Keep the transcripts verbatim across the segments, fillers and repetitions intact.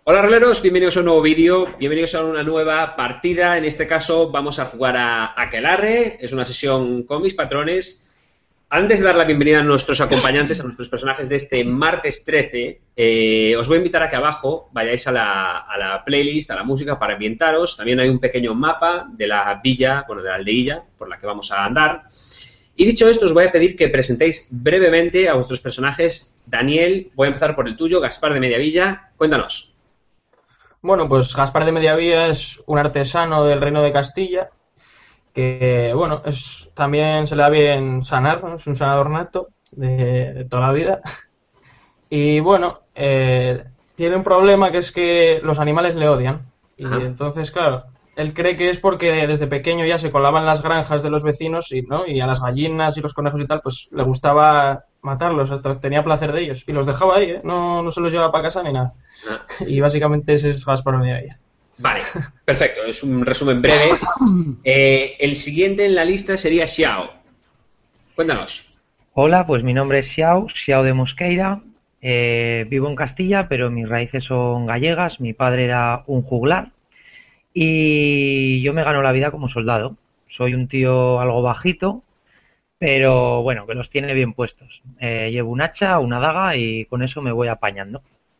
Hola roleros, bienvenidos a un nuevo vídeo, bienvenidos a una nueva partida. En este caso vamos a jugar a Aquelarre, es una sesión con mis patrones. Antes de dar la bienvenida a nuestros acompañantes, a nuestros personajes de este martes trece, eh, os voy a invitar a que abajo vayáis a la, a la playlist, a la música para ambientaros. También hay un pequeño mapa de la villa, bueno, de la aldeilla por la que vamos a andar. Y dicho esto, os voy a pedir que presentéis brevemente a vuestros personajes. Daniel, voy a empezar por el tuyo, Gaspar de Mediavilla, cuéntanos. Bueno, pues Gaspar de Mediavilla es un artesano del Reino de Castilla que, bueno, es, también se le da bien sanar, ¿no? Es un sanador nato de, de toda la vida. Y, bueno, eh, tiene un problema que es que los animales le odian. Y Ajá. entonces, claro, él cree que es porque desde pequeño ya se colaba en las granjas de los vecinos y, ¿no? Y a las gallinas y los conejos y tal, pues le gustaba matarlos, hasta tenía placer de ellos. Y los dejaba ahí, ¿eh? No, no se los llevaba para casa ni nada. Ah, Y básicamente ese es Gaspar Mediavilla. vale, perfecto, es un resumen breve. Eh, el siguiente en la lista sería Xiao. Cuéntanos. Hola, pues mi nombre es Xiao, Xiao de Mosqueira. Eh, vivo en Castilla, pero mis raíces son gallegas. Mi padre era un juglar y yo me gano la vida como soldado. Soy un tío algo bajito, pero bueno, que los tiene bien puestos. Eh, llevo un hacha, una daga y con eso me voy apañando.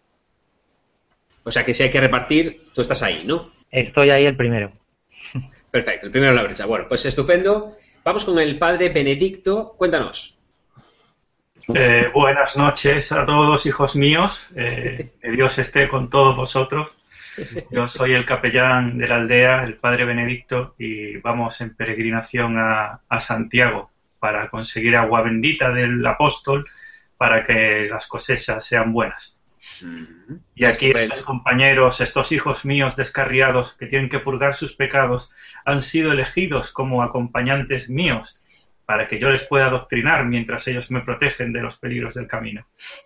O sea que si hay que repartir, tú estás ahí, ¿no? Estoy ahí el primero. Perfecto, el primero en la brecha. Bueno, pues estupendo. Vamos con el padre Benedicto. Cuéntanos. Eh, buenas noches a todos, hijos míos. Eh, que Dios esté con todos vosotros. Yo soy el capellán de la aldea, el padre Benedicto, y vamos en peregrinación a, a Santiago para conseguir agua bendita del apóstol para que las cosechas sean buenas. Y aquí Estupendo. estos compañeros, estos hijos míos descarriados que tienen que purgar sus pecados, han sido elegidos como acompañantes míos para que yo les pueda adoctrinar mientras ellos me protegen de los peligros del camino.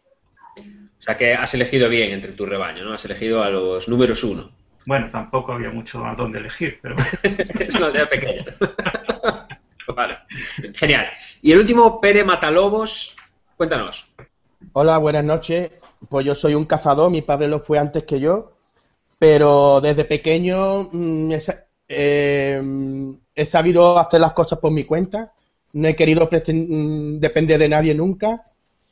O sea que has elegido bien entre tu rebaño, ¿no? Has elegido a los números uno. Bueno, tampoco había mucho a dónde elegir, pero... Es una aldea pequeña. Vale, genial. Y el último, Pere Matalobos. Cuéntanos. Hola, buenas noches. Pues yo soy un cazador, mi padre lo fue antes que yo, pero desde pequeño mmm, he, eh, he sabido hacer las cosas por mi cuenta, no he querido depender de nadie nunca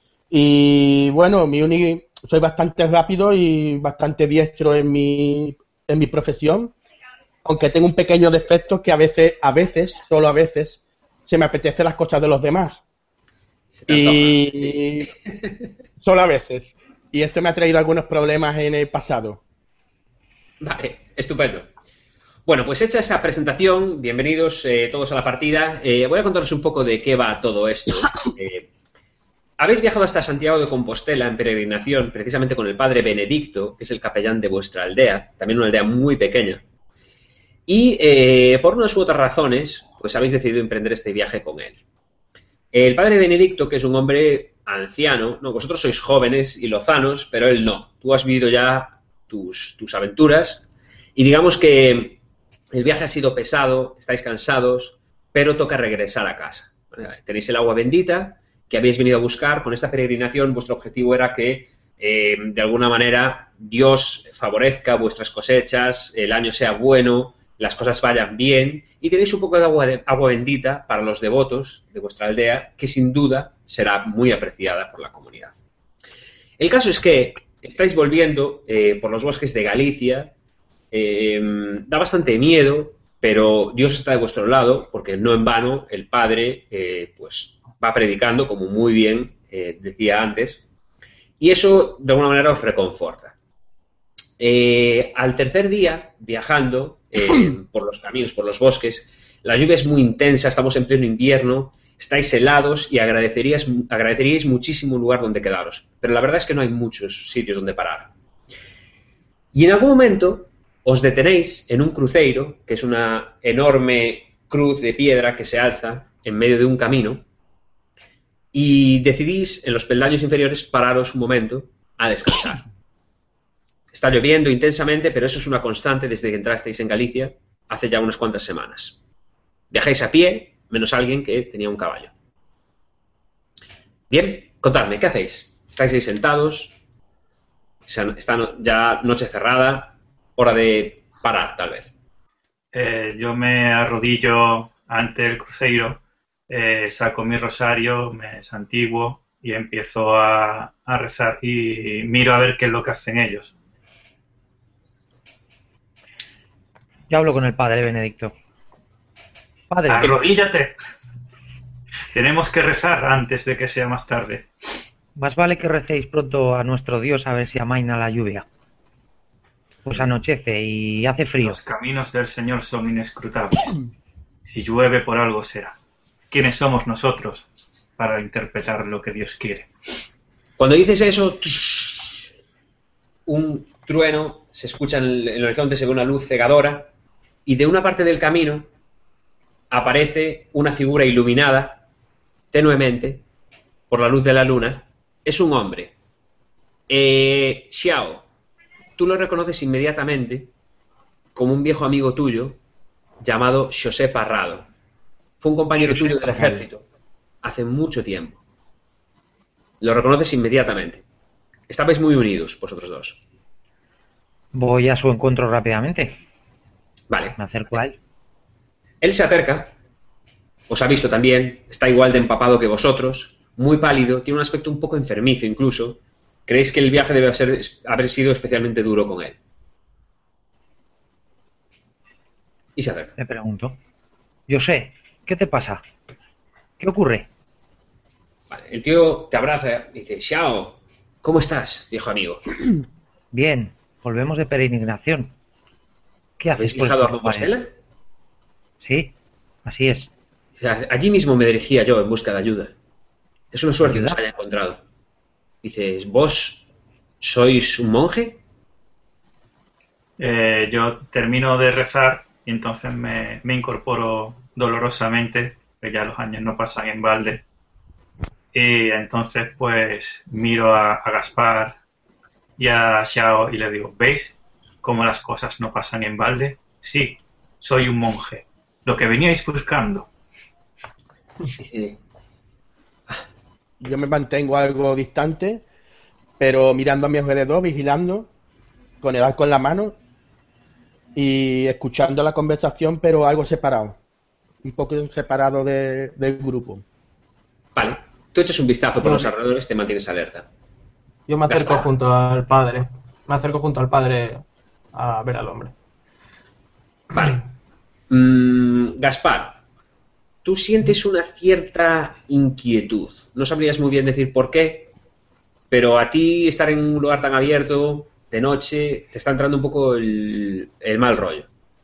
y bueno, mi uni, soy bastante rápido y bastante diestro en mi, en mi profesión, aunque tengo un pequeño defecto que a veces, a veces, solo a veces, se me apetece las cosas de los demás. Se te antoja, Y sí. solo a veces. Y esto me ha traído algunos problemas en el pasado. Vale, estupendo. Bueno, pues hecha esa presentación, bienvenidos eh, todos a la partida. Eh, voy a contaros un poco de qué va todo esto. Eh, habéis viajado hasta Santiago de Compostela en peregrinación, precisamente con el padre Benedicto, que es el capellán de vuestra aldea, también una aldea muy pequeña. Y eh, por unas u otras razones, pues habéis decidido emprender este viaje con él. El padre Benedicto, que es un hombre anciano, no, vosotros sois jóvenes y lozanos, pero él no. Tú has vivido ya tus, tus aventuras y digamos que el viaje ha sido pesado, estáis cansados, pero toca regresar a casa. Tenéis el agua bendita que habéis venido a buscar. Con esta peregrinación vuestro objetivo era que eh, de alguna manera Dios favorezca vuestras cosechas, el año sea bueno, las cosas vayan bien y tenéis un poco de agua, de agua bendita para los devotos de vuestra aldea que sin duda será muy apreciada por la comunidad. El caso es que estáis volviendo eh, por los bosques de Galicia, eh, da bastante miedo, pero Dios está de vuestro lado porque no en vano el Padre eh, pues va predicando, como muy bien eh, decía antes, y eso de alguna manera os reconforta. Eh, al tercer día, viajando eh, por los caminos, por los bosques, la lluvia es muy intensa, estamos en pleno invierno, estáis helados y agradeceríais, agradeceríais muchísimo un lugar donde quedaros. Pero la verdad es que no hay muchos sitios donde parar. Y en algún momento os detenéis en un cruceiro, que es una enorme cruz de piedra que se alza en medio de un camino, y decidís en los peldaños inferiores pararos un momento a descansar. Está lloviendo intensamente, pero eso es una constante desde que entrasteis en Galicia hace ya unas cuantas semanas. Viajáis a pie, menos alguien que tenía un caballo. Bien, contadme, ¿qué hacéis? ¿Estáis ahí sentados? sea, está no- ya noche cerrada, hora de parar, tal vez. Eh, yo me arrodillo ante el cruceiro, eh, saco mi rosario, me santiguo y empiezo a, a rezar y miro a ver qué es lo que hacen ellos. Yo hablo con el padre Benedicto. Padre, ¡Arrodíllate! Tenemos que rezar antes de que sea más tarde. más vale que recéis pronto a nuestro Dios a ver si amaina la lluvia. Pues anochece y hace frío. Los caminos del Señor son inescrutables. Si llueve, por algo será. ¿Quiénes somos nosotros para interpretar lo que Dios quiere? Cuando dices eso, un trueno se escucha en el, en el horizonte, se ve una luz cegadora, y de una parte del camino aparece una figura iluminada tenuemente por la luz de la luna. Es un hombre. Eh, Xiao, tú lo reconoces inmediatamente como un viejo amigo tuyo llamado José Parrado. Fue un compañero José tuyo del Parrado. ejército hace mucho tiempo. Lo reconoces inmediatamente. Estabais muy unidos, vosotros dos. Voy a su encuentro rápidamente. Vale. Me acerco a él. Él se acerca, os ha visto también, está igual de empapado que vosotros, muy pálido, tiene un aspecto un poco enfermizo incluso. Creéis que el viaje debe ser- haber sido especialmente duro con él. Y se acerca. Le pregunto. Yo sé, ¿qué te pasa? ¿Qué ocurre? Vale, el tío te abraza y dice, Xiao, ¿cómo estás, viejo amigo? Bien, volvemos de peregrinación. ¿Qué ¿Habéis haces por viajado a estos lugares? Compostela? Sí, así es. O sea, allí mismo me dirigía yo en busca de ayuda. Es una suerte que ¿Ayuda? os haya encontrado. Dices, ¿vos sois un monje? Eh, yo termino de rezar y entonces me, me incorporo dolorosamente, que ya los años no pasan en balde. Y entonces pues miro a, a Gaspar y a Xiao y le digo, ¿veis cómo las cosas no pasan en balde? Sí, soy un monje, lo que veníais buscando. Dice, Yo me mantengo algo distante, pero mirando a mi alrededor, vigilando, con el arco en la mano y escuchando la conversación, pero algo separado. Un poco separado de- del grupo. vale, tú echas un vistazo por Yo- los alrededores, te mantienes alerta. Yo me acerco Gaspar. junto al padre. Me acerco junto al padre a ver al hombre. Vale. Mm, Gaspar, tú sientes una cierta inquietud. No sabrías muy bien decir por qué, pero a ti estar en un lugar tan abierto, de noche, te está entrando un poco el, el mal rollo.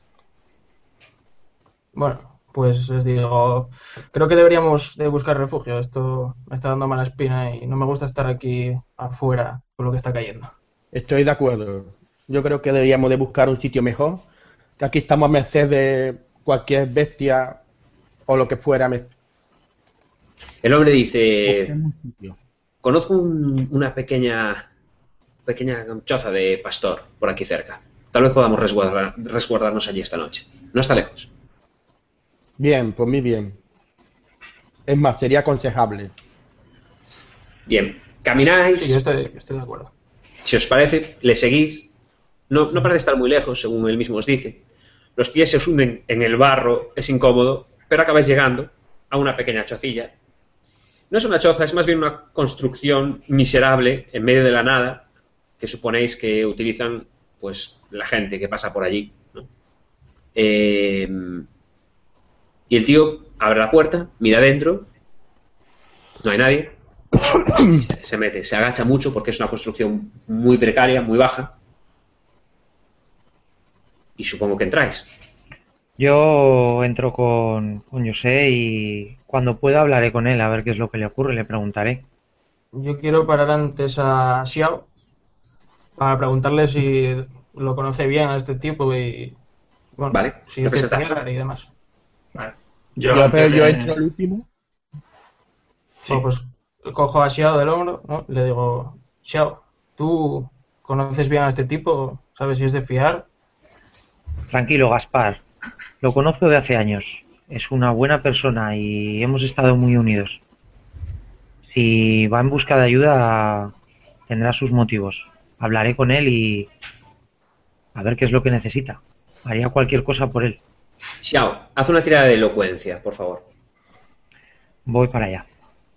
Bueno, pues les digo, creo que deberíamos de buscar refugio. Esto me está dando mala espina y no me gusta estar aquí afuera con lo que está cayendo. Estoy de acuerdo. Yo creo que deberíamos de buscar un sitio mejor, que aquí estamos a merced de cualquier bestia o lo que fuera. me- El hombre dice, Busquemos un sitio. conozco un- una pequeña, pequeña choza de pastor por aquí cerca. Tal vez podamos resguardar- resguardarnos allí esta noche. No está lejos. Bien, por mí bien. Es más, sería aconsejable. Bien, camináis. Sí, yo estoy, estoy de acuerdo. Si os parece, le seguís. No, no parece estar muy lejos, según él mismo os dice. Los pies se os hunden en el barro, es incómodo, pero acabáis llegando a una pequeña chocilla. No es una choza, es más bien una construcción miserable en medio de la nada, que suponéis que utilizan pues la gente que pasa por allí, ¿no? Eh, y el tío abre la puerta, mira adentro, no hay nadie, se, se mete, se agacha mucho porque es una construcción muy precaria, muy baja, y supongo que entráis. Yo entro con, con José y cuando pueda hablaré con él a ver qué es lo que le ocurre, le preguntaré. Yo quiero parar antes a Xiao para preguntarle si lo conoce bien a este tipo y, bueno, Vale, si es de representación. fiar y demás. Vale. Yo, antes pero yo de- entro el último. Sí. Bueno, pues cojo a Xiao del hombro, ¿no? Le digo, Xiao, ¿tú conoces bien a este tipo? ¿Sabes si es de fiar? Tranquilo, Gaspar. Lo conozco de hace años. Es una buena persona y hemos estado muy unidos. Si va en busca de ayuda, tendrá sus motivos. hablaré con él y a ver qué es lo que necesita. Haría cualquier cosa por él. Xiao, haz una tirada de elocuencia, por favor. Voy para allá.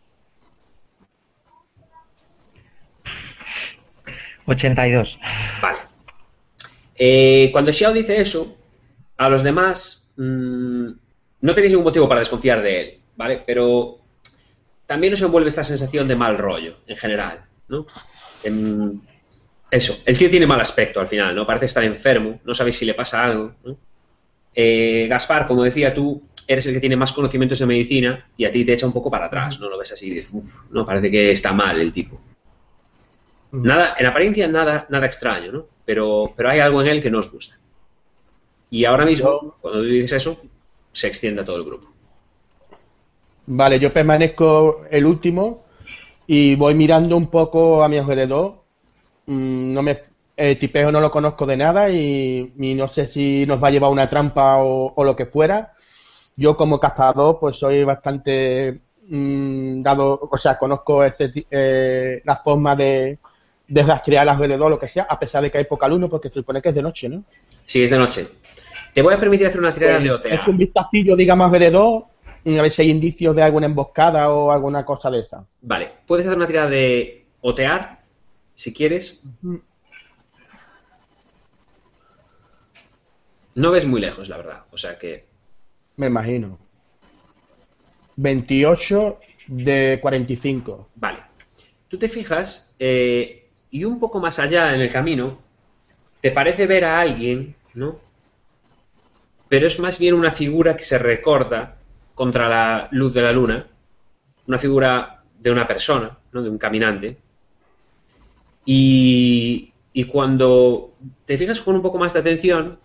ochenta y dos. Vale. Eh, cuando Xiao dice eso, a los demás mmm, no tenéis ningún motivo para desconfiar de él, ¿vale? Pero también os envuelve esta sensación de mal rollo, en general, ¿no? En, eso, el tío tiene mal aspecto al final, ¿no? Parece estar enfermo, no sabéis si le pasa algo, ¿no? Eh, Gaspar, como decía tú, eres el que tiene más conocimientos de medicina y a ti te echa un poco para atrás, ¿no? Lo ves así y dices, uff, no, parece que está mal el tipo. Nada, en apariencia nada, nada extraño, ¿no? Pero, pero hay algo en él que no os gusta. Y ahora mismo, cuando dices eso, se extiende a todo el grupo. Vale, yo permanezco el último y voy mirando un poco a mi alrededor. Mm, no me, el tipeo no lo conozco de nada y, y no sé si nos va a llevar una trampa o, o lo que fuera. Yo como cazador pues soy bastante mmm, dado, o sea, conozco este, eh, la forma de, de rastrear alrededor, lo que sea, a pesar de que hay poca luz, porque se supone que es de noche, ¿no? Sí, es de noche. Te voy a permitir hacer una tirada Pues, de O T A. he hecho un vistacillo, digamos, alrededor, a ver si hay indicios de alguna emboscada o alguna cosa de esa. Vale, puedes hacer una tirada de otear, si quieres. No ves muy lejos, la verdad, o sea que... Me imagino. veintiocho de cuarenta y cinco. Vale. Tú te fijas eh, y un poco más allá en el camino te parece ver a alguien, ¿no? Pero es más bien una figura que se recorta contra la luz de la luna, una figura de una persona, ¿no? De un caminante. Y, y cuando te fijas con un poco más de atención,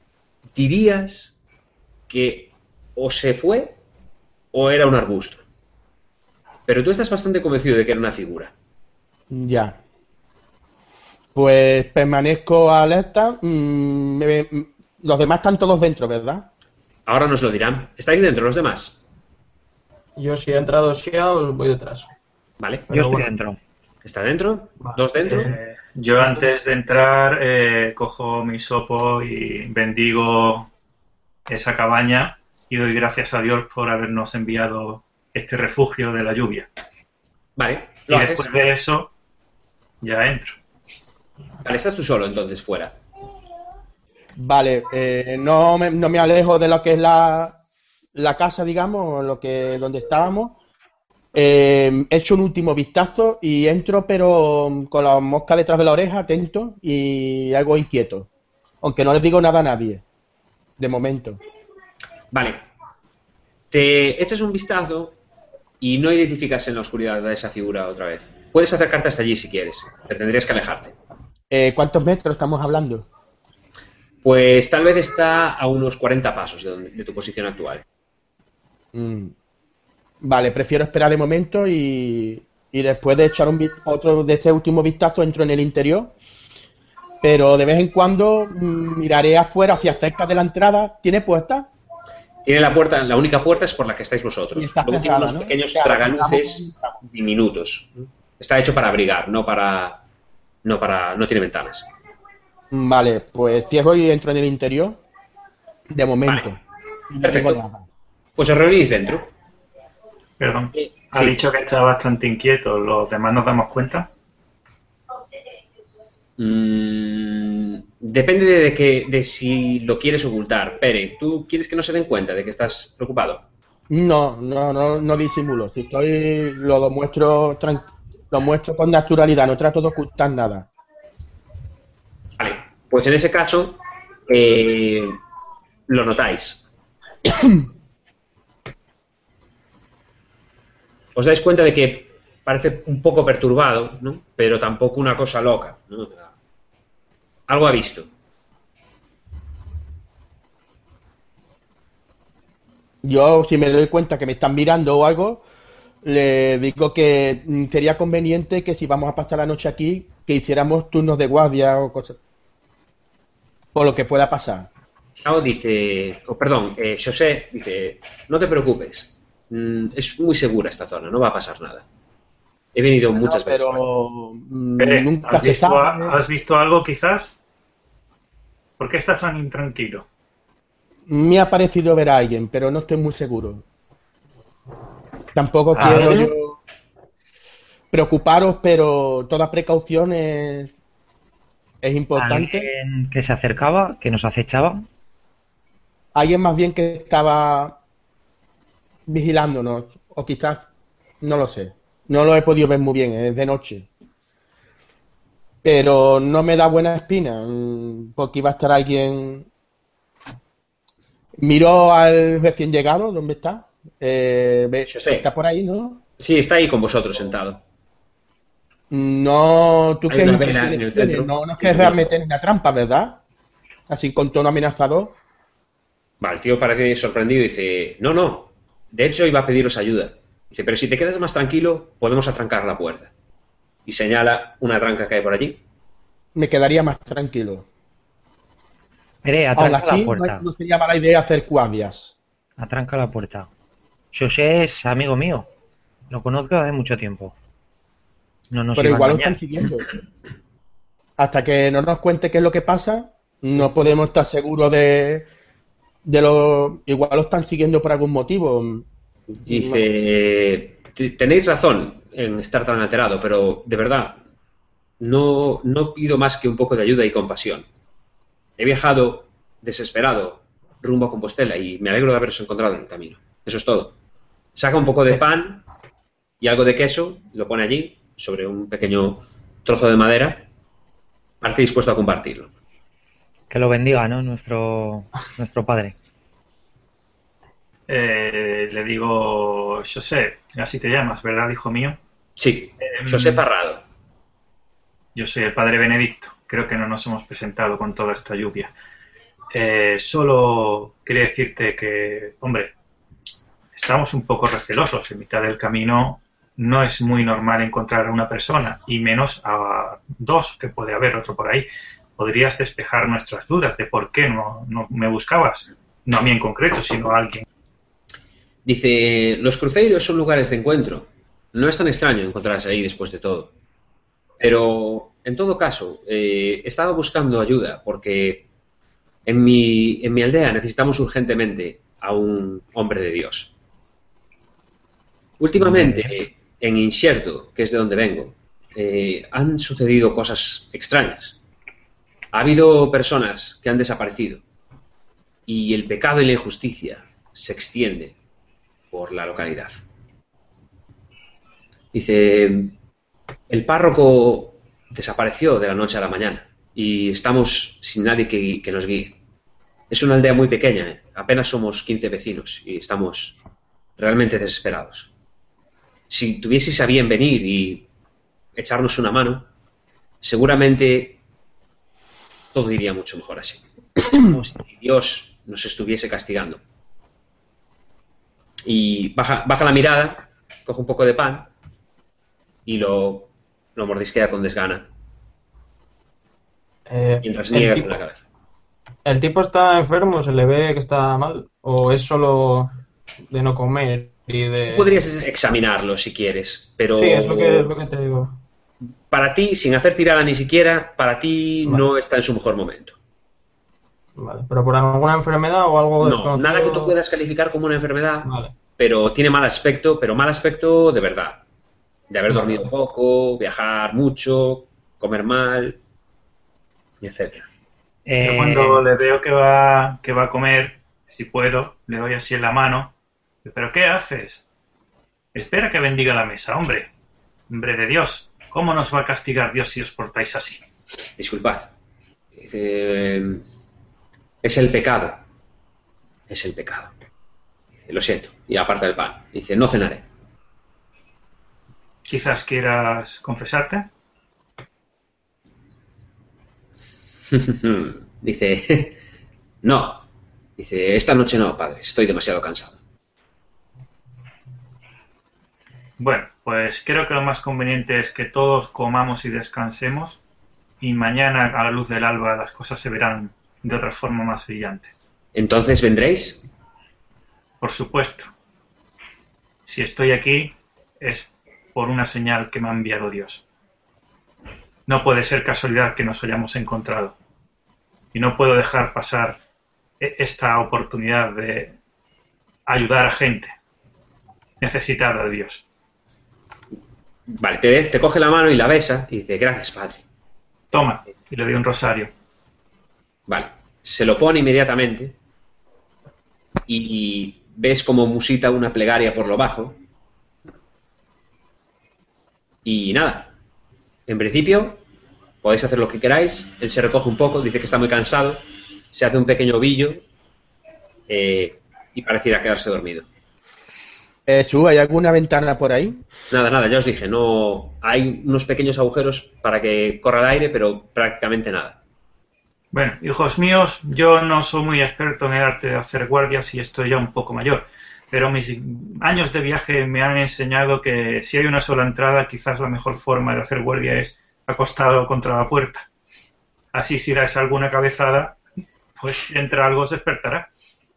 dirías que o se fue o era un arbusto. Pero tú estás bastante convencido de que era una figura. Ya. Pues permanezco alerta. Mm, me, los demás están todos dentro, ¿verdad? Ahora nos lo dirán. ¿Estáis dentro los demás? Yo si he entrado Xiao, voy detrás. Vale. Yo estoy bueno. dentro. ¿Está dentro? Vale. ¿Dos dentro? Eh, yo antes de entrar eh, cojo mi sopo y bendigo esa cabaña y doy gracias a Dios por habernos enviado este refugio de la lluvia. Vale, Y lo haces. después de eso ya entro. Vale, estás tú solo entonces fuera. Vale, eh, no, me, no me alejo de lo que es la, la casa, digamos, lo que donde estábamos. Eh, he hecho un último vistazo y entro, pero con la mosca detrás de la oreja, atento y algo inquieto. Aunque no les digo nada a nadie, de momento. Vale. Te echas un vistazo y no identificas en la oscuridad a esa figura otra vez. Puedes acercarte hasta allí si quieres, pero tendrías que alejarte. Eh, ¿Cuántos metros estamos hablando? Pues tal vez está a unos cuarenta pasos de, donde, de tu posición actual. Mm. Vale, prefiero esperar de momento y, y después de echar un vi- otro de este último vistazo entro en el interior. Pero de vez en cuando mm, miraré afuera, hacia cerca de la entrada. ¿Tiene puerta? Tiene la puerta, la única puerta es por la que estáis vosotros. Y está Luego tiene cerrada, unos ¿no? pequeños Claro, tragaluces digamos- diminutos. Está hecho para abrigar, no para, no para, no tiene ventanas. Vale, pues cierro y entro en el interior. De momento. Vale. No Perfecto. tengo nada. Pues os reunís dentro. Perdón. Eh, Ha sí. dicho que está bastante inquieto. ¿Los demás nos damos cuenta? Mm, depende de que, de si lo quieres ocultar. Pere, ¿tú quieres que no se den cuenta de que estás preocupado? No, no, no, no disimulo. Si estoy, lo muestro, tran- lo muestro con naturalidad. No trato de ocultar nada. Vale, pues en ese caso eh, lo notáis. Os dais cuenta de que parece un poco perturbado, ¿no? Pero tampoco una cosa loca, ¿no? Algo ha visto. Yo, si me doy cuenta que me están mirando o algo, le digo que mm, sería conveniente que si vamos a pasar la noche aquí, que hiciéramos turnos de guardia o cosas. Por lo que pueda pasar. Chao dice, oh, perdón, eh, José dice, no te preocupes, mm, es muy segura esta zona, no va a pasar nada. He venido No, muchas veces. pero mm, Eh, nunca ¿has, se visto, sabe. a- ¿Has visto algo quizás? ¿Por qué estás tan intranquilo? Me ha parecido ver a alguien, pero no estoy muy seguro. Tampoco A quiero ver. yo preocuparos, pero toda precaución es, es importante. Alguien que se acercaba, que nos acechaba. Alguien más bien que estaba vigilándonos, o quizás, no lo sé. No lo he podido ver muy bien, es de noche. Pero no me da buena espina, mm, porque iba a estar alguien. Miró al recién llegado, ¿dónde está? Eh, ve- José. está por ahí, ¿no? Sí, está ahí con vosotros sentado. No, tú Hay qué una intenciones vela en el tienes? centro. No nos Y querrás bueno, meter en una trampa, ¿verdad? Así con tono amenazador. va, el tío parece sorprendido y dice, no, no, de hecho iba a pediros ayuda. Dice, pero si te quedas más tranquilo, podemos atrancar la puerta. Y señala una tranca que hay por allí. Me quedaría más tranquilo. Pere, Aún atranca la así, no, puerta. no sería mala idea hacer guardias. Atranca la puerta. José es amigo mío. Lo conozco hace mucho tiempo. No nos Pero iba a igual lo engañar. están siguiendo. Hasta que no nos cuente qué es lo que pasa, no podemos estar seguros de, de lo. Igual lo están siguiendo por algún motivo. Dice, "Te- tenéis razón en estar tan alterado, pero de verdad, no, no pido más que un poco de ayuda y compasión. He viajado desesperado rumbo a Compostela y me alegro de haberos encontrado en el camino. Eso es todo. Saca un poco de pan y algo de queso, lo pone allí, sobre un pequeño trozo de madera. Parece dispuesto a compartirlo. Que lo bendiga, ¿no? Nuestro, nuestro padre. Eh, le digo, José, así te llamas, ¿verdad, hijo mío? Sí, Em, José Parrado. Yo soy el padre Benedicto. Creo que no nos hemos presentado con toda esta lluvia. Eh, solo quería decirte que, hombre, estamos un poco recelosos. En mitad del camino no es muy normal encontrar a una persona, y menos a dos, que puede haber otro por ahí. ¿Podrías despejar nuestras dudas de por qué no, no me buscabas? No a mí en concreto, sino a alguien. Dice, los cruceros son lugares de encuentro. No es tan extraño encontrarse ahí después de todo. Pero, en todo caso, eh, estaba buscando ayuda porque en mi, en mi aldea necesitamos urgentemente a un hombre de Dios. Últimamente, en Incierto, que es de donde vengo, eh, han sucedido cosas extrañas. Ha habido personas que han desaparecido y el pecado y la injusticia se extiende por la localidad. Dice, el párroco desapareció de la noche a la mañana y estamos sin nadie que, que nos guíe. Es una aldea muy pequeña, ¿eh? Apenas somos quince vecinos y estamos realmente desesperados. Si tuvieseis a bien venir y echarnos una mano, seguramente todo iría mucho mejor así. Como si Dios nos estuviese castigando. Y baja, baja la mirada, coge un poco de pan y lo, lo mordisquea con desgana, Eh, mientras el, niega tipo, con la cabeza. ¿El tipo está enfermo? ¿Se le ve que está mal? ¿O es solo de no comer y de...? Podrías examinarlo si quieres, pero Sí, es lo que, es lo que te digo. para ti, sin hacer tirada ni siquiera, para ti Vale. no está en su mejor momento. Vale, ¿pero por alguna enfermedad o algo No, desconocido? nada que tú puedas calificar como una enfermedad, Vale. pero tiene mal aspecto, pero mal aspecto de verdad. De haber Vale, dormido vale. poco, viajar mucho, comer mal, etcétera. Yo Eh, cuando le veo que va, que va a comer, si puedo, le doy así en la mano. ¿Pero qué haces? Espera que bendiga la mesa, hombre. Hombre de Dios. ¿Cómo nos va a castigar Dios si os portáis así? Disculpad. Dice, es el pecado. Es el pecado. Dice, lo siento. Y aparta el pan. Dice, no cenaré. Quizás quieras confesarte. Dice, no. Dice, esta noche no, padre. Estoy demasiado cansado. Bueno, pues creo que lo más conveniente es que todos comamos y descansemos, y mañana a la luz del alba las cosas se verán de otra forma más brillante. ¿Entonces vendréis? Por supuesto. Si estoy aquí es por una señal que me ha enviado Dios. No puede ser casualidad que nos hayamos encontrado. Y no puedo dejar pasar esta oportunidad de ayudar a gente necesitada de Dios. Vale, te, te coge la mano y la besa y dice, gracias, padre. Toma, y le doy un rosario. Vale, se lo pone inmediatamente y ves como musita una plegaria por lo bajo. Y nada, en principio podéis hacer lo que queráis. Él se recoge un poco, dice que está muy cansado, se hace un pequeño ovillo eh, y parece ir a quedarse dormido. Eh, Su, ¿hay alguna ventana por ahí? Nada, nada, ya os dije, no hay unos pequeños agujeros para que corra el aire, pero prácticamente nada. Bueno, hijos míos, yo no soy muy experto en el arte de hacer guardias y estoy ya un poco mayor, pero mis años de viaje me han enseñado que si hay una sola entrada, quizás la mejor forma de hacer guardia es acostado contra la puerta. Así si dais alguna cabezada, pues entra algo, se despertará.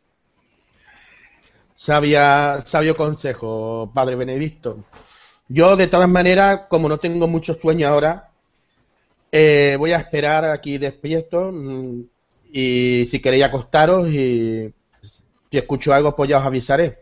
Sabia, sabio consejo, padre Benedicto. Yo, de todas maneras, como no tengo mucho sueño ahora, eh, voy a esperar aquí despierto mm, y si queréis acostaros y si escucho algo, pues ya os avisaré.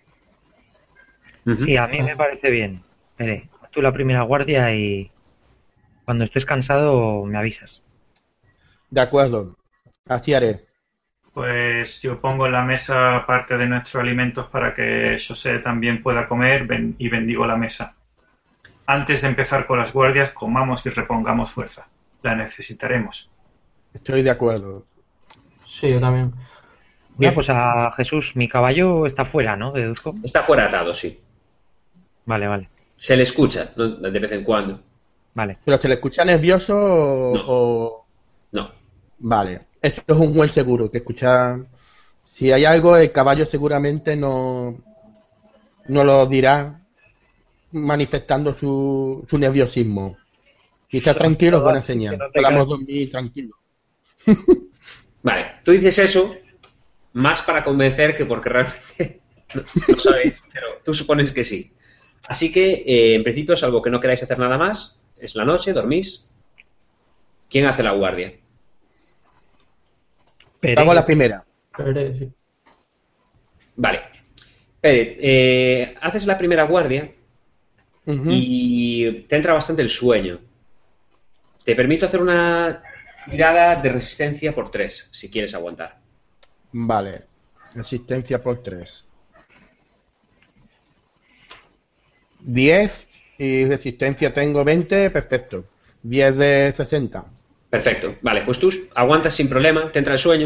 Sí, a mí me parece bien. Pere, haz tú la primera guardia y cuando estés cansado me avisas. De acuerdo, así haré. Pues yo pongo en la mesa parte de nuestros alimentos para que José también pueda comer ben- y bendigo la mesa. Antes de empezar con las guardias, comamos y repongamos fuerza. La necesitaremos. Estoy de acuerdo. Sí, yo también. Mira, pues a Jesús, mi caballo está fuera, ¿no? Deduzco. Está fuera atado, sí. Vale, vale, Se le escucha, ¿no? De vez en cuando. vale. ¿Pero se le escucha nervioso o...? No. o- No. Vale, esto es un buen seguro, que escucha... Si hay algo, el caballo seguramente no, no lo dirá manifestando su, su nerviosismo. Si está tranquilo, es buena señal. Que no te Podamos caes. dormir tranquilos. Vale, tú dices eso más para convencer que porque realmente no, no sabéis, pero tú supones que sí. Así que, eh, en principio, salvo que no queráis hacer nada más, es la noche, dormís. ¿Quién hace la guardia? Pere, Hago la primera. Pere, sí. Vale. Pere, eh, haces la primera guardia Ujú. y te entra bastante el sueño. Te permito hacer una tirada de resistencia por tres, si quieres aguantar. Vale. Resistencia por tres. diez y resistencia tengo veinte, perfecto. diez de sesenta. Perfecto. Vale, pues tú aguantas sin problema, te entra el sueño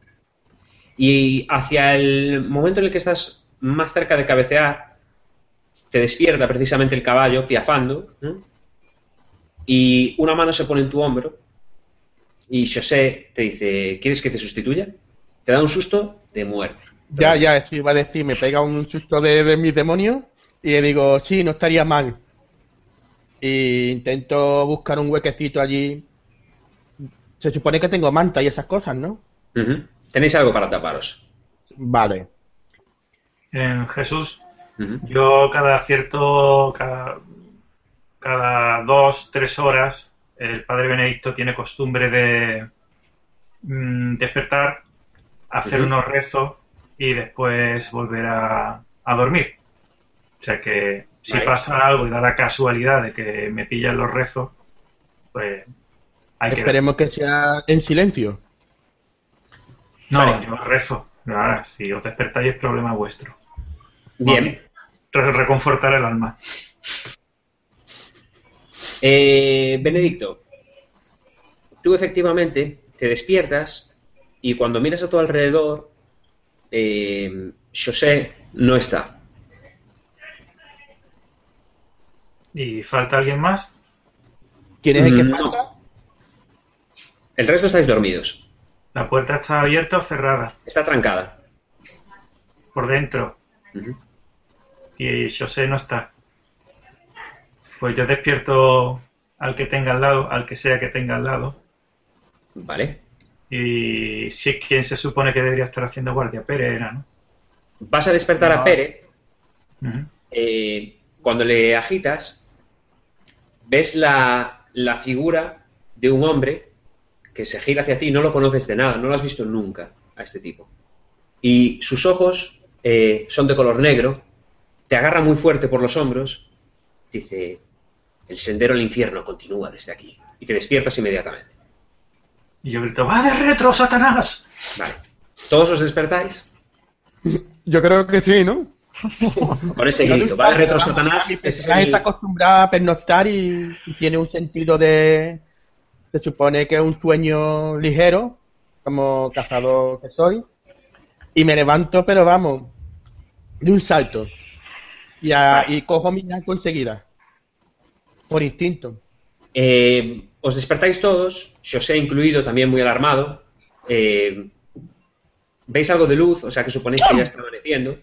y hacia el momento en el que estás más cerca de cabecear, te despierta precisamente el caballo piafando, ¿eh? Y una mano se pone en tu hombro y José te dice, ¿quieres que te sustituya? Te da un susto de muerte. Ya, ya, esto iba a decir, me pega un susto de, de mis demonios y le digo, sí, no estaría mal. Y intento buscar un huequecito allí. Se supone que tengo manta y esas cosas, ¿no? Ujú. Tenéis algo para taparos. Vale. En Jesús, Ujú. yo cada cierto, cada, cada dos, tres horas, el padre Benedicto tiene costumbre de mm, despertar, hacer Ujú. unos rezos y después volver a, a dormir. O sea que si Vale. pasa algo y da la casualidad de que me pillan los rezos, pues hay que ver. Esperemos que sea en silencio. No, Vale. yo rezo. Ahora, si os despertáis es problema vuestro. Bien. Re- reconfortar el alma. Eh, Benedicto, tú efectivamente te despiertas y cuando miras a tu alrededor, eh, José no está. ¿Y falta alguien más? ¿Quién es el que No. falta? El resto estáis dormidos. ¿La puerta está abierta o cerrada? Está trancada. Por dentro. Ujú. Y José no está. Pues yo despierto al que tenga al lado, al que sea que tenga al lado. Vale. Y sí, quien se supone que debería estar haciendo guardia, Pere era, ¿no? Vas a despertar a No. Pere. Ujú. Eh, cuando le agitas, ves la, la figura de un hombre que se gira hacia ti, no lo conoces de nada, no lo has visto nunca a este tipo. Y sus ojos eh, son de color negro, te agarra muy fuerte por los hombros, dice, el sendero al infierno continúa desde aquí. Y te despiertas inmediatamente. Y yo grito, ¡va de retro, Satanás! Vale. ¿Todos os despertáis? Yo creo que sí, ¿no? Con ese grito, va de retro, Satanás. Mi Ese es personaje el- está acostumbrada a pernoctar y, y tiene un sentido de... Se supone que es un sueño ligero, como cazador que soy. Y me levanto, pero vamos, de un salto. Y, a- y cojo mi arco enseguida. Por instinto. Eh, os despertáis todos, José incluido, también muy alarmado. Eh, veis algo de luz, o sea que suponéis que ya está amaneciendo.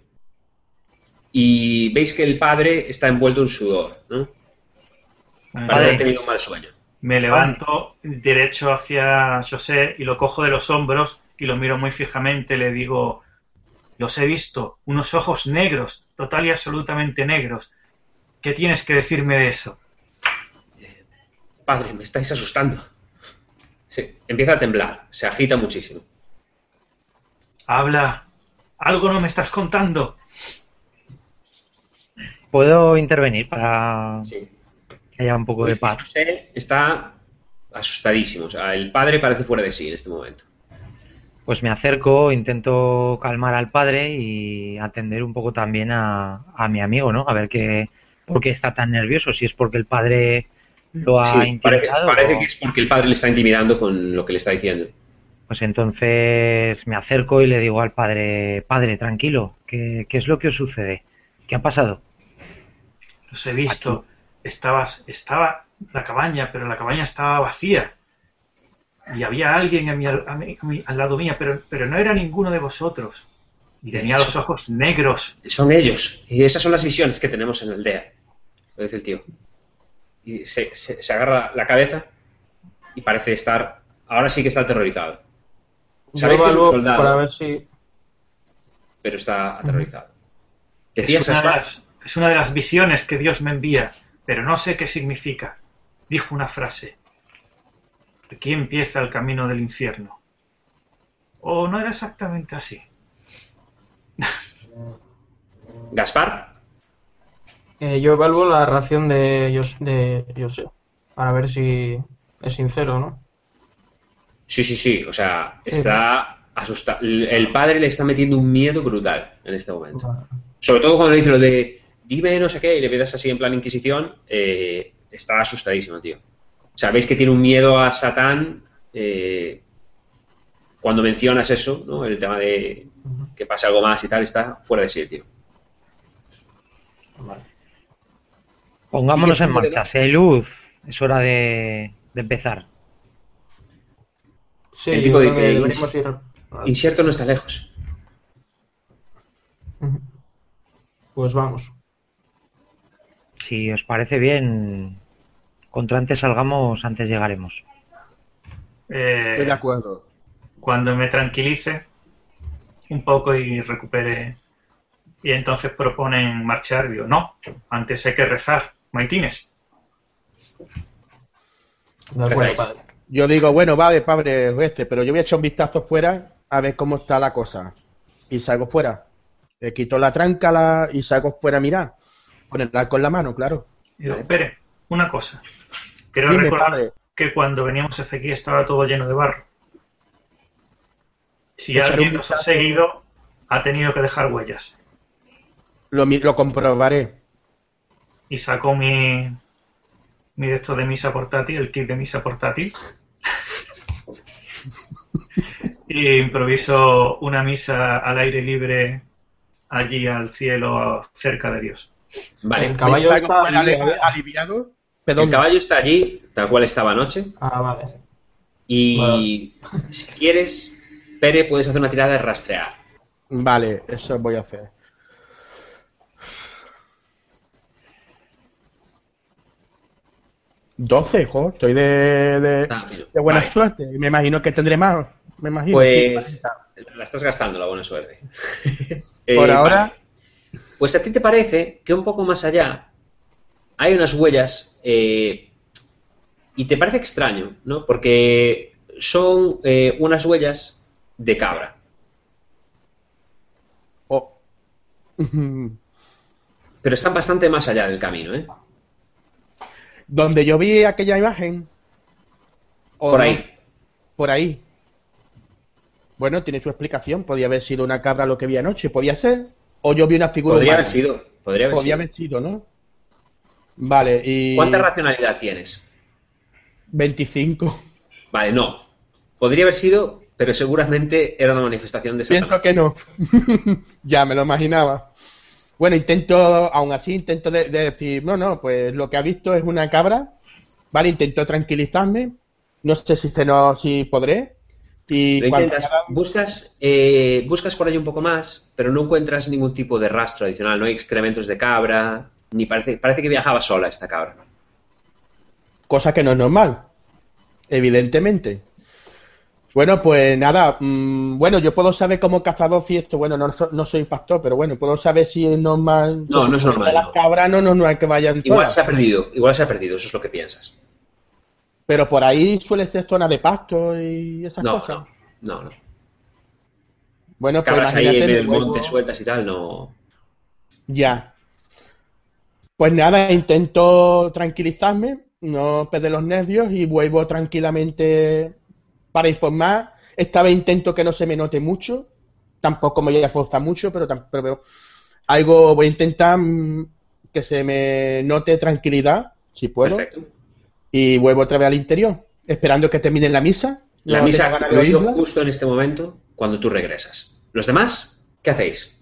Y veis que el padre está envuelto en sudor, ¿no? Parece haber tenido un mal sueño. Me levanto derecho hacia José y lo cojo de los hombros y lo miro muy fijamente. Le digo, los he visto, unos ojos negros, total y absolutamente negros. ¿Qué tienes que decirme de eso? Padre, me estáis asustando. Sí, empieza a temblar, se agita muchísimo. Habla, algo no me estás contando. ¿Puedo intervenir para Sí. que haya un poco de Pues paz? José está asustadísimo, o sea, el padre parece fuera de sí en este momento. Pues me acerco, intento calmar al padre y atender un poco también a, a mi amigo, ¿no? A ver qué, por qué está tan nervioso, si es porque el padre lo ha Sí, parece, intimidado. parece o- que es porque el padre le está intimidando con lo que le está diciendo. Pues entonces me acerco y le digo al padre, padre, tranquilo, ¿qué, qué es lo que os sucede? ¿Qué ha pasado? Los he visto. Estabas, estaba la cabaña, pero la cabaña estaba vacía. Y había alguien a mi, al- a mi- a mi- al lado mía, pero, pero no era ninguno de vosotros. Y tenía los ojos negros. Son ellos, y esas son las visiones que tenemos en la aldea, lo dice el tío. Y se, se- se agarra la cabeza y parece estar, ahora sí que está aterrorizado. Yo Sabéis que es un evalúo soldado, para ver si... pero está aterrorizado. Es Decías, una, de Gaspar, las, es una de las visiones que Dios me envía, pero no sé qué significa. Dijo una frase. Aquí empieza el camino del infierno. O no era exactamente así. Gaspar, Eh, yo evalúo la reacción de, Yos- de José, para ver si es sincero, ¿no? sí, sí, sí, o sea, está asustado. El el padre le está metiendo un miedo brutal en este momento. Vale. Sobre todo cuando le dice lo de dime no sé qué y le pidas así en plan Inquisición, eh, está asustadísimo, tío. O sea, veis que tiene un miedo a Satán eh, cuando mencionas eso, ¿no? El tema de que pase algo más y tal, está fuera de sí, tío. Vale. Pongámonos Sigue en siendo marcha, si hay luz, es hora de, de empezar. Sí, El tipo yo creo dice, que deberíamos ir... Incierto no está lejos. Ujú. Pues vamos. Si os parece bien, contra antes salgamos, antes llegaremos. Eh, Estoy de acuerdo. cuando me tranquilice un poco y recupere, y entonces proponen marchar, digo, no, antes hay que rezar, maitines. De acuerdo, Rezáis. padre. Yo digo, bueno, vale, padre, este, pero yo voy a echar un vistazo fuera a ver cómo está la cosa. Y salgo fuera. Le quito la tranca la... y salgo fuera a mirar. Con el arco en la mano, claro. Y digo, espere, una cosa. Creo Dime, recordar padre. que cuando veníamos hacia aquí estaba todo lleno de barro. Si Echaré alguien un nos ha vistazo. seguido, ha tenido que dejar huellas. Lo, mi- lo comprobaré. Y saco mi, mi de esto de misa portátil, el kit de misa portátil. Y improviso una misa al aire libre allí al cielo cerca de Dios. Vale. El caballo Salgo está fuera ali- ali- aliviado. Perdón. El caballo está allí, tal cual estaba anoche. Ah, vale. Y si quieres, Pere, puedes hacer una tirada de rastrear. Vale, eso voy a hacer. doce, jo, estoy de, de, Está bien. de buena Vale. suerte. Me imagino que tendré más. Me imagino. sí, Pues la estás gastando, la buena suerte. Por Eh, ahora- vale. Pues a ti te parece que un poco más allá hay unas huellas eh, y te parece extraño, ¿no? Porque son eh, unas huellas de cabra. Oh. Pero están bastante más allá del camino, ¿eh? Donde yo vi aquella imagen. ¿O Por no? ahí. Por ahí. Bueno, tiene su explicación. Podía haber sido una cabra lo que vi anoche. Podía ser. O yo vi una figura Podría humana. haber sido. Podría haber Podía sido. haber sido, ¿no? Vale, y... ¿Cuánta racionalidad tienes? veinticinco. Vale, no. Podría haber sido, pero seguramente era una manifestación de Satanás. Pienso que no. Ya me lo imaginaba. Bueno, intento, aún así, intento de, de decir, no, no, pues lo que ha visto es una cabra. Vale, intento tranquilizarme. No sé si, se no, si podré. Y Lo cuando intentas, haga- buscas, eh, buscas por ahí un poco más, pero no encuentras ningún tipo de rastro adicional. No hay excrementos de cabra, ni parece, parece que viajaba sola esta cabra. Cosa que no es normal. Evidentemente. Bueno, pues nada. mmm, bueno, yo puedo saber como cazador si esto, bueno, no, so- no soy pastor, pero bueno, puedo saber si es normal. No, no es normal, Las no. cabras no, no, no hay que vayan Igual solas. se ha perdido, igual se ha perdido, eso es lo que piensas. Pero por ahí suele ser zona de pasto y esas No, cosas. no, no, no. Bueno, pues Cabras ahí en imagínate, el me monte vuelvo- sueltas y tal, no. Ya. Pues nada, intento tranquilizarme, no perder los nervios y vuelvo tranquilamente para informar. Esta vez intento que no se me note mucho, tampoco me voy a forzar mucho, pero, tam- pero algo voy a intentar mm, que se me note tranquilidad, si puedo, Perfecto. y vuelvo otra vez al interior, esperando que termine la misa. La No misa tengo ha ganas de concluido oírla. justo en este momento cuando tú regresas. ¿Los demás? ¿Qué hacéis?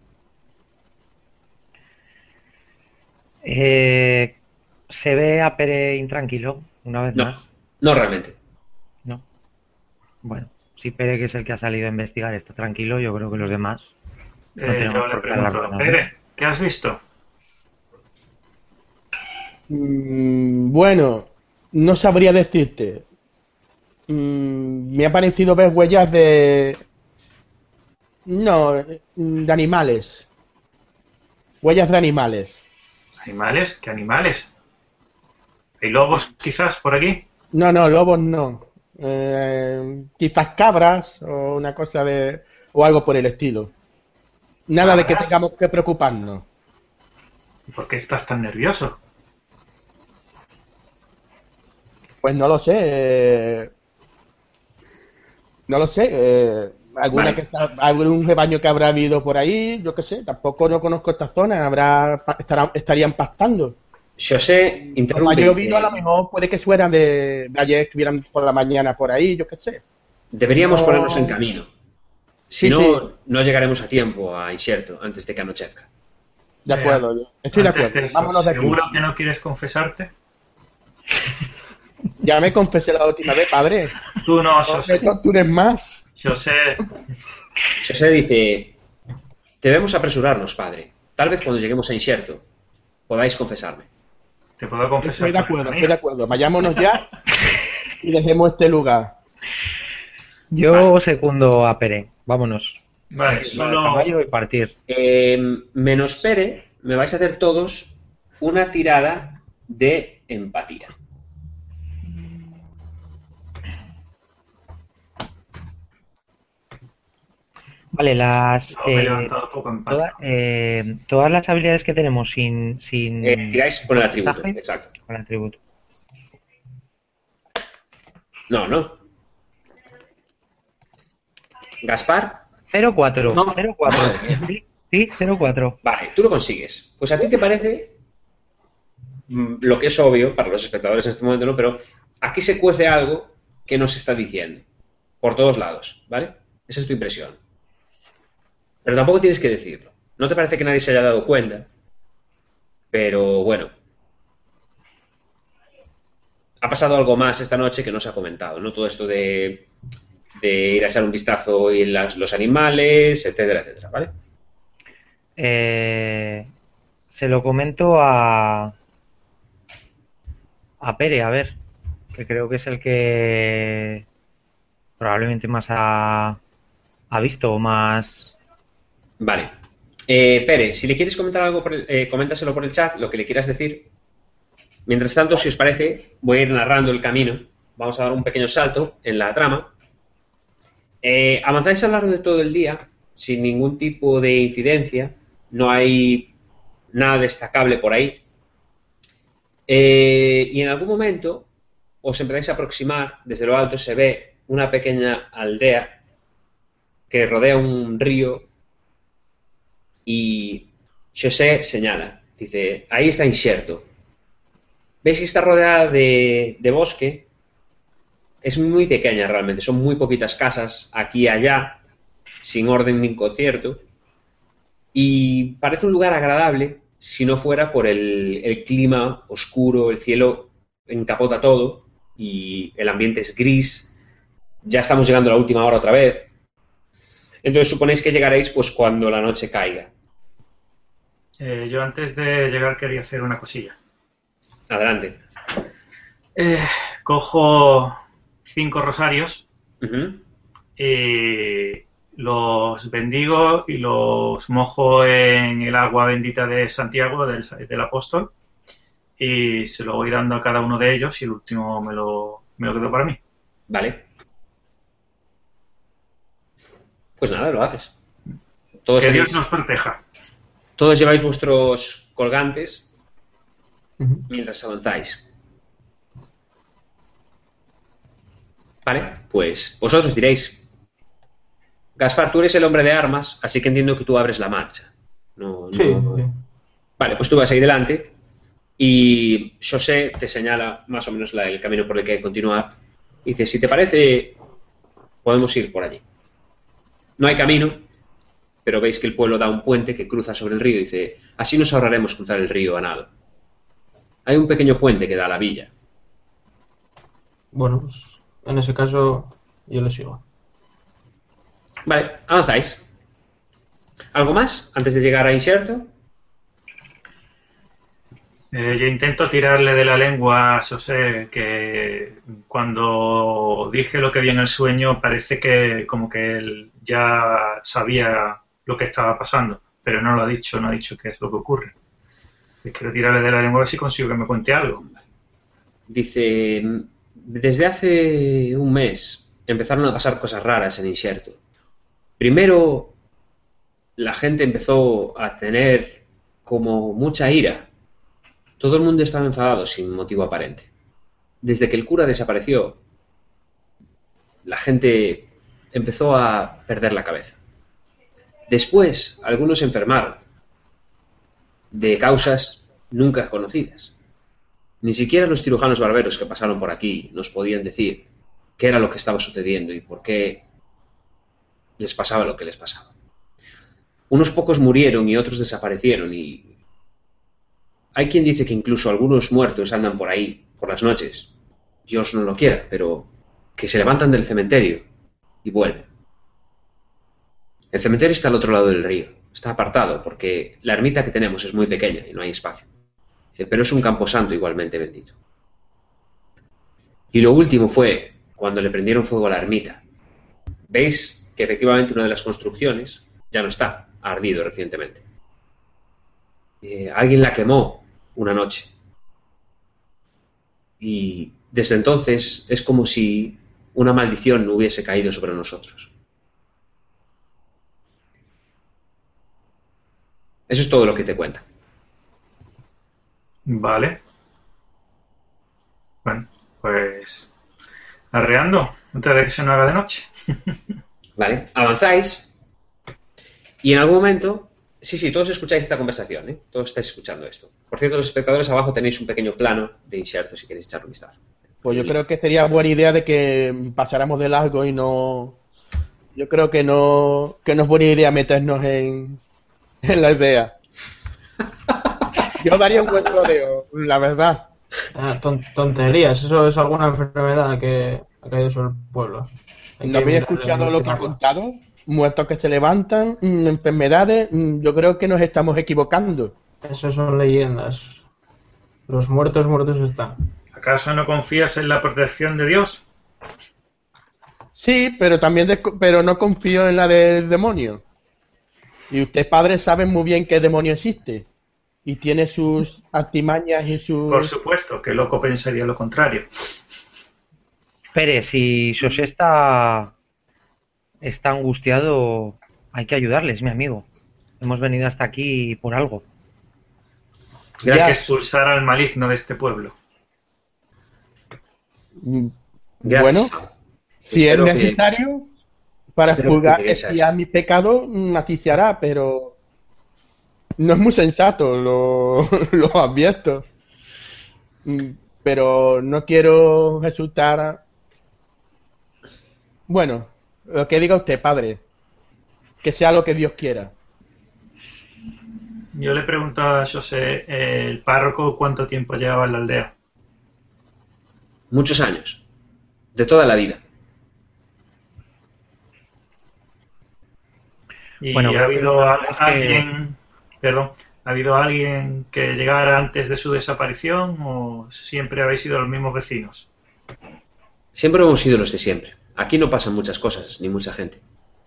Eh, se ve a Pere intranquilo, una vez No, más. no realmente. No. Bueno, si Pere, que es el que ha salido a investigar, está tranquilo, yo creo que los demás no Eh, tenemos yo le por qué hablar pregunto, con nadie. Pere, ¿qué has visto? Mm, bueno, no sabría decirte. Mm, me ha parecido ver huellas de... No, de animales. Huellas de animales. ¿Animales? ¿Qué animales? ¿Hay lobos quizás por aquí? No, no, lobos no. Eh, quizás cabras o una cosa de... o algo por el estilo. Nada de que ¿Cabras? tengamos que preocuparnos. ¿Por qué estás tan nervioso? Pues no lo sé. eh, No lo sé. eh, alguna Vale. que está- algún rebaño que habrá habido por ahí, yo qué sé. Tampoco no conozco esta zona. Habrá pa- estará- estarían pastando. José Como interrumpe. ha y llovido, a lo dice, mejor puede que fueran de, de ayer, estuvieran por la mañana por ahí, yo qué sé. deberíamos No. ponernos en camino. Si Sí, no, sí. no llegaremos a tiempo a Inserto antes de que anochezca. De Eh, acuerdo, yo estoy de Antes acuerdo. eso, Vámonos de aquí. ¿seguro que no quieres confesarte? Ya me confesé la última vez, padre. Tú no, No José. me tortures más. José, José dice, debemos apresurarnos, padre. Tal vez cuando lleguemos a Inserto podáis confesarme. te puedo confesar. Estoy de por el acuerdo, camino. estoy de acuerdo. Vayámonos ya y dejemos este lugar. Yo secundo a Pere, vámonos. Vale, Al solo, caballo y partir. Eh, menos Pere, me vais a hacer todos una tirada de empatía. Vale, las no, me he eh, levantado poco en toda- eh, todas las habilidades que tenemos sin, sin Eh, tiráis por el atributo, porcentaje, exacto. con atributo. No, no. Gaspar, cero cuatro, No. cero cuatro. Sí, sí, cero cuatro. vale, tú lo consigues. Pues a ti te parece mm, lo que es obvio para los espectadores en este momento, ¿no? Pero aquí se cuece algo que nos está diciendo. Por todos lados, ¿vale? Esa es tu impresión. Pero tampoco tienes que decirlo. No te parece que nadie se haya dado cuenta. Pero bueno. Ha pasado algo más esta noche que no se ha comentado, ¿no? Todo esto de, de ir a echar un vistazo en las- los animales, etcétera, etcétera, ¿vale? Eh, se lo comento a a Pere, a ver, que creo que es el que probablemente más ha, ha visto o más. Vale. Eh, Pere, si le quieres comentar algo, por el- eh, coméntaselo por el chat, lo que le quieras decir. Mientras tanto, si os parece, voy a ir narrando el camino. Vamos a dar un pequeño salto en la trama. Eh, avanzáis a lo largo de todo el día sin ningún tipo de incidencia. No hay nada destacable por ahí. Eh, y en algún momento os empezáis a aproximar. Desde lo alto se ve una pequeña aldea que rodea un río y José señala. Dice, ahí está Inxerto. Veis que está rodeada de, de bosque. Es muy pequeña realmente, son muy poquitas casas aquí y allá, sin orden ni concierto. Y parece un lugar agradable si no fuera por el, el clima oscuro, el cielo encapota todo y el ambiente es gris. Ya estamos llegando a la última hora otra vez. Entonces suponéis que llegaréis pues cuando la noche caiga. Eh, yo antes de llegar quería hacer una cosilla. Adelante. Eh, cojo cinco rosarios Uh-huh. y los bendigo y los mojo en el agua bendita de Santiago, del, del apóstol, y se lo voy dando a cada uno de ellos y el último me lo, me lo quedo para mí. Vale. Pues nada, lo haces. Todos, Que Dios tenéis- nos proteja. todos lleváis vuestros colgantes Ujú. mientras avanzáis. Vale, pues vosotros diréis. Gaspar, tú eres el hombre de armas, así que entiendo que tú abres la marcha. No, no- Sí, sí. Vale, pues tú vas ahí delante y José te señala más o menos la- el camino por el que hay que continuar. Y dice, si te parece, podemos ir por allí. No hay camino, pero veis que el pueblo da un puente que cruza sobre el río y dice, así nos ahorraremos cruzar el río a nado. Hay un pequeño puente que da a la villa. Bueno, pues en ese caso yo le sigo. Vale, avanzáis. ¿Algo más antes de llegar a Inxerto? Eh, yo intento tirarle de la lengua a José que cuando dije lo que vi en el sueño parece que como que él ya sabía lo que estaba pasando, pero no lo ha dicho, no ha dicho qué es lo que ocurre. Y quiero tirarle de la lengua a ver si consigo que me cuente algo. Dice, desde hace un mes empezaron a pasar cosas raras en Inxerto. Primero, la gente empezó a tener como mucha ira. Todo el mundo estaba enfadado sin motivo aparente. Desde que el cura desapareció, la gente empezó a perder la cabeza. Después, algunos se enfermaron de causas nunca conocidas. Ni siquiera los cirujanos barberos que pasaron por aquí nos podían decir qué era lo que estaba sucediendo y por qué les pasaba lo que les pasaba. Unos pocos murieron y otros desaparecieron y hay quien dice que incluso algunos muertos andan por ahí por las noches. Dios no lo quiera, pero que se levantan del cementerio y vuelven. El cementerio está al otro lado del río. Está apartado porque la ermita que tenemos es muy pequeña y no hay espacio. Dice, pero es un camposanto igualmente bendito. Y lo último fue cuando le prendieron fuego a la ermita. Veis que efectivamente una de las construcciones ya no está, ha ardido recientemente. Eh, alguien la quemó una noche. Y desde entonces es como si una maldición no hubiese caído sobre nosotros. Eso es todo lo que te cuenta. Vale. Bueno, pues arreando antes de que se nos haga de noche. ¿Vale? Avanzáis y en algún momento... Sí, sí, todos escucháis esta conversación, ¿eh? Todos estáis escuchando esto. Por cierto, los espectadores abajo tenéis un pequeño plano de Inxerto si queréis echar un vistazo. Pues yo creo que sería buena idea de que pasáramos de largo y no... Yo creo que no, que no es buena idea meternos en, en la idea. Yo daría un buen rodeo, la verdad. Ah, ton- tonterías, eso es alguna enfermedad que ha caído sobre el pueblo. Hay ¿No que habéis mirarlo, escuchado lo que ha investigarlo. contado? Muertos que se levantan, mm, enfermedades. mm, Yo creo que nos estamos equivocando. Eso son leyendas. Los muertos muertos están. ¿Acaso no confías en la protección de Dios? Sí, pero también desco- pero no confío en la del demonio. Y usted, padre, sabe muy bien qué demonio existe. y tiene sus artimañas y sus... Por supuesto, que loco pensaría lo contrario. Pérez, si José está, está angustiado, hay que ayudarle, es mi amigo. Hemos venido hasta aquí por algo. Hay Ya. que expulsar al maligno de este pueblo. Mm, Gracias. Bueno, si es Espero que- necesario para espero que expurgar, llegues a expiar eso. mi pecado, mm, así se hará, pero no es muy sensato, lo, lo advierto. Mm, Pero no quiero resultar... Bueno, lo que diga usted, padre, que sea lo que Dios quiera. Yo le pregunto a José, eh, el párroco, ¿cuánto tiempo llevaba en la aldea? Muchos años. De toda la vida. ¿Y Bueno, ha creo que habido lo a- mejor es que- alguien, perdón, ha habido alguien que llegara antes de su desaparición o siempre habéis sido los mismos vecinos? Siempre hemos sido los de siempre. Aquí no pasan muchas cosas, ni mucha gente.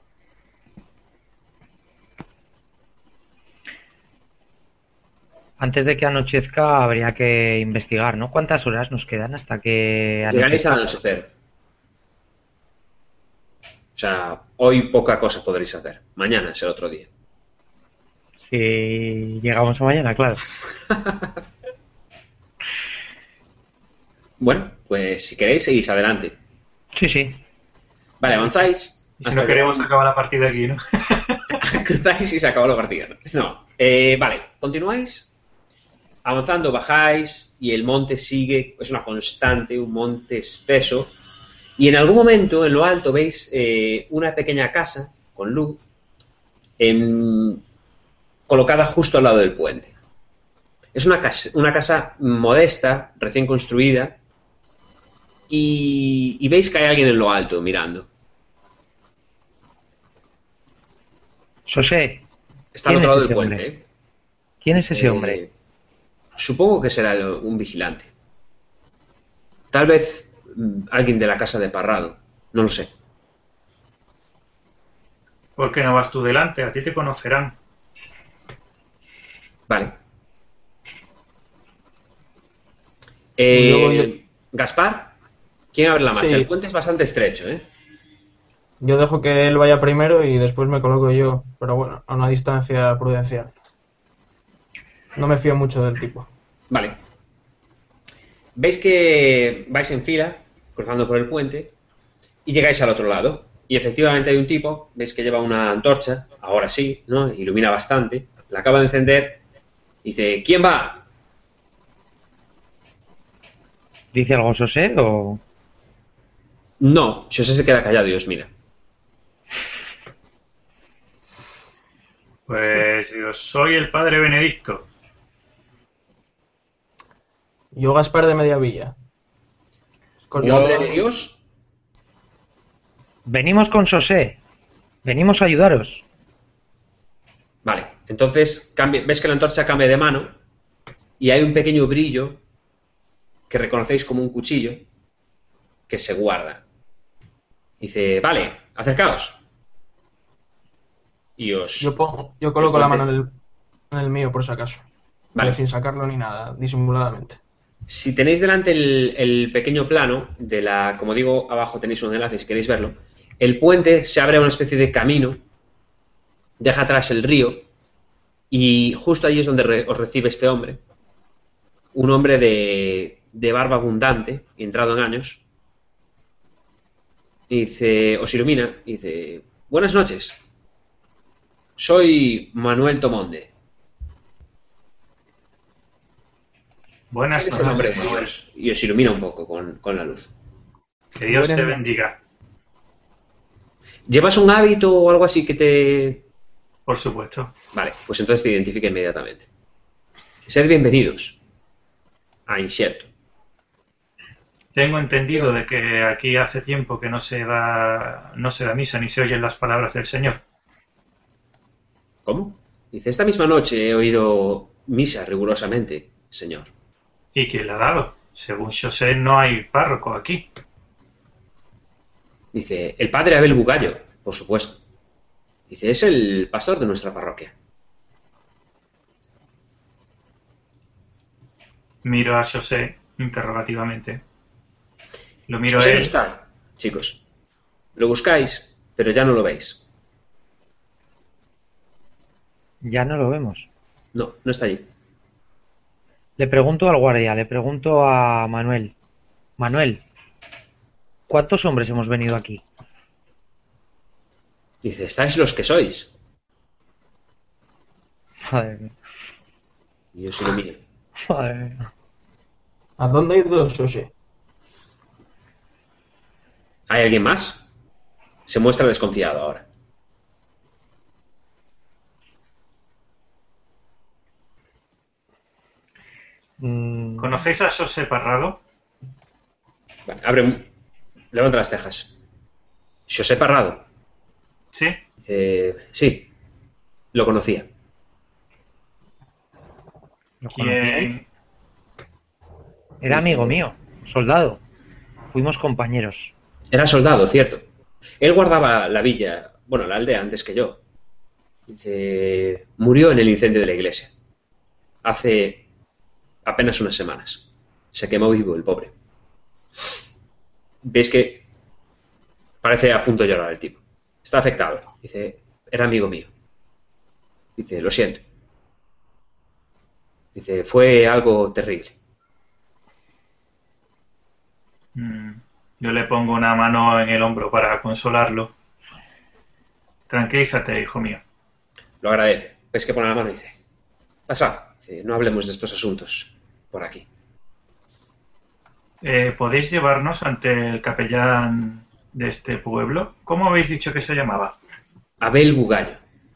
Antes de que anochezca habría que investigar, ¿no? ¿Cuántas horas nos quedan hasta que Llegaréis al anochezca? anochecer. O sea, hoy poca cosa podréis hacer. Mañana será otro día. Si llegamos a mañana, claro. Bueno, pues si queréis, seguís adelante. Sí, sí. Vale, avanzáis. Y si hasta no que- queremos acabar la partida aquí, ¿no? Cruzáis y se acabó la partida. No. Eh, vale, continuáis. Avanzando, bajáis y el monte sigue, es una constante, un monte espeso. Y en algún momento, en lo alto, veis eh, una pequeña casa con luz en- colocada justo al lado del puente. Es una casa, una casa modesta, recién construida, y, y veis que hay alguien en lo alto mirando. José, Está al ¿Quién otro es lado ese del puente. hombre? ¿eh? ¿quién es ese Eh, hombre? Supongo que será el- un vigilante. Tal vez mm, alguien de la casa de Parrado. No lo sé. ¿Por qué no vas tú delante? A ti te conocerán. Vale. Eh, Yo voy- Gaspar, ¿quién abre la marcha? Sí. El puente es bastante estrecho, ¿eh? Yo dejo que él vaya primero y después me coloco yo, pero bueno, a una distancia prudencial. No me fío mucho del tipo. Vale. Veis que vais en fila, cruzando por el puente, y llegáis al otro lado. Y efectivamente hay un tipo, veis que lleva una antorcha, ahora sí, ¿no? Ilumina bastante, la acaba de encender, y dice, ¿quién va? ¿Dice algo José o...? No, José se queda callado y os mira. Pues yo soy el padre Benedicto. Yo Gaspar de Mediavilla. Con Yo- Nombre de Dios, Venimos con José. Venimos a ayudaros. vale, entonces cambia- ves que la antorcha cambia de mano y hay un pequeño brillo que reconocéis como un cuchillo que se guarda. Dice, vale, acercaos. Y os... Yo, pongo, yo coloco la puente. mano en el, en el mío por si acaso. Vale. Pero sin sacarlo ni nada, disimuladamente. Si tenéis delante el, el pequeño plano de la, como digo, abajo tenéis un enlace si queréis verlo, el puente se abre a una especie de camino, deja atrás el río y justo allí es donde re- os recibe este hombre, un hombre de, de barba abundante, entrado en años, y dice, os ilumina, y dice, buenas noches, soy Manuel Tomonde. Buenas ¿Quién es el nombre noches, de Manuel. Dios? Y os ilumina un poco con, con la luz. Que Dios te Buenas- bendiga. ¿Llevas un hábito o algo así que te... Por supuesto. Vale, pues entonces te identifica inmediatamente. Sed bienvenidos a Incierto. Tengo entendido de que aquí hace tiempo que no se da, no se da misa ni se oyen las palabras del Señor. ¿Cómo? Dice, esta misma noche he oído misa rigurosamente, señor. ¿Y quién la ha dado? Según José, no hay párroco aquí. Dice, el padre Abel Bugallo, por supuesto. Dice, es el pastor de nuestra parroquia. Miro a José interrogativamente. Lo miro José a no él. está, chicos. Lo buscáis, pero ya no lo veis. Ya no lo vemos. No, no está allí. Le pregunto al guardia, le pregunto a Manuel. Manuel, ¿cuántos hombres hemos venido aquí? Dice, estáis los que sois. Madre mía, Y yo se lo miro. madre mía. ¿A dónde ha ido José? ¿Hay alguien más? Se muestra desconfiado ahora. Mm, ¿Conocéis a José Parrado? Vale, abre un... Levanta las cejas. José Parrado. Sí. Dice, sí, lo conocía. ¿lo conocíais? ¿Quién? Era amigo mío, soldado. Fuimos compañeros. Era soldado, cierto. Él guardaba la villa, bueno, la aldea antes que yo. Dice, murió en el incendio de la iglesia. Hace apenas unas semanas. Se quemó vivo el pobre. Veis que parece a punto de llorar el tipo. Está afectado. Dice, era amigo mío. Dice, lo siento. Dice, fue algo terrible. Mm, Yo le pongo una mano en el hombro para consolarlo. Tranquilízate, hijo mío. Lo agradece. Ves que pone la mano y dice, pasad. Dice, no hablemos de estos asuntos por aquí. Eh, ¿Podéis llevarnos ante el capellán de este pueblo? ¿Cómo habéis dicho que se llamaba? Abel Bugallo.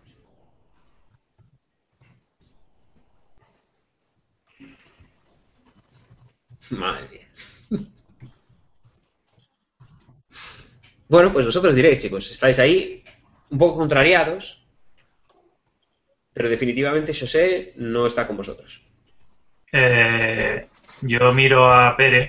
Madre mía. Bueno, pues vosotros diréis, chicos, estáis ahí un poco contrariados, pero definitivamente José no está con vosotros. Eh, yo miro a Pere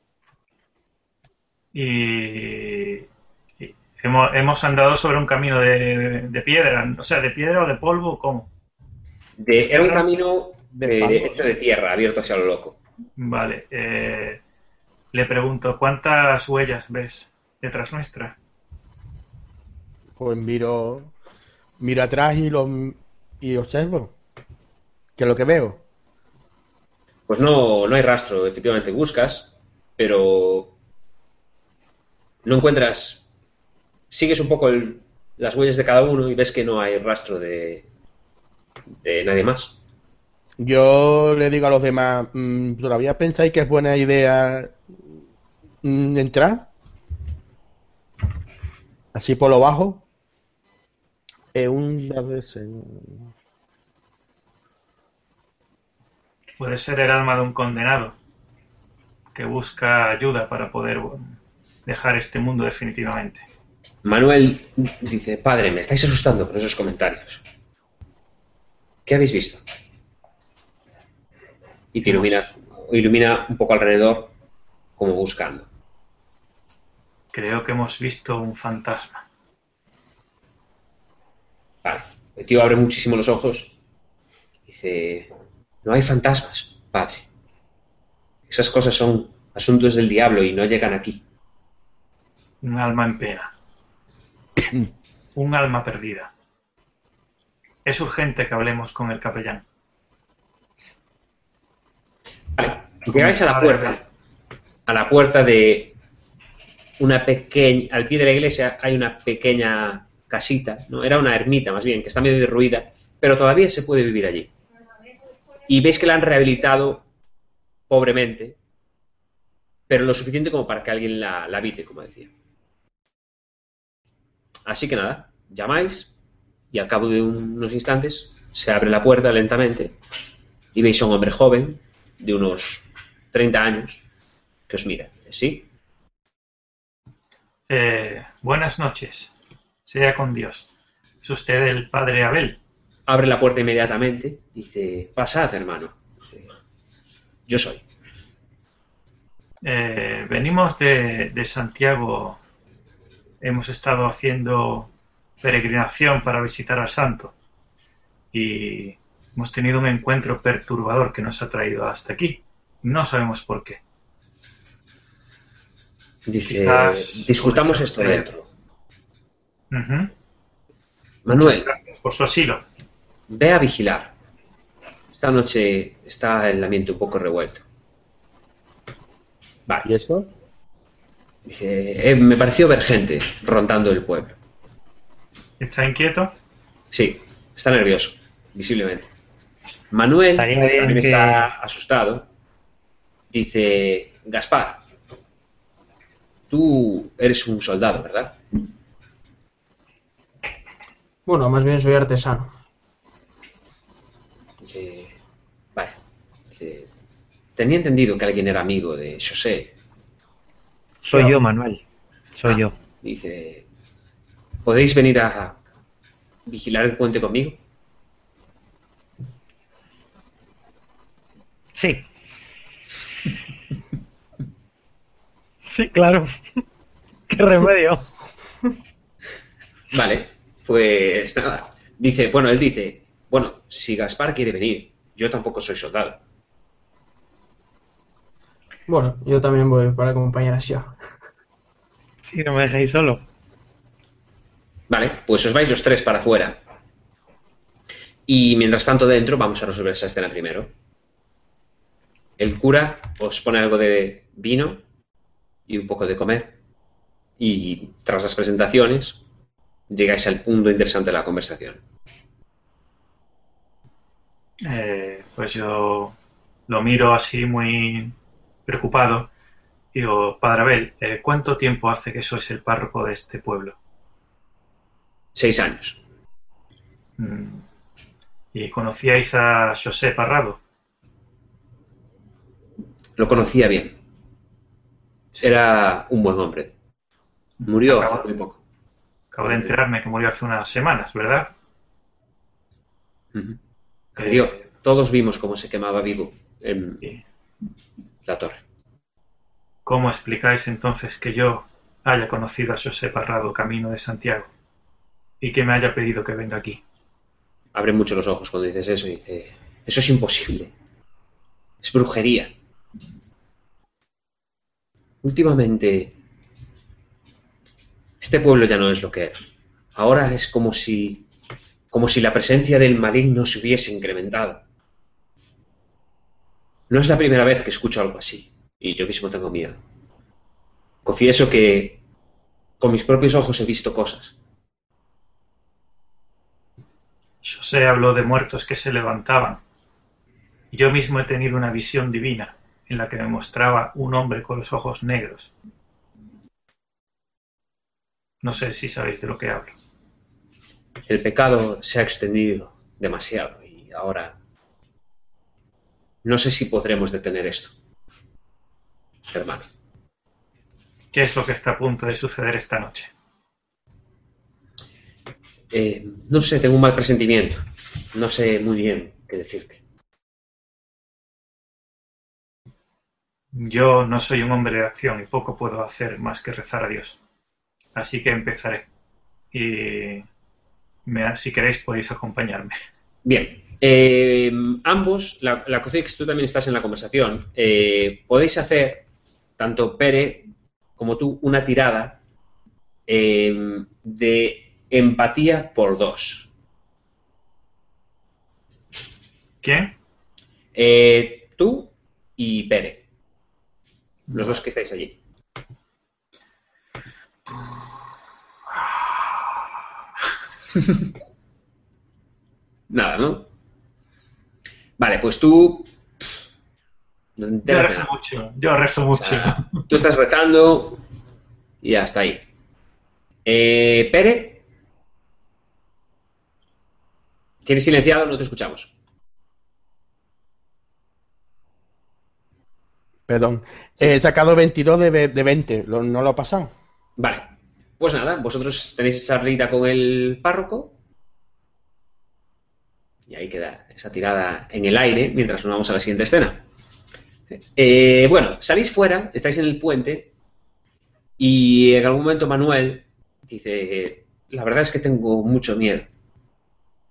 y, y hemos, hemos andado sobre un camino de, de piedra, o sea, de piedra o de polvo, ¿cómo? De, era un camino De eh, fango, hecho de tierra, abierto hacia lo loco. Vale. Eh, le pregunto, ¿cuántas huellas ves detrás nuestra? Pues miro, miro atrás y lo y observo. ¿Qué es lo que veo? Pues no, no hay rastro, efectivamente buscas, pero no encuentras, sigues un poco el- las huellas de cada uno y ves que no hay rastro de, de nadie más. Yo le digo a los demás, mm, ¿todavía pensáis que es buena idea mm, entrar? Así por lo bajo. Es un dado de ese. Puede ser el alma de un condenado que busca ayuda para poder bueno, dejar este mundo definitivamente. Manuel dice, padre, me estáis asustando con esos comentarios. ¿Qué habéis visto? Y te ilumina, ilumina un poco alrededor, como buscando. Creo que hemos visto un fantasma. Vale. El tío abre muchísimo los ojos. Dice, no hay fantasmas, padre. Esas cosas son asuntos del diablo y no llegan aquí. Un alma en pena. Un alma perdida. Es urgente que hablemos con el capellán. Vale. Llegáis a la puerta. A la puerta de una pequeña... Al pie de la iglesia hay una pequeña casita, ¿no? Era una ermita más bien, que está medio derruida, pero todavía se puede vivir allí. Y veis que la han rehabilitado pobremente, pero lo suficiente como para que alguien la, la habite, como decía. Así que nada, llamáis y al cabo de unos instantes se abre la puerta lentamente y veis a un hombre joven de unos treinta años que os mira. ¿Sí? Eh, buenas noches. Sea con Dios. ¿Es usted el padre Abel? Abre la puerta inmediatamente y dice, pasad, hermano. Dice, yo soy. Eh, venimos de, de Santiago. Hemos estado haciendo peregrinación para visitar al santo y hemos tenido un encuentro perturbador que nos ha traído hasta aquí. no sabemos por qué. Dice, Quizás discutamos podría esto ser. dentro. Ujú. Muchas Manuel, gracias por su asilo. ve a vigilar. Esta noche está el ambiente un poco revuelto. ¿Y Vale. eso? Dice, eh, me pareció ver gente rondando el pueblo. ¿Está inquieto? Sí, está nervioso, visiblemente. Manuel Estaría bien también que- está asustado. Dice, Gaspar, tú eres un soldado, ¿verdad? Bueno, más bien soy artesano. Dice, vale. Dice, tenía entendido que alguien era amigo de José. Soy Claro. yo, Manuel. Soy Ah, yo. Dice, ¿podéis venir a vigilar el puente conmigo? Sí. Sí, claro. ¿Qué remedio? Vale, pues nada. Dice, bueno, él dice, bueno, si Gaspar quiere venir, yo tampoco soy soldado. Bueno, yo también voy para acompañar a Xiao. Sí, no me dejéis solo. Vale, pues os vais los tres para afuera. Y mientras tanto dentro vamos a resolver esa escena primero. El cura os pone algo de vino y un poco de comer. Y tras las presentaciones llegáis al punto interesante de la conversación. Eh, pues yo lo miro así muy preocupado. Digo, Padre Abel, eh, ¿cuánto tiempo hace que sois el párroco de este pueblo? Seis años. Mm. ¿Y conocíais a José Parrado? Lo conocía bien. Era un buen hombre. Murió hace Acabo, muy poco. acabo de enterarme que murió hace unas semanas, ¿verdad? Ujú. Murió. Todos vimos cómo se quemaba vivo en ¿Y la torre. cómo explicáis entonces que yo haya conocido a José Parrado camino de Santiago y que me haya pedido que venga aquí? Abre mucho los ojos cuando dices eso y dice, eso es imposible. Es brujería. Últimamente, este pueblo ya no es lo que era. Ahora es como si, como si la presencia del maligno se hubiese incrementado. No es la primera vez que escucho algo así, y yo mismo tengo miedo. Confieso que con mis propios ojos he visto cosas. José habló de muertos que se levantaban. Y yo mismo he tenido una visión divina en la que me mostraba un hombre con los ojos negros. No sé si sabéis de lo que hablo. El pecado se ha extendido demasiado y ahora no sé si podremos detener esto, hermano. ¿Qué es lo que está a punto de suceder esta noche? Eh, no sé, tengo un mal presentimiento. No sé muy bien qué decirte. Yo no soy un hombre de acción y poco puedo hacer más que rezar a Dios. Así que empezaré. Y me- si queréis podéis acompañarme. Bien, eh, ambos, la, la cosa es que tú también estás en la conversación, eh, podéis hacer, tanto Pere como tú, una tirada eh, de empatía por dos. ¿Quién? Eh, tú y Pere, los dos que estáis allí. Nada, ¿no? Vale, pues tú... No te Yo enteras de rezo nada. mucho, yo rezo O mucho. sea, tú estás rezando y hasta ahí. Eh, Pere, tienes silenciado, no te escuchamos. Perdón. Sí. He sacado veintidós de, ve- de veinte. ¿Lo- ¿No lo he pasado? Vale, pues nada, vosotros tenéis esa charlita con el párroco y ahí queda esa tirada en el aire mientras nos vamos a la siguiente escena. Eh, bueno, salís fuera, estáis en el puente y en algún momento Manuel dice, la verdad es que tengo mucho miedo.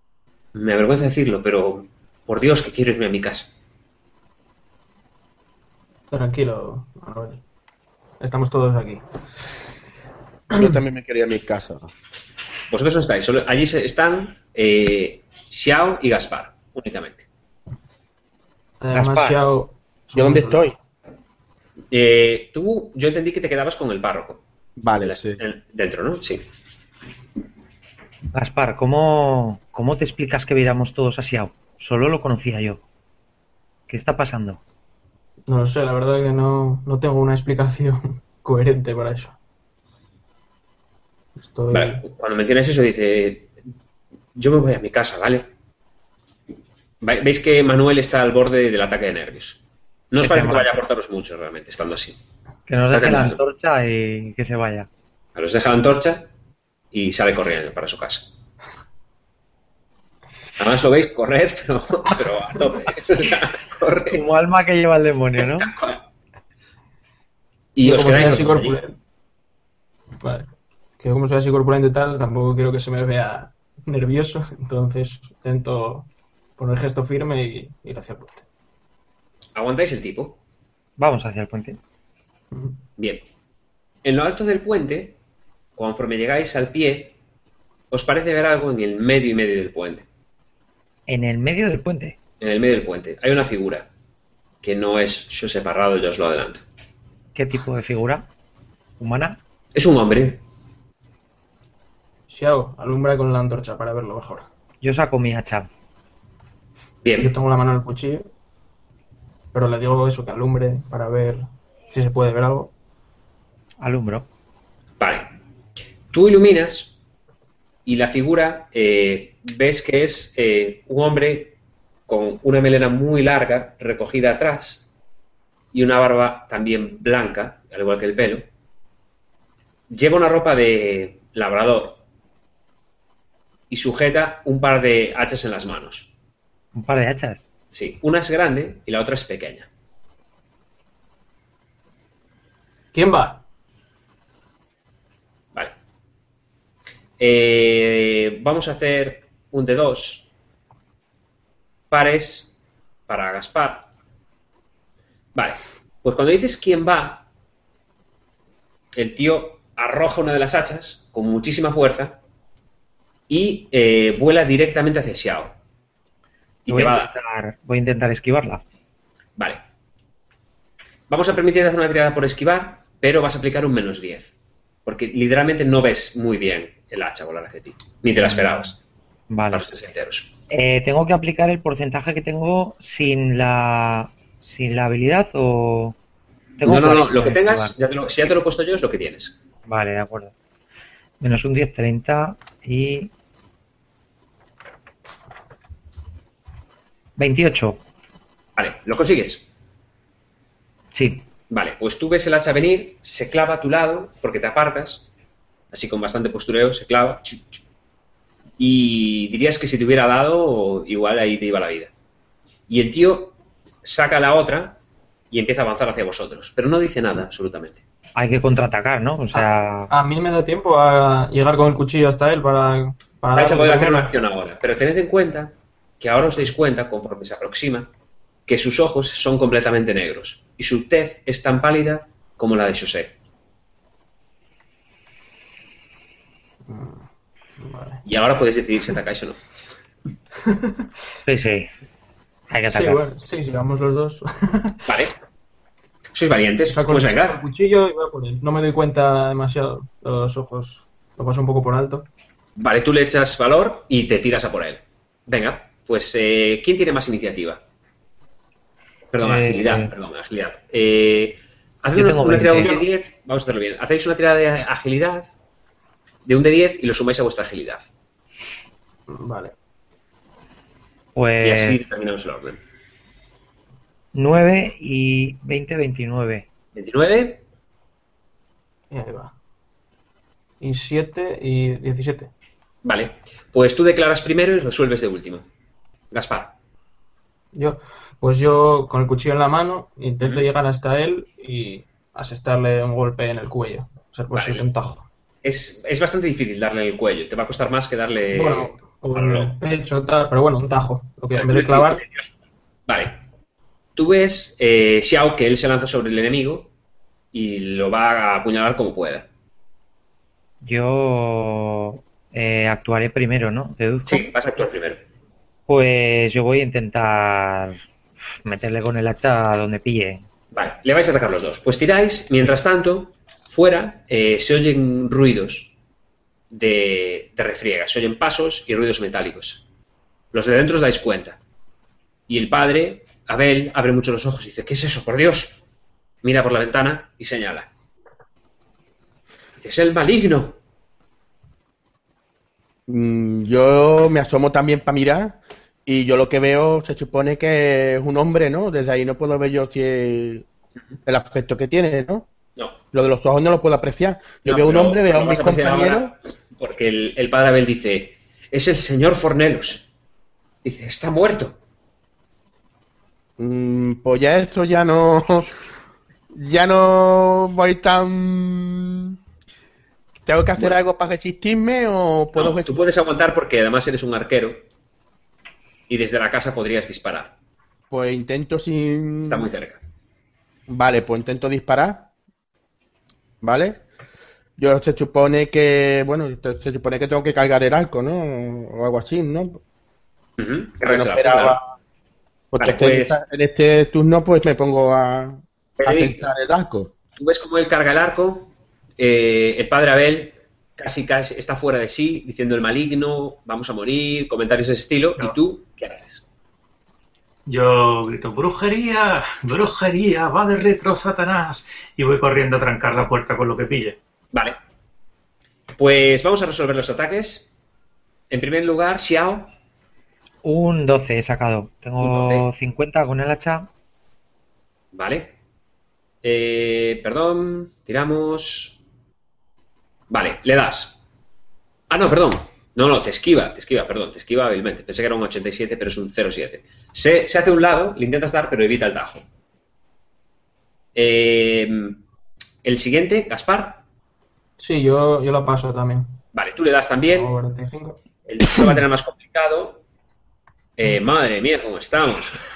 Me avergüenza decirlo, pero por Dios que quiero irme a mi casa. Tranquilo, Manuel. Estamos todos aquí. Yo también me quería ir a mi casa. Vosotros no estáis, solo allí se- están eh, Xiao y Gaspar, únicamente. Además, Gaspar. Xiao... ¿Yo dónde estoy? Eh, tú, yo entendí que te quedabas con el párroco. Vale, En la- sí. en- dentro, ¿no? Sí. Gaspar, ¿cómo, ¿cómo te explicas que viéramos todos a Xiao? Solo lo conocía yo. ¿Qué está pasando? No lo sé, la verdad es que no, no tengo una explicación coherente para eso. Estoy... Vale, cuando mencionas eso dice, yo me voy a mi casa, ¿vale? Ve- Veis que Manuel está al borde del ataque de nervios. No os Que parece se que vaya a mate. aportaros mucho realmente, estando así. Que nos Está deje la temblando. antorcha y que se vaya. A los deja la antorcha y sale corriendo para su casa. Además lo veis correr, pero, pero a tope. O sea, corre. Como alma que lleva el demonio, ¿no? Tal cual. Y Yo os como soy quedáis así los dos allí. corpulento... Vale. Que yo como soy así corpulento y tal, tampoco quiero que se me vea nervioso, entonces intento poner el gesto firme y ir hacia el puente. ¿Aguantáis el tipo? Vamos hacia el puente. Bien. En lo alto del puente, conforme llegáis al pie, os parece ver algo en el medio y medio del puente. En el medio del puente. En el medio del puente hay una figura que no es José Parrado, yo os lo adelanto. ¿Qué tipo de figura? ¿Humana? Es un hombre. Xiao, alumbra con la antorcha para verlo mejor. Yo saco mi hacha. Yo Bien. tengo la mano en el cuchillo, pero le digo eso, que alumbre para ver si se puede ver algo. Alumbro. Vale. Tú iluminas y la figura eh, ves que es eh, un hombre con una melena muy larga recogida atrás y una barba también blanca, al igual que el pelo. Lleva una ropa de labrador y sujeta un par de hachas en las manos. Un par de hachas. Sí, una es grande y la otra es pequeña. ¿Quién va? Vale. Eh, vamos a hacer un de dos pares para Gaspar. Vale. Pues cuando dices quién va, el tío arroja una de las hachas con muchísima fuerza y eh, vuela directamente hacia Xiao. Y voy, te a va a dar. intentar, voy a intentar esquivarla. Vale. Vamos a permitir hacer una tirada por esquivar, pero vas a aplicar un menos diez. Porque literalmente no ves muy bien el hacha volar hacia ti. Ni te la esperabas, Vale. para ser sinceros. Eh, ¿Tengo que aplicar el porcentaje que tengo sin la sin la habilidad o...? Tengo No, no, no. cuarenta Lo que de tengas, esquivar. ya te lo- si ya te lo he puesto yo, es lo que tienes. Vale, de acuerdo. Menos un diez, treinta y... veintiocho. Vale, ¿lo consigues? Sí. Vale, pues tú ves el hacha venir, se clava a tu lado, porque te apartas, así con bastante postureo, se clava, chu, chu, y dirías que si te hubiera dado, igual ahí te iba la vida. Y el tío saca la otra y empieza a avanzar hacia vosotros, pero no dice nada, absolutamente. Hay que contraatacar, ¿no? O sea... A mí me da tiempo a llegar con el cuchillo hasta él para... para Vais a darle poder hacer primero. una acción ahora, pero tened en cuenta que ahora os dais cuenta, conforme se aproxima, que sus ojos son completamente negros y su tez es tan pálida como la de José. Vale. Y ahora podéis decidir si atacáis o no. Sí, sí. Hay que Sí, atacar. bueno, sí, si vamos los dos. Vale. Sois valientes, Saco pues el venga. cuchillo y voy a por él. No me doy cuenta demasiado. Los ojos lo paso un poco por alto. Vale, tú le echas valor y te tiras a por él. Venga, pues eh, ¿quién tiene más iniciativa? Perdón, Eh, agilidad, perdón, agilidad. Eh, haced yo una, tengo una tirada de un veinte. de diez, vamos a hacerlo bien. Hacéis una tirada de agilidad de un de diez y lo sumáis a vuestra agilidad. Vale. Pues... Y así terminamos el orden. nueve y veinte, veintinueve. veintinueve, Y ahí va. Y siete y diecisiete. vale. Pues tú declaras primero y resuelves de último. Gaspar. Yo, pues yo con el cuchillo en la mano intento Ujú. llegar hasta él y asestarle un golpe en el cuello. O sea, pues Vale. un tajo. Es, es bastante difícil darle en el cuello. Te va a costar más que darle... Bueno, o al en lobo. el pecho, tal, pero bueno, un tajo. Lo que en vez de clavar, Vale. tú ves eh, Xiao que él se lanza sobre el enemigo y lo va a apuñalar como pueda. Yo eh, actuaré primero, ¿no? Deduzco. Sí, vas a actuar primero. Pues yo voy a intentar meterle con el hacha donde pille. Vale, le vais a atacar los dos. Pues tiráis, mientras tanto, fuera eh, se oyen ruidos de, de refriega, se oyen pasos y ruidos metálicos. Los de dentro os dais cuenta. Y el padre, Abel, abre mucho los ojos y dice, ¿qué es eso, por Dios? Mira por la ventana y señala. Dice, es el maligno. Mm, Yo me asomo también para mirar y yo lo que veo se supone que es un hombre, ¿no? Desde ahí no puedo ver yo si es el aspecto que tiene, ¿no? No. Lo de los ojos no lo puedo apreciar. Yo No, veo un pero hombre, veo lo a vas mis a apreciar compañeros. ahora porque el, el padre Abel dice, es el señor Fornelos. Dice, está muerto. Mm, pues ya eso ya no. Ya no voy tan. ¿Tengo que hacer Bueno. algo para resistirme o puedo No, tú resistir? puedes aguantar porque además eres un arquero y desde la casa podrías disparar. Pues intento sin. Está muy cerca. Vale, pues intento disparar. ¿Vale? Yo se supone que. Bueno, se supone que tengo que cargar el arco, ¿no? O algo así, ¿no? Ujú. Que no Cargas la esperaba. apuñalada. Porque Vale, este- pues- en este turno, pues me pongo a. A Benedicto. tensar el arco. Tú ves cómo él carga el arco, eh, el padre Abel casi casi está fuera de sí, diciendo el maligno, vamos a morir, comentarios de ese estilo, No. y tú, ¿qué haces? Yo grito, brujería, brujería, va de retro Satanás. Y voy corriendo a trancar la puerta con lo que pille. Vale. Pues vamos a resolver los ataques. En primer lugar, Xiao. Un doce he sacado. Un Tengo doce. cincuenta con el hacha. Vale. Eh, perdón, tiramos. Vale, le das. Ah, no, perdón. No, no, te esquiva, te esquiva, perdón, te esquiva hábilmente. Pensé que era un ochenta y siete, pero es un cero siete. Se, se hace a un lado, le intentas dar, pero evita el tajo. Eh, el siguiente, Gaspar. Sí, yo, yo lo paso también. Vale, tú le das también. Hago cuarenta y cinco. El lo va a tener más complicado. Eh, madre mía, ¿cómo estamos?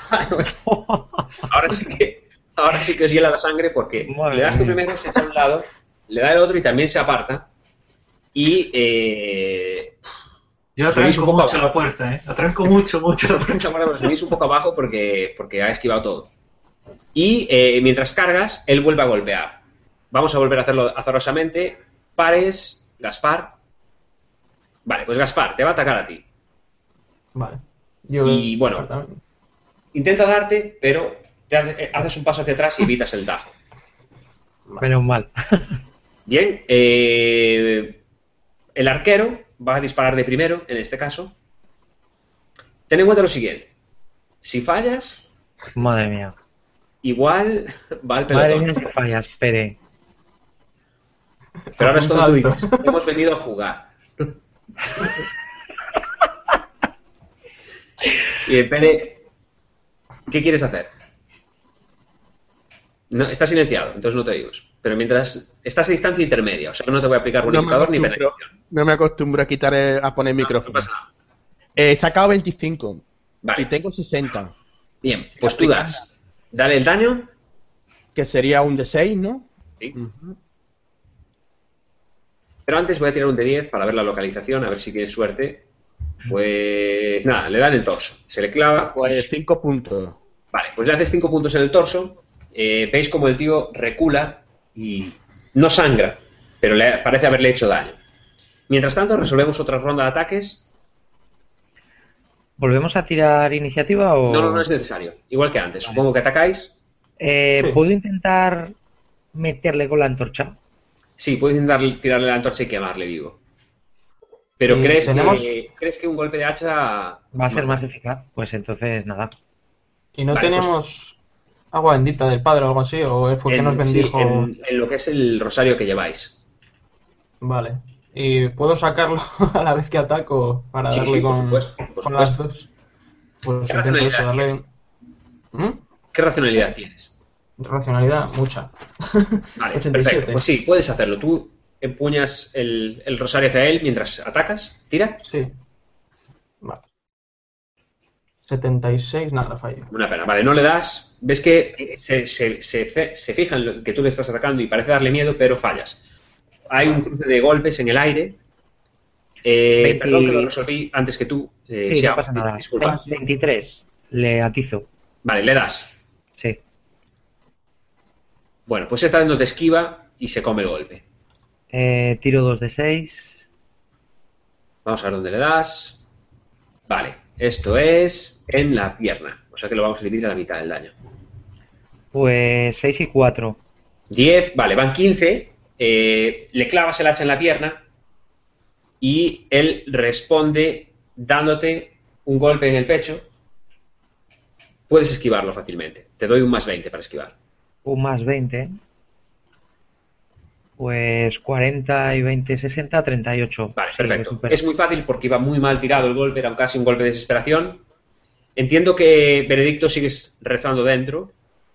Ahora sí que, ahora sí que os hiela la sangre porque Madre le das tú mía. primero, se echa a un lado, le da el otro y también se aparta. Y eh, Yo Os venís atranco un poco mucho abajo. la puerta, ¿eh? Atranco mucho, mucho la puerta. os venís un poco abajo porque, porque ha esquivado todo. Y eh, mientras cargas, él vuelve a golpear. Vamos a volver a hacerlo azarosamente. Pares, Gaspar. Vale, pues Gaspar, te va a atacar a ti. Vale. Yo, Y, bueno. también. Intenta darte, pero te hace- haces un paso hacia atrás y evitas el tajo. Menos mal. Bien, eh, el arquero va a disparar de primero, en este caso. Ten en cuenta lo siguiente. Si fallas, Madre mía. igual va al Madre pelotón. mía, si fallas, espere. Pero ahora es cuando tú Salto. dices, hemos venido a jugar. Y Pere, ¿qué quieres hacer? No, está silenciado, entonces no te digo. Pero mientras estás a distancia intermedia, o sea que no te voy a aplicar No me bonificador ni acostumbro, penalización. no me acostumbro a quitar el- a poner No, no micrófono. pasa nada. Eh, he sacado veinticinco Vale. y tengo sesenta, Bien, pues tú das. Dale el daño. que sería un de seis, ¿no? Sí. Ujú. Pero antes voy a tirar un de diez para ver la localización, a ver si tienes suerte. Pues nada, le da en el torso. Se le clava. Pues cinco puntos. Vale, pues le haces cinco puntos en el torso. Eh, veis como el tío recula y no sangra, pero le parece haberle hecho daño. Mientras tanto, resolvemos otra ronda de ataques. ¿Volvemos a tirar iniciativa o...? No, no, no es necesario. Igual que antes. Supongo que atacáis. Eh, Sí. ¿Puedo intentar meterle con la antorcha? Sí, puedes intentar tirarle la antorcha y quemarle vivo. Pero Y ¿crees, tenemos- que, ¿crees que un golpe de hacha Va a ser más fácil? eficaz. Pues entonces, nada. ¿Y no Vale, tenemos agua bendita del padre o algo así? ¿O fue que En- nos sí, bendijo? en, en lo que es el rosario que lleváis. Vale. ¿Y puedo sacarlo a la vez que ataco para Sí, darle sí, por con, supuesto, por con las supuesto. dos? Pues ¿Qué intento eso, racionalidad darle... ¿Mm? ¿Qué racionalidad tienes? Racionalidad, mucha. Vale, ochenta y siete. perfecto. Pues sí, puedes hacerlo. Tú empuñas el, el rosario hacia él mientras atacas. Tira. Sí. Vale. setenta y seis, nada, fallo. Una pena. Vale, no le das. Ves que se, se, se, se fija en lo que tú le estás atacando y parece darle miedo, pero fallas. Hay un cruce de golpes en el aire. Eh, veinte... Perdón que lo resolví antes que tú. Eh, sí, Xiao, no pasa nada. disculpa. veintitrés, le atizo. Vale, le das. Sí. Bueno, pues esta vez no te esquiva y se come el golpe. Eh, tiro dos de seis. Vamos a ver dónde le das. Vale, esto es en la pierna. O sea que lo vamos a dividir a la mitad del daño. Pues seis y cuatro. diez, vale, van quince. Eh, le clavas el hacha en la pierna y él responde dándote un golpe en el pecho. Puedes esquivarlo fácilmente. Te doy un más veinte para esquivar. Un más veinte. Pues cuarenta y veinte, sesenta, treinta y ocho. Vale, Sí, perfecto. recupero. Es muy fácil porque iba muy mal tirado el golpe, era casi un golpe de desesperación. Entiendo que Benedicto sigues rezando dentro.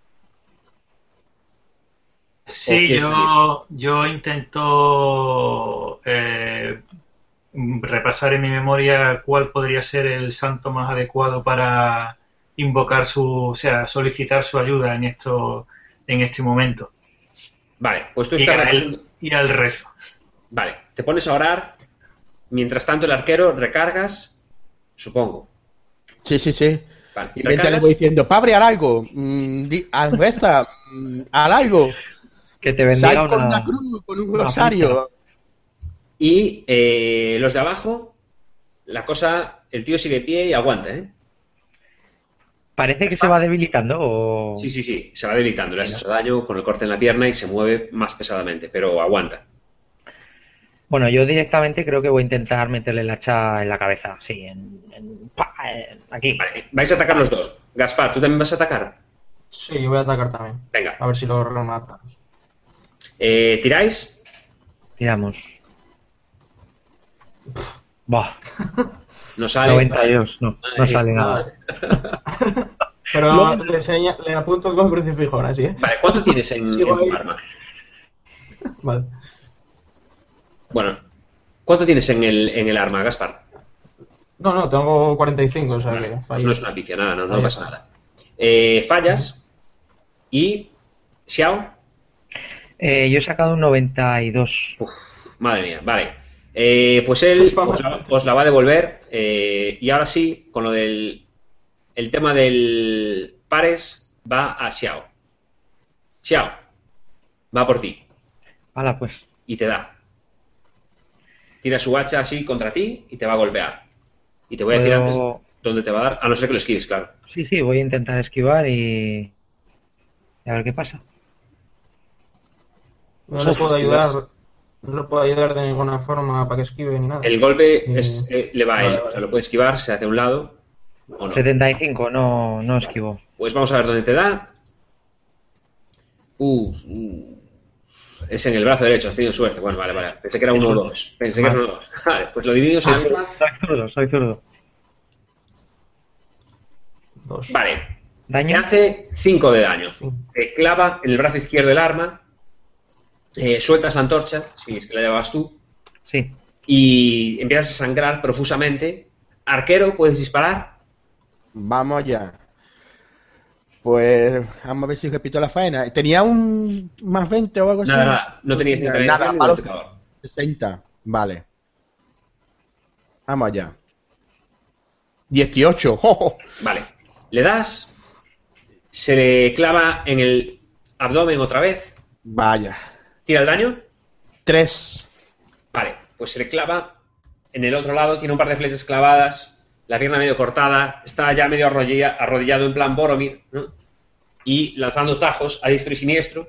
Sí, quieres yo, yo intento eh, repasar en mi memoria cuál podría ser el santo más adecuado para invocar su, o sea, solicitar su ayuda en esto, en este momento. Vale, pues tú Y estás al, repasando- y al rezo. Vale, te pones a orar. Mientras tanto, el arquero recargas, supongo. Sí, sí, sí. Vale, Y mientras le recargas. voy diciendo, padre, haz algo. Mm, di- haz reza, mm, haz algo. Que te bendiga Sal con una... una cruz, con un una rosario. Y eh, los de abajo, la cosa, el tío sigue de pie y aguanta, ¿eh? Parece que se va debilitando o... Sí, sí, sí, se va debilitando, le has hecho daño con el corte en la pierna y se mueve más pesadamente, pero aguanta. Bueno, yo directamente creo que voy a intentar meterle el hacha en la cabeza. Sí, en, en- ¡pa! En- aquí. Vale, vais a atacar los dos. Gaspar, ¿tú también vas a atacar? Sí, yo voy a atacar también. Venga, A ver si lo rematamos. eh, ¿tiráis? Tiramos. Buah, No sale. noventa y dos. No, no Ay, sale nada. Pero le, enseña- le apunto con crucifijo ahora sí, ¿eh? Vale, ¿cuánto tienes en, Sigo en tu ahí. arma? Vale. Bueno, ¿cuánto tienes en el, en el arma, Gaspar? No, no, tengo cuarenta y cinco, o sea que Pues fallo. no es una pifia, nada, no, no Ahí pasa está. nada. Eh, fallas y... Xiao, Eh, yo he sacado un noventa y dos. uf, madre mía, vale. Eh, pues él Pues vamos. os la, os la va a devolver eh, y ahora sí, con lo del el tema del pares, va a Xiao. Xiao, va por ti Hala, pues. y te da. Tira su hacha así contra ti y te va a golpear. Y te voy a decir Puedo- antes dónde te va a dar, a no ser que lo esquives, claro. Sí, sí, voy a intentar esquivar y... y a ver qué pasa. No Son le puedo festividades. ayudar. No le puedo ayudar de ninguna forma para que esquive ni nada. El golpe Eh, es, eh, le va a él, vale, o sea, vale. lo puede esquivar, se hace a un lado o no. setenta y cinco, no, no esquivo. Pues vamos a ver dónde te da. Uh, uh, es en el brazo derecho, has tenido suerte. Bueno, vale, vale. Pensé que era uno o dos. Pensé que era Más. uno o dos. Vale, pues lo dividimos en la mitad. Soy zurdo, soy zurdo. Dos. Vale, te ¿Daño? hace cinco de daño. Sí. Te clava en el brazo izquierdo el arma. Eh, sueltas la antorcha, si es que la llevabas tú, Sí. y empiezas a sangrar profusamente. Arquero, puedes disparar. Vamos allá. Pues vamos a ver si repito la faena. ¿Tenía un más veinte o algo así? Nada, nada, no tenías ni Nada, penetración ni palo modificador. sesenta. Vale. Vamos allá. dieciocho. ¡Oh! Vale, le das, se le clava en el abdomen otra vez, Vaya. tira el daño. tres. Vale, pues se le clava en el otro lado, tiene un par de flechas clavadas, la pierna medio cortada, está ya medio arrodilla- arrodillado en plan Boromir, ¿no? Y lanzando tajos a diestro y siniestro.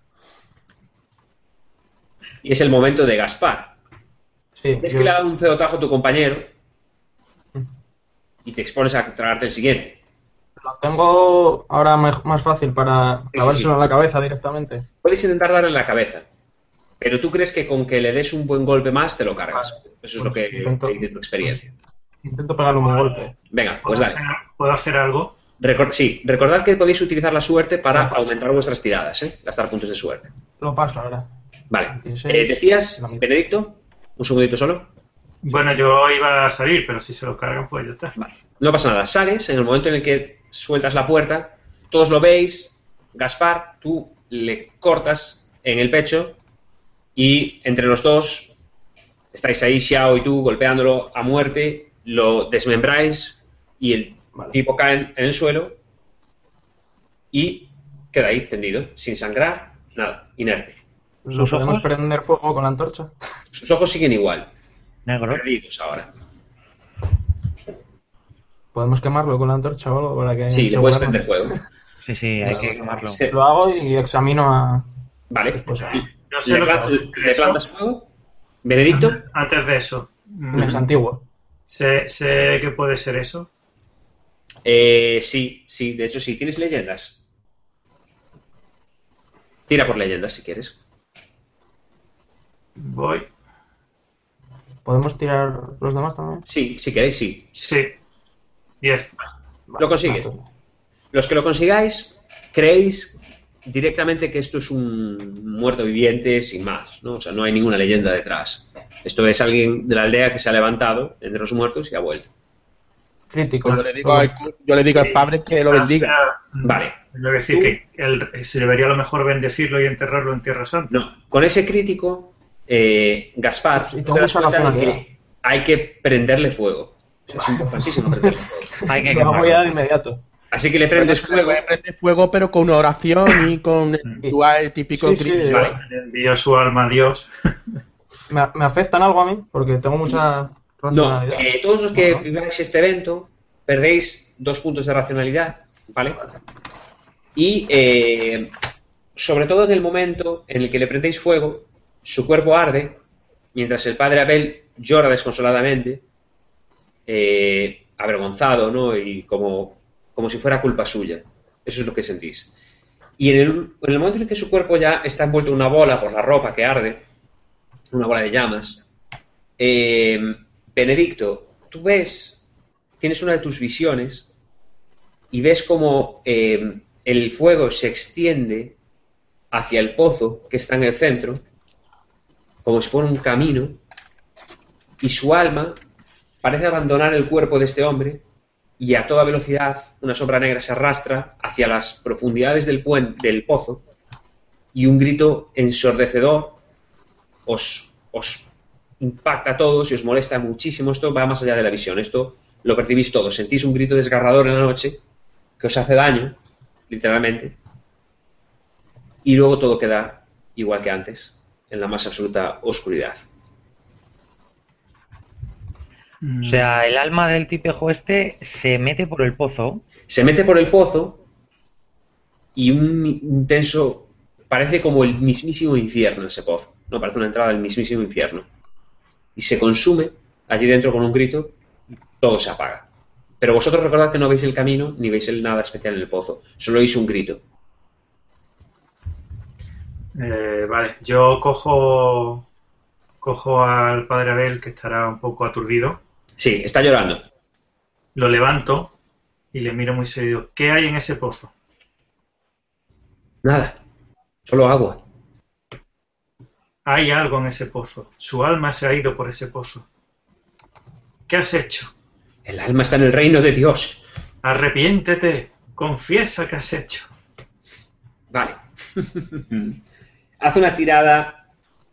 Y es el momento de Gaspar. Sí, Es yo- que le ha dado un feo tajo a tu compañero y te expones a tragarte el siguiente. lo tengo ahora me- más fácil para sí. clavárselo en la cabeza directamente. Puedes intentar darle en la cabeza, pero tú crees que con que le des un buen golpe más te lo cargas. Vale. Eso es lo que Intento- te dice tu experiencia. Intento pegarle un buen golpe. Venga, pues ¿Puedo, dale. hacer, ¿Puedo hacer algo? Recor- sí, recordad que podéis utilizar la suerte para No pasa. aumentar vuestras tiradas, ¿eh? Gastar puntos de suerte. Lo paso ahora. Vale. dieciséis, Eh, ¿Decías, la mitad. Benedicto? Un segundito solo. Bueno, yo iba a salir, pero si se lo cargan, pues ya está. Vale. No pasa nada. Sales, en el momento en el que sueltas la puerta, todos lo veis. Gaspar, tú le cortas en el pecho y entre los dos estáis ahí, Xiao y tú, golpeándolo a muerte, lo desmembráis y el Vale. tipo cae en el suelo y queda ahí tendido, sin sangrar, nada, inerte. ¿Lo ¿Sus podemos ojos? prender fuego con la antorcha? Sus ojos siguen igual, Negro. perdidos ahora. ¿Podemos quemarlo con la antorcha o algo para que Sí, le se puedes guarde? prender fuego. Sí, sí, hay que quemarlo. Se- Lo hago y examino a... Vale. Después, Yo sé ¿Le, lo que pla- puedo decir le eso. plantas fuego? ¿Benedicto? Antes de eso, Un ex mm, antiguo. sé, sé que puede ser eso. Eh, sí, sí, de hecho sí. ¿Tienes leyendas? Tira por leyendas si quieres. Voy. ¿Podemos tirar los demás también? Sí, si queréis, sí. Sí. diez. Vale, Lo consigues. entonces, Los que lo consigáis, creéis directamente que esto es un muerto viviente sin más, ¿no? O sea, no hay ninguna leyenda detrás. Esto es alguien de la aldea que se ha levantado entre los muertos y ha vuelto. Crítico. Yo le digo al, yo le digo al padre que lo O bendiga. sea, mm, Vale. Es decir, que el- se debería a lo mejor bendecirlo y enterrarlo en Tierra Santa. No, con ese crítico, eh, Gaspar, Sí, tú tengo te das mucha cuenta de racionalidad. que hay que prenderle fuego. O sea, es importantísimo prenderle fuego. Hay que Lo hago ya de quemarlo. inmediato. Así que le prendes Pero se le fuego. puede prender fuego, pero con una oración y con el ritual típico Sí, sí, cristiano. Vale. Le envió su alma a Dios. ¿Me, me afectan algo a mí? Porque tengo mucha No, racionalidad. eh, todos los que No, no. viváis este evento perdéis dos puntos de racionalidad, ¿vale? Y eh, sobre todo en el momento en el que le prendéis fuego, su cuerpo arde, mientras el padre Abel llora desconsoladamente, eh, avergonzado, ¿no? Y como, como si fuera culpa suya. Eso es lo que sentís. Y en el, en el momento en el que su cuerpo ya está envuelto en una bola por la ropa que arde, una bola de llamas, eh, Benedicto, tú ves, tienes una de tus visiones y ves como eh, el fuego se extiende hacia el pozo que está en el centro, como si fuera un camino, y su alma parece abandonar el cuerpo de este hombre y a toda velocidad una sombra negra se arrastra hacia las profundidades del, puen- del pozo y un grito ensordecedor os, os impacta a todos y os molesta muchísimo. Esto va más allá de la visión, esto lo percibís todos, sentís un grito desgarrador en la noche que os hace daño, literalmente, y luego todo queda igual que antes, en la más absoluta oscuridad. O sea, el alma del tipejo este se mete por el pozo. Se mete por el pozo y un intenso, parece como el mismísimo infierno ese pozo, no parece una entrada del mismísimo infierno, y se consume allí dentro con un grito, todo se apaga. Pero vosotros recordad que no veis el camino ni veis el nada especial en el pozo, solo oís un grito. Eh, vale, yo cojo, cojo al padre Abel, que estará un poco aturdido, Sí, está llorando. lo levanto y le miro muy serio. ¿Qué hay en ese pozo? Nada, solo agua. Hay algo en ese pozo. Su alma se ha ido por ese pozo. ¿Qué has hecho? El alma está en el reino de Dios. Arrepiéntete. Confiesa que has hecho. Vale. Haz una tirada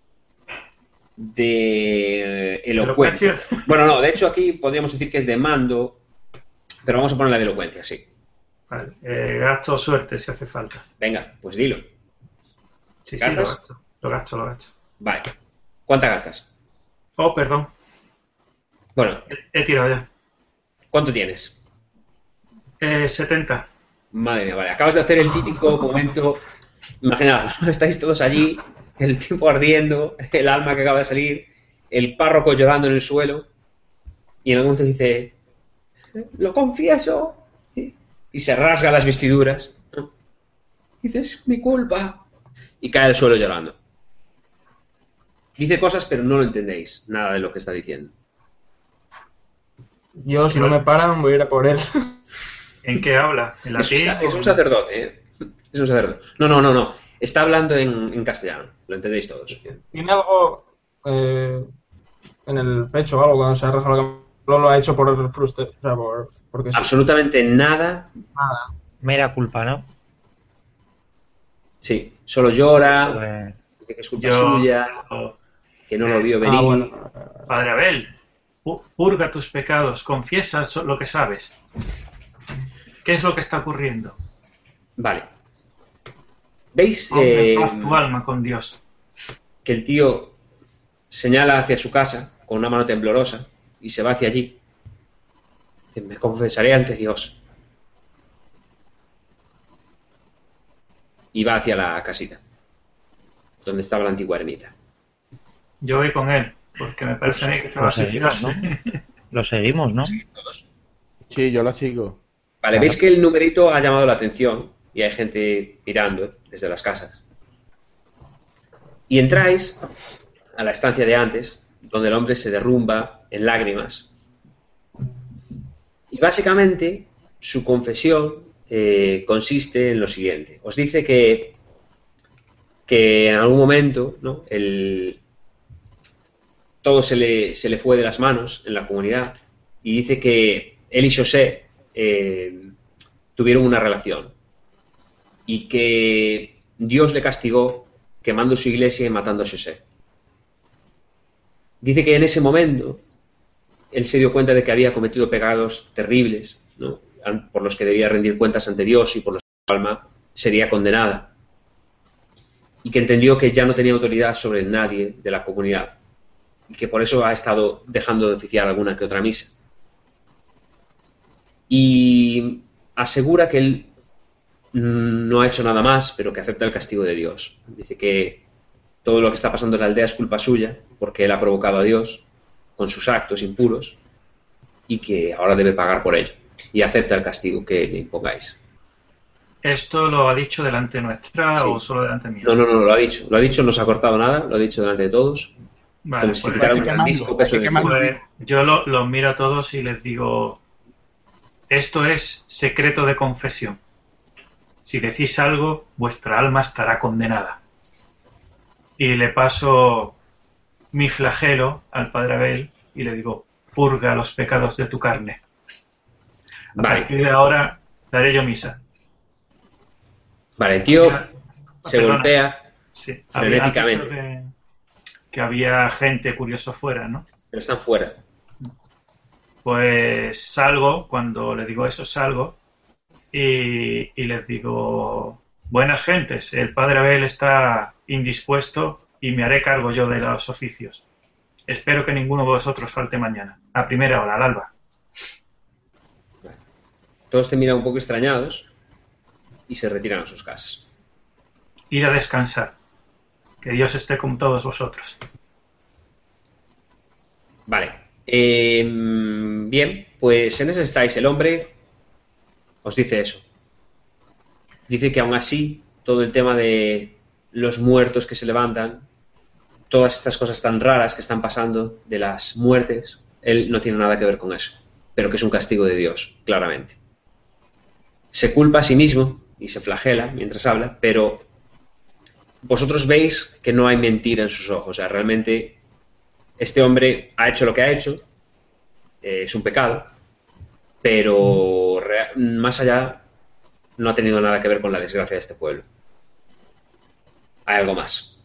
de elocuencia. ¿Elocuencia? Bueno, no, de hecho aquí podríamos decir que es de mando, pero vamos a poner la de elocuencia, sí. Vale, eh, gasto suerte si hace falta. Venga, pues dilo. Sí, sí, lo ¿Gastas? gasto. Lo gasto, lo gasto. Vale. ¿Cuánta gastas? Oh, perdón. Bueno, He, he tirado ya. ¿cuánto tienes? Eh, setenta. Madre mía, vale. Acabas de hacer el típico momento. Imaginad, estáis todos allí, el tiempo ardiendo, el alma que acaba de salir, el párroco llorando en el suelo, y en algún momento dice: lo confieso, y se rasga las vestiduras. Dices: mi culpa. Y cae al suelo llorando. Dice cosas, pero no lo entendéis, nada de lo que está diciendo. Yo, si no me paran, voy a ir a por él. ¿En qué habla? ¿En Es, latín? es un sacerdote, ¿eh? Es un sacerdote. No, no, no, no. Está hablando en, en castellano. Lo entendéis todos. ¿Tiene algo eh, en el pecho o algo cuando se ha rasgado. No lo ha hecho por frustre, o sea, por, porque sí. Absolutamente nada. Nada. Mera culpa, ¿no? Sí, solo llora, Pues, dice que es culpa Yo, suya, que no lo vio venir. Ah, bueno. Padre Abel, pu- purga tus pecados, confiesa so- lo que sabes. ¿Qué es lo que está ocurriendo? Vale. ¿Veis Hombre, eh, haz tu alma con Dios. que el tío señala hacia su casa con una mano temblorosa y se va hacia allí? Dice, me confesaré ante Dios. Y va hacia la casita, donde estaba la antigua ermita. Yo voy con él, porque me parece a mí que te va a lo seguimos, suicidarse. ¿no? Lo seguimos, ¿no? Todos. Sí, yo lo sigo. Vale, veis que el numerito ha llamado la atención y hay gente mirando desde las casas. Y entráis a la estancia de antes, donde el hombre se derrumba en lágrimas. Y básicamente su confesión eh, consiste en lo siguiente. Os dice que, que en algún momento, ¿no?, el, todo se le, se le fue de las manos en la comunidad, y dice que él y José eh, tuvieron una relación y que Dios le castigó quemando su iglesia y matando a José. Dice que en ese momento él se dio cuenta de que había cometido pecados terribles, ¿no?, por los que debía rendir cuentas ante Dios y por los que su alma sería condenada, y que entendió que ya no tenía autoridad sobre nadie de la comunidad y que por eso ha estado dejando de oficiar alguna que otra misa. Y asegura que él no ha hecho nada más, pero que acepta el castigo de Dios. Dice que todo lo que está pasando en la aldea es culpa suya, porque él ha provocado a Dios con sus actos impuros, y que ahora debe pagar por ello, y acepta el castigo que le impongáis. ¿Esto lo ha dicho delante nuestra Sí. o solo delante mía? No, no, no, lo ha dicho. Lo ha dicho, no se ha cortado nada, lo ha dicho delante de todos. Vale, Como pues, si quitara un hay que grandísimo quemarlo, peso hay que de quemarlo. encima. pues yo lo- los miro a todos y les digo, esto es secreto de confesión. Si decís algo, vuestra alma estará condenada. Y le paso mi flagelo al Padre Abel y le digo, purga los pecados de tu carne. A Vale. partir de ahora daré yo misa. Vale, el tío Había- se perdona. golpea, Sí, había dicho frenéticamente. que, que había gente curiosa fuera, ¿no? pero están fuera. Pues salgo, cuando les digo eso, salgo y, y les digo, buenas gentes, el Padre Abel está indispuesto y me haré cargo yo de los oficios. Espero que ninguno de vosotros falte mañana, a primera hora, al alba. Todos te miran un poco extrañados y se retiran a sus casas. Ir a descansar. Que Dios esté con todos vosotros. Vale. Eh, bien, pues en eso estáis. El hombre os dice eso. Dice que aún así, todo el tema de los muertos que se levantan, todas estas cosas tan raras que están pasando, de las muertes, él no tiene nada que ver con eso, pero que es un castigo de Dios, claramente. Se culpa a sí mismo y se flagela mientras habla, pero vosotros veis que no hay mentira en sus ojos. O sea, realmente este hombre ha hecho lo que ha hecho, eh, es un pecado, pero rea- más allá no ha tenido nada que ver con la desgracia de este pueblo. Hay algo más.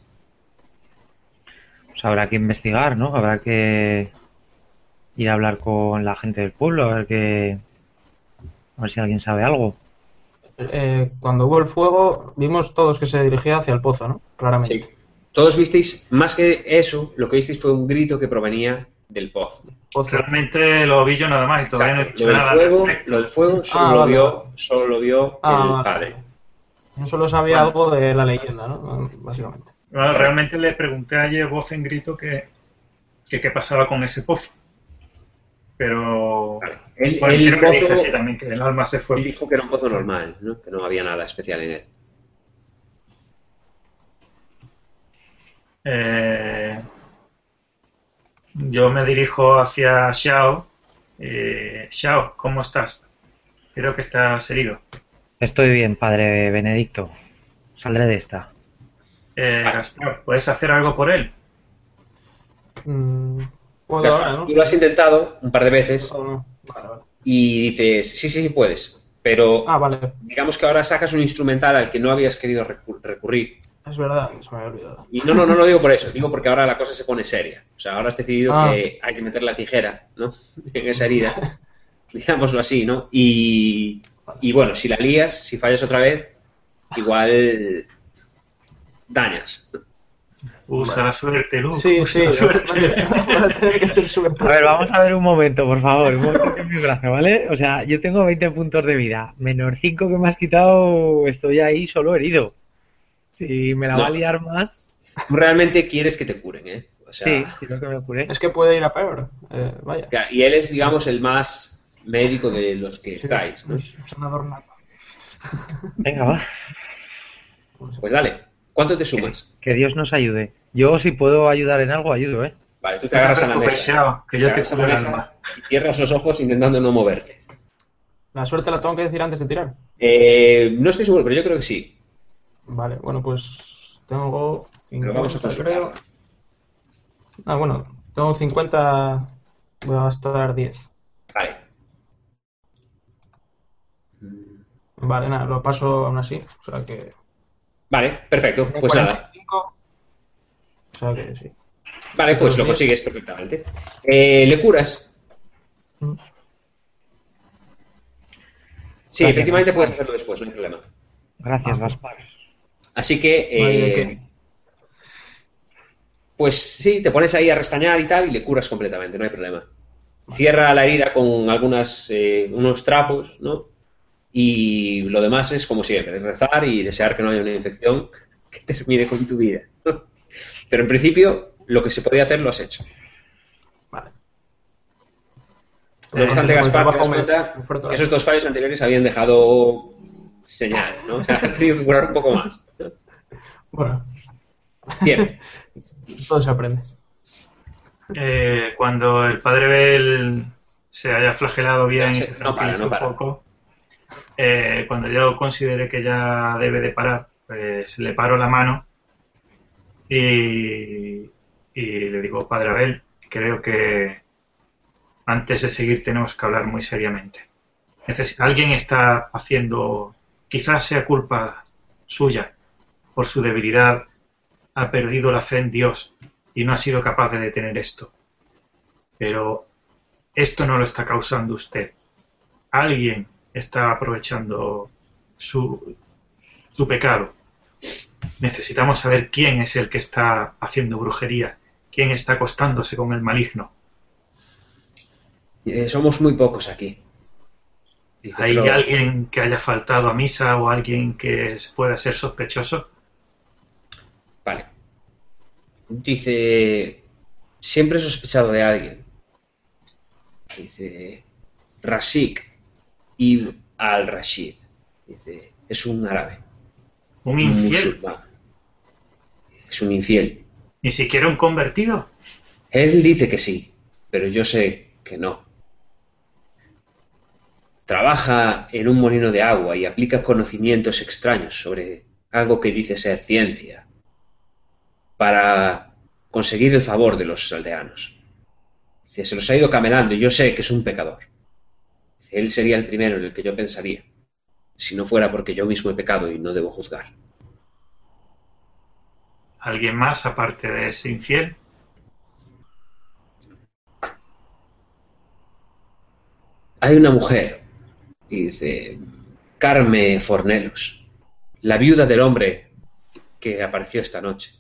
Pues habrá que investigar, ¿no? Habrá que ir a hablar con la gente del pueblo, a ver que, a ver si alguien sabe algo. Eh, cuando hubo el fuego, vimos todos que se dirigía hacia el pozo, ¿no? Claramente. Sí. Todos visteis, más que eso, lo que visteis fue un grito que provenía del pozo. Pozo. Realmente lo vi yo nada más y todavía no he Exacto. dicho Lo del nada. al fuego, respecto. lo del fuego solo Ah, lo vale, vio, vale. solo lo vio Ah, el vale. padre. Yo solo sabía Bueno. algo de la leyenda, ¿no? Básicamente. Bueno, realmente le pregunté ayer voz en grito que que qué pasaba con ese pozo. Pero Vale. El, bueno, el creo que dije pozo, así también, que el alma se él fue. dijo que era un pozo normal, ¿no? Que no había nada especial en él. Eh, yo me dirijo hacia Xiao. Eh, Xiao, ¿cómo estás? Creo que estás herido. Estoy bien, padre Benedicto. Saldré de esta. Eh, Gaspar, ¿puedes hacer algo por él? Mm, Puedo Gaspar, ahora, ¿no? tú lo has intentado un par de veces Puedo, no. Vale, vale. y dices, sí, sí, sí puedes, pero Ah, vale. digamos que ahora sacas un instrumental al que no habías querido recu- recurrir. Es verdad, se me había olvidado. Y no, no, no lo digo por eso, digo porque ahora la cosa se pone seria. O sea, ahora has decidido Ah. que hay que meter la tijera, ¿no? En esa herida, digámoslo así, ¿no? Y, y bueno, si la lías, si fallas otra vez, igual dañas. Usa la suerte, Luke. Sí, usa sí. la suerte. Va a tener que ser suerte. A ver, vamos a ver un momento, por favor. Un momento que es mi brazo, ¿vale? O sea, yo tengo veinte puntos de vida. Menos cinco que me has quitado, estoy ahí solo herido. Si me la No. va a liar más, Tú realmente quieres que te curen, ¿eh? O sea, sí, si no que me curé. Es que puede ir a peor. Eh, vaya. ya, y él es, digamos, el más médico de los que estáis, ¿no? Un sanador nato. Venga, va. Pues dale, ¿cuánto te sumas? Que Dios nos ayude. Yo, si puedo ayudar en algo, ayudo, ¿eh? Vale, tú te No te agarras a la preocupes, mesa. Xiao, que yo te agarras a la curo el mesa alma. y cierras los ojos intentando no moverte. La suerte la tengo que decir antes de tirar. Eh, no estoy seguro, pero yo creo que sí. Vale, bueno, pues tengo Pero vamos a cincuenta, consultarlo. creo. Ah, bueno, tengo cincuenta, voy a gastar diez. Vale. Vale, nada, lo paso aún así. O sea que. Vale, perfecto. Tengo Pues nada. cuarenta y cinco. O sea que sí. Vale, pues lo consigues perfectamente. Eh, ¿Le curas? Mm. Sí, Gracias, efectivamente Gaspar. puedes hacerlo después, no hay problema. Gracias, Gaspar. Así que, No hay de eh, qué. pues sí, te pones ahí a restañar y tal y le curas completamente, no hay problema. Cierra la herida con algunas, eh, unos trapos, ¿no? Y lo demás es como siempre, es rezar y desear que no haya una infección que termine con tu vida. Pero en principio, lo que se podía hacer lo has hecho. Vale. No obstante, Pues, Gaspar, te trabajo das me- cuenta me fuerzo que la- esos dos fallos anteriores habían dejado señal, ¿no? O sea, has tenido que curar un poco más. Bueno, Bien. todo se aprende. Eh, cuando el padre Bell se haya flagelado bien y se No para, tranquilice no para. un poco, eh, cuando yo considere que ya debe de parar, pues le paro la mano y, y le digo, padre Abel, creo que antes de seguir tenemos que hablar muy seriamente. Neces- alguien está haciendo, quizás sea culpa suya, por su debilidad, ha perdido la fe en Dios y no ha sido capaz de detener esto. Pero esto no lo está causando usted. Alguien está aprovechando su, su pecado. Necesitamos saber quién es el que está haciendo brujería, quién está acostándose con el maligno. Eh, somos muy pocos aquí. Dice, ¿Hay pero- alguien que haya faltado a misa o alguien que pueda ser sospechoso? Vale. Dice, siempre he sospechado de alguien. Dice, Rashid Ibn al-Rashid. Dice, es un árabe, ¿Un un infiel? musulmán. Es un infiel. ¿Ni siquiera un convertido? Él dice que sí, pero yo sé que no. Trabaja en un molino de agua y aplica conocimientos extraños sobre algo que dice ser ciencia para conseguir el favor de los aldeanos. Dice, se los ha ido camelando y yo sé que es un pecador. Dice, él sería el primero en el que yo pensaría, si no fuera porque yo mismo he pecado y no debo juzgar. ¿Alguien más aparte de ese infiel? Hay una mujer, y dice, Carme Fornelos, la viuda del hombre que apareció esta noche.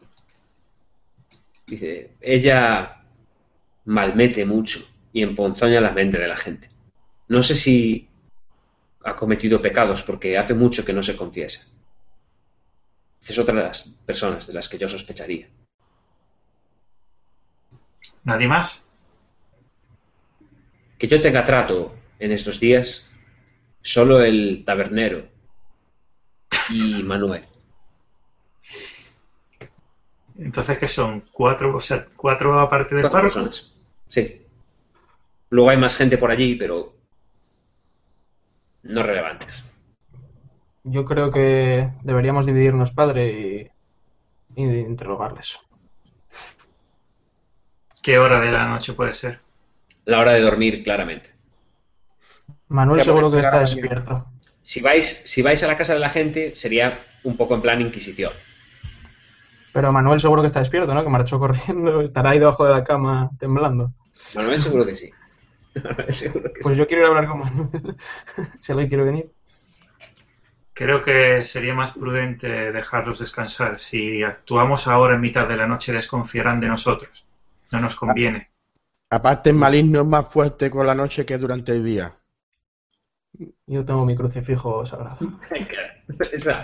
Dice, ella malmete mucho y emponzoña la mente de la gente. No sé si ha cometido pecados porque hace mucho que no se confiesa. Es otra de las personas de las que yo sospecharía. ¿Nadie más? Que yo tenga trato en estos días, solo el tabernero y Manuel. Entonces, ¿qué son? ¿Cuatro? O sea, ¿cuatro aparte del Cuatro párroco? personas. Sí. Luego hay más gente por allí, pero no relevantes. Yo creo que deberíamos dividirnos, padre, y, y interrogarles. ¿Quién ¿Qué hora de la noche puede ser? La hora de dormir, claramente. Manuel Ya seguro que puede está llegar a dormir. despierto. Si vais, si vais a la casa de la gente, sería un poco en plan Inquisición. Pero Manuel seguro que está despierto, ¿no? Que marchó corriendo, estará ahí debajo de la cama temblando. Manuel seguro que sí. Manuel seguro que Pues sí. yo quiero ir a hablar con Manuel. Si alguien quiere venir. Creo que sería más prudente dejarlos descansar. Si actuamos ahora en mitad de la noche, desconfiarán de nosotros. No nos conviene. Aparte, el maligno es más fuerte con la noche que durante el día. Yo tengo mi crucifijo sagrado. Esa.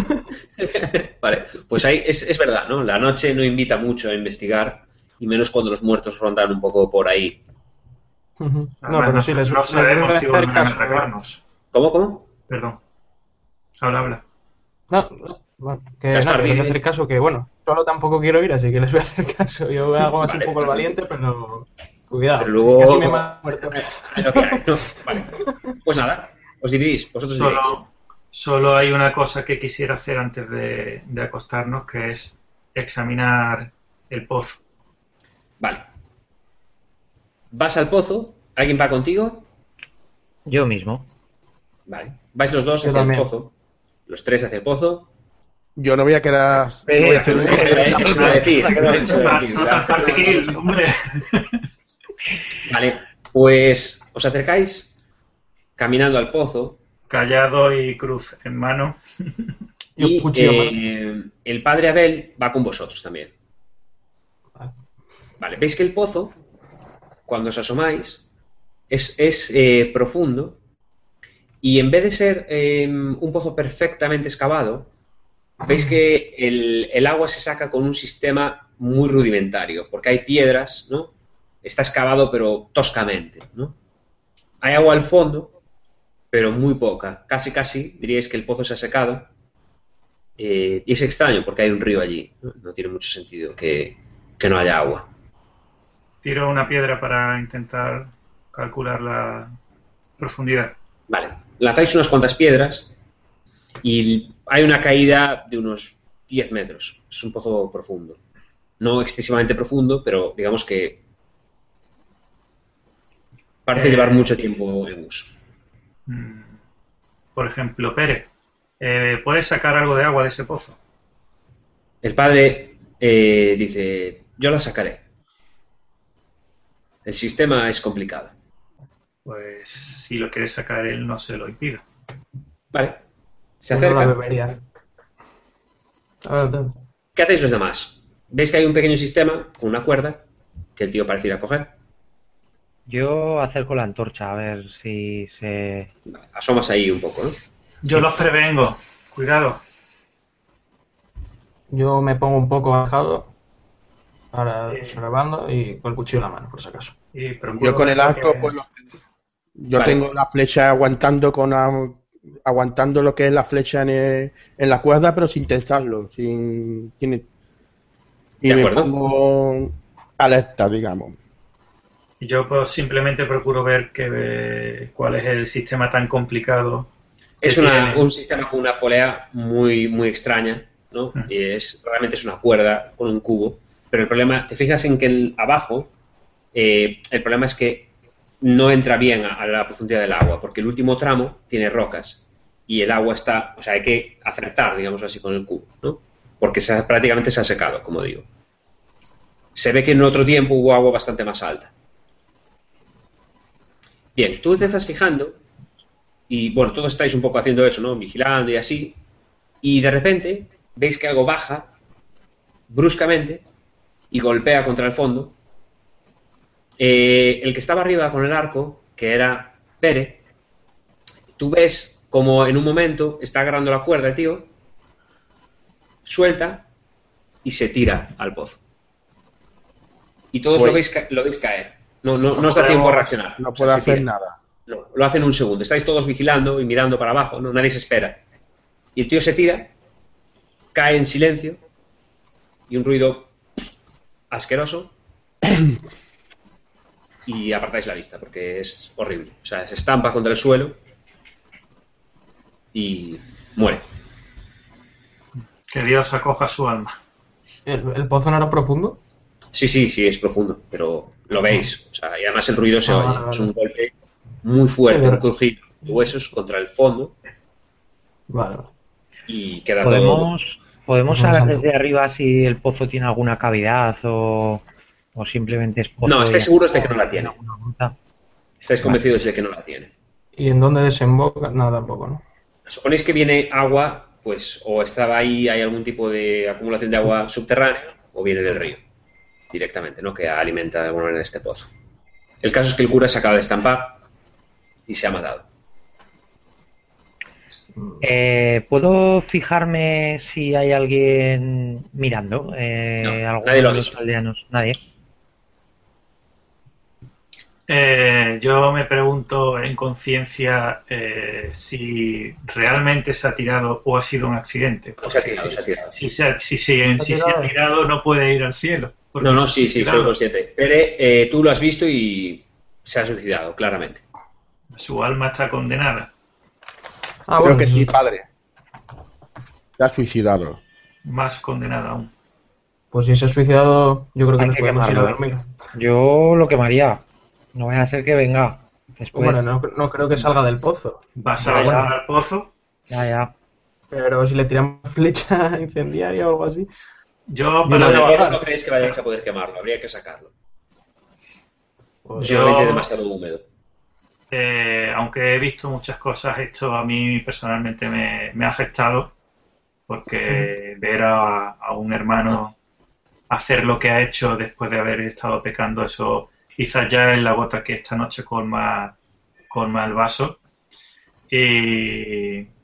Vale, pues ahí es, es verdad, ¿no? La noche no invita mucho a investigar, y menos cuando los muertos rondan un poco por ahí. Ujú. No, Además, pero no, sí, les, no les debe sabemos si hacer van a caso. atacarnos. ¿Cómo, cómo? Perdón. Habla, habla. No, no, bueno, que Gaspar, nada, que les voy a di- hacer caso, que bueno, solo tampoco quiero ir, así que les voy a hacer caso. Yo hago así Vale, un poco el perfecto. valiente, pero cuidado, Pero luego- casi me he muerto. Hay lo que hay, ¿no? Vale. Pues nada, os dividís, vosotros dividís. Solo, solo hay una cosa que quisiera hacer antes de, de acostarnos, que es examinar el pozo. Vale. Vas al pozo, ¿alguien va contigo? Yo mismo. Vale. Vais los dos Yo hacia el también. pozo. Los tres hacia el pozo. Yo no voy a quedar. Eh, no voy a hacer un- Eso iba eso iba a decir, eso iba a decir, No seas partícil, hombre. Vale, pues os acercáis caminando al pozo Callado y cruz en mano. Yo y cuchillo en mano. eh, el padre Abel va con vosotros también. Vale. Vale, veis que el pozo, cuando os asomáis, es, es eh, profundo, y en vez de ser eh, un pozo perfectamente excavado, veis que el, el agua se saca con un sistema muy rudimentario, porque hay piedras, ¿no? Está excavado pero toscamente, ¿no? Hay agua al fondo, pero muy poca. Casi, casi diríais que el pozo se ha secado. Eh, y es extraño porque hay un río allí, ¿no? No tiene mucho sentido que, que no haya agua. Tiro una piedra para intentar calcular la profundidad. Vale, lanzáis unas cuantas piedras y hay una caída de unos diez metros. Es un pozo profundo. No excesivamente profundo, pero digamos que parece Eh, llevar mucho tiempo en uso. Mm, Por ejemplo, Pérez, eh, ¿puedes sacar algo de agua de ese pozo? El padre eh, dice, yo la sacaré. El sistema es complicado. Pues si lo quiere sacar él, no se lo impida. Vale, se Yo no la acerca. bebería. A ver, ¿Qué hacéis los demás? ¿Veis que hay un pequeño sistema con una cuerda que el tío parece ir a coger? Yo acerco la antorcha a ver si se... Vale, asomas ahí un poco, ¿no? Yo los prevengo. Cuidado. yo me pongo un poco bajado, ahora Eh. observando y con el cuchillo en la mano, por si acaso. Y procuro Yo con el ver arco, que- pues lo- yo Vale. tengo la flecha aguantando con la- aguantando lo que es la flecha en, el- en la cuerda, pero sin tensarlo, sin, sin- y De me acuerdo. pongo alerta, digamos. Y yo pues simplemente procuro ver que, cuál es el sistema tan complicado. que Es una- tiene. un sistema con una polea muy, muy extraña, ¿no? Mm. Y es, realmente es una cuerda con un cubo, pero el problema, te fijas en que el, abajo, eh, el problema es que no entra bien a, a la profundidad del agua, porque el último tramo tiene rocas y el agua está, o sea, hay que acertar, digamos así, con el cubo, ¿no? Porque se ha- prácticamente se ha secado, como digo. Se ve que en otro tiempo hubo agua bastante más alta. Bien, tú te estás fijando y, bueno, todos estáis un poco haciendo eso, ¿no? Vigilando y así, y de repente veis que algo baja bruscamente y golpea contra el fondo. Eh, el que estaba arriba con el arco, que era Pere, tú ves como en un momento está agarrando la cuerda el tío, suelta y se tira al pozo. Y todos Pues- lo veis, ca- lo veis caer. No, no, No no os da tiempo a podemos- reaccionar. No O sea, puedo se hacer tira. nada. No, lo hace en un segundo. Estáis todos vigilando y mirando para abajo, ¿no? Nadie se espera. Y el tío se tira, cae en silencio y un ruido asqueroso y apartáis la vista porque es horrible. O sea, se estampa contra el suelo y muere. Que Dios acoja su alma. ¿El, el pozo no era profundo? Sí, sí, sí, es profundo, pero lo veis. O sea, y además el ruido se Ah, oye. vale, vale. Es un golpe muy fuerte, Sí, de- un crujido de huesos contra el fondo Vale, vale. y queda todo. ¿Podemos, podemos Pues un saber santo. desde arriba si el pozo tiene alguna cavidad o, o simplemente es pozo? No, y estáis ya seguros de está, que no la o tiene. alguna gruta? Estáis Vale. convencidos de que no la tiene. ¿Y en dónde desemboca? Nada, tampoco, ¿no? Suponéis que viene agua, pues o estaba ahí, hay algún tipo de acumulación de agua subterránea, o viene del río, directamente, ¿no? Que alimenta de alguna manera este pozo. El caso es que el cura se acaba de estampar y se ha matado. Eh, ¿puedo fijarme si hay alguien mirando? Eh, No, ¿alguno nadie lo ha de los visto. aldeanos? Nadie. Eh, yo me pregunto en conciencia eh, si realmente se ha tirado o ha sido un accidente. Se ha tirado, se ha tirado. Si se ha, si, se- si se ha tirado no puede ir al cielo. porque No, no, se sí, ha sí, soy tirado. consciente. Pere, eh, tú lo has visto y se ha suicidado, claramente. Su alma está condenada. Ah, Creo bueno, que eso sí, es- padre. Se ha suicidado. Más condenada aún. Pues si se ha suicidado, yo creo que Hay nos que podemos ir a quemarlo, ¿eh? dormir. Yo lo quemaría. No vaya a ser que venga después. Bueno, no, no creo que salga del pozo. ¿Vas Ya, a ya. bajar al pozo? Ya, ya. Pero si le tiramos flecha incendiaria o algo así. Yo, Yo para no No, voy a no, bajar. no creéis que vayáis a poder quemarlo, habría que sacarlo. Pues, Yo- Solamente demasiado húmedo. Eh, aunque he visto muchas cosas, esto a mí personalmente me, me ha afectado, porque ver a, a un hermano hacer lo que ha hecho después de haber estado pecando, eso quizás ya es la gota que esta noche colma, colma el vaso. Y,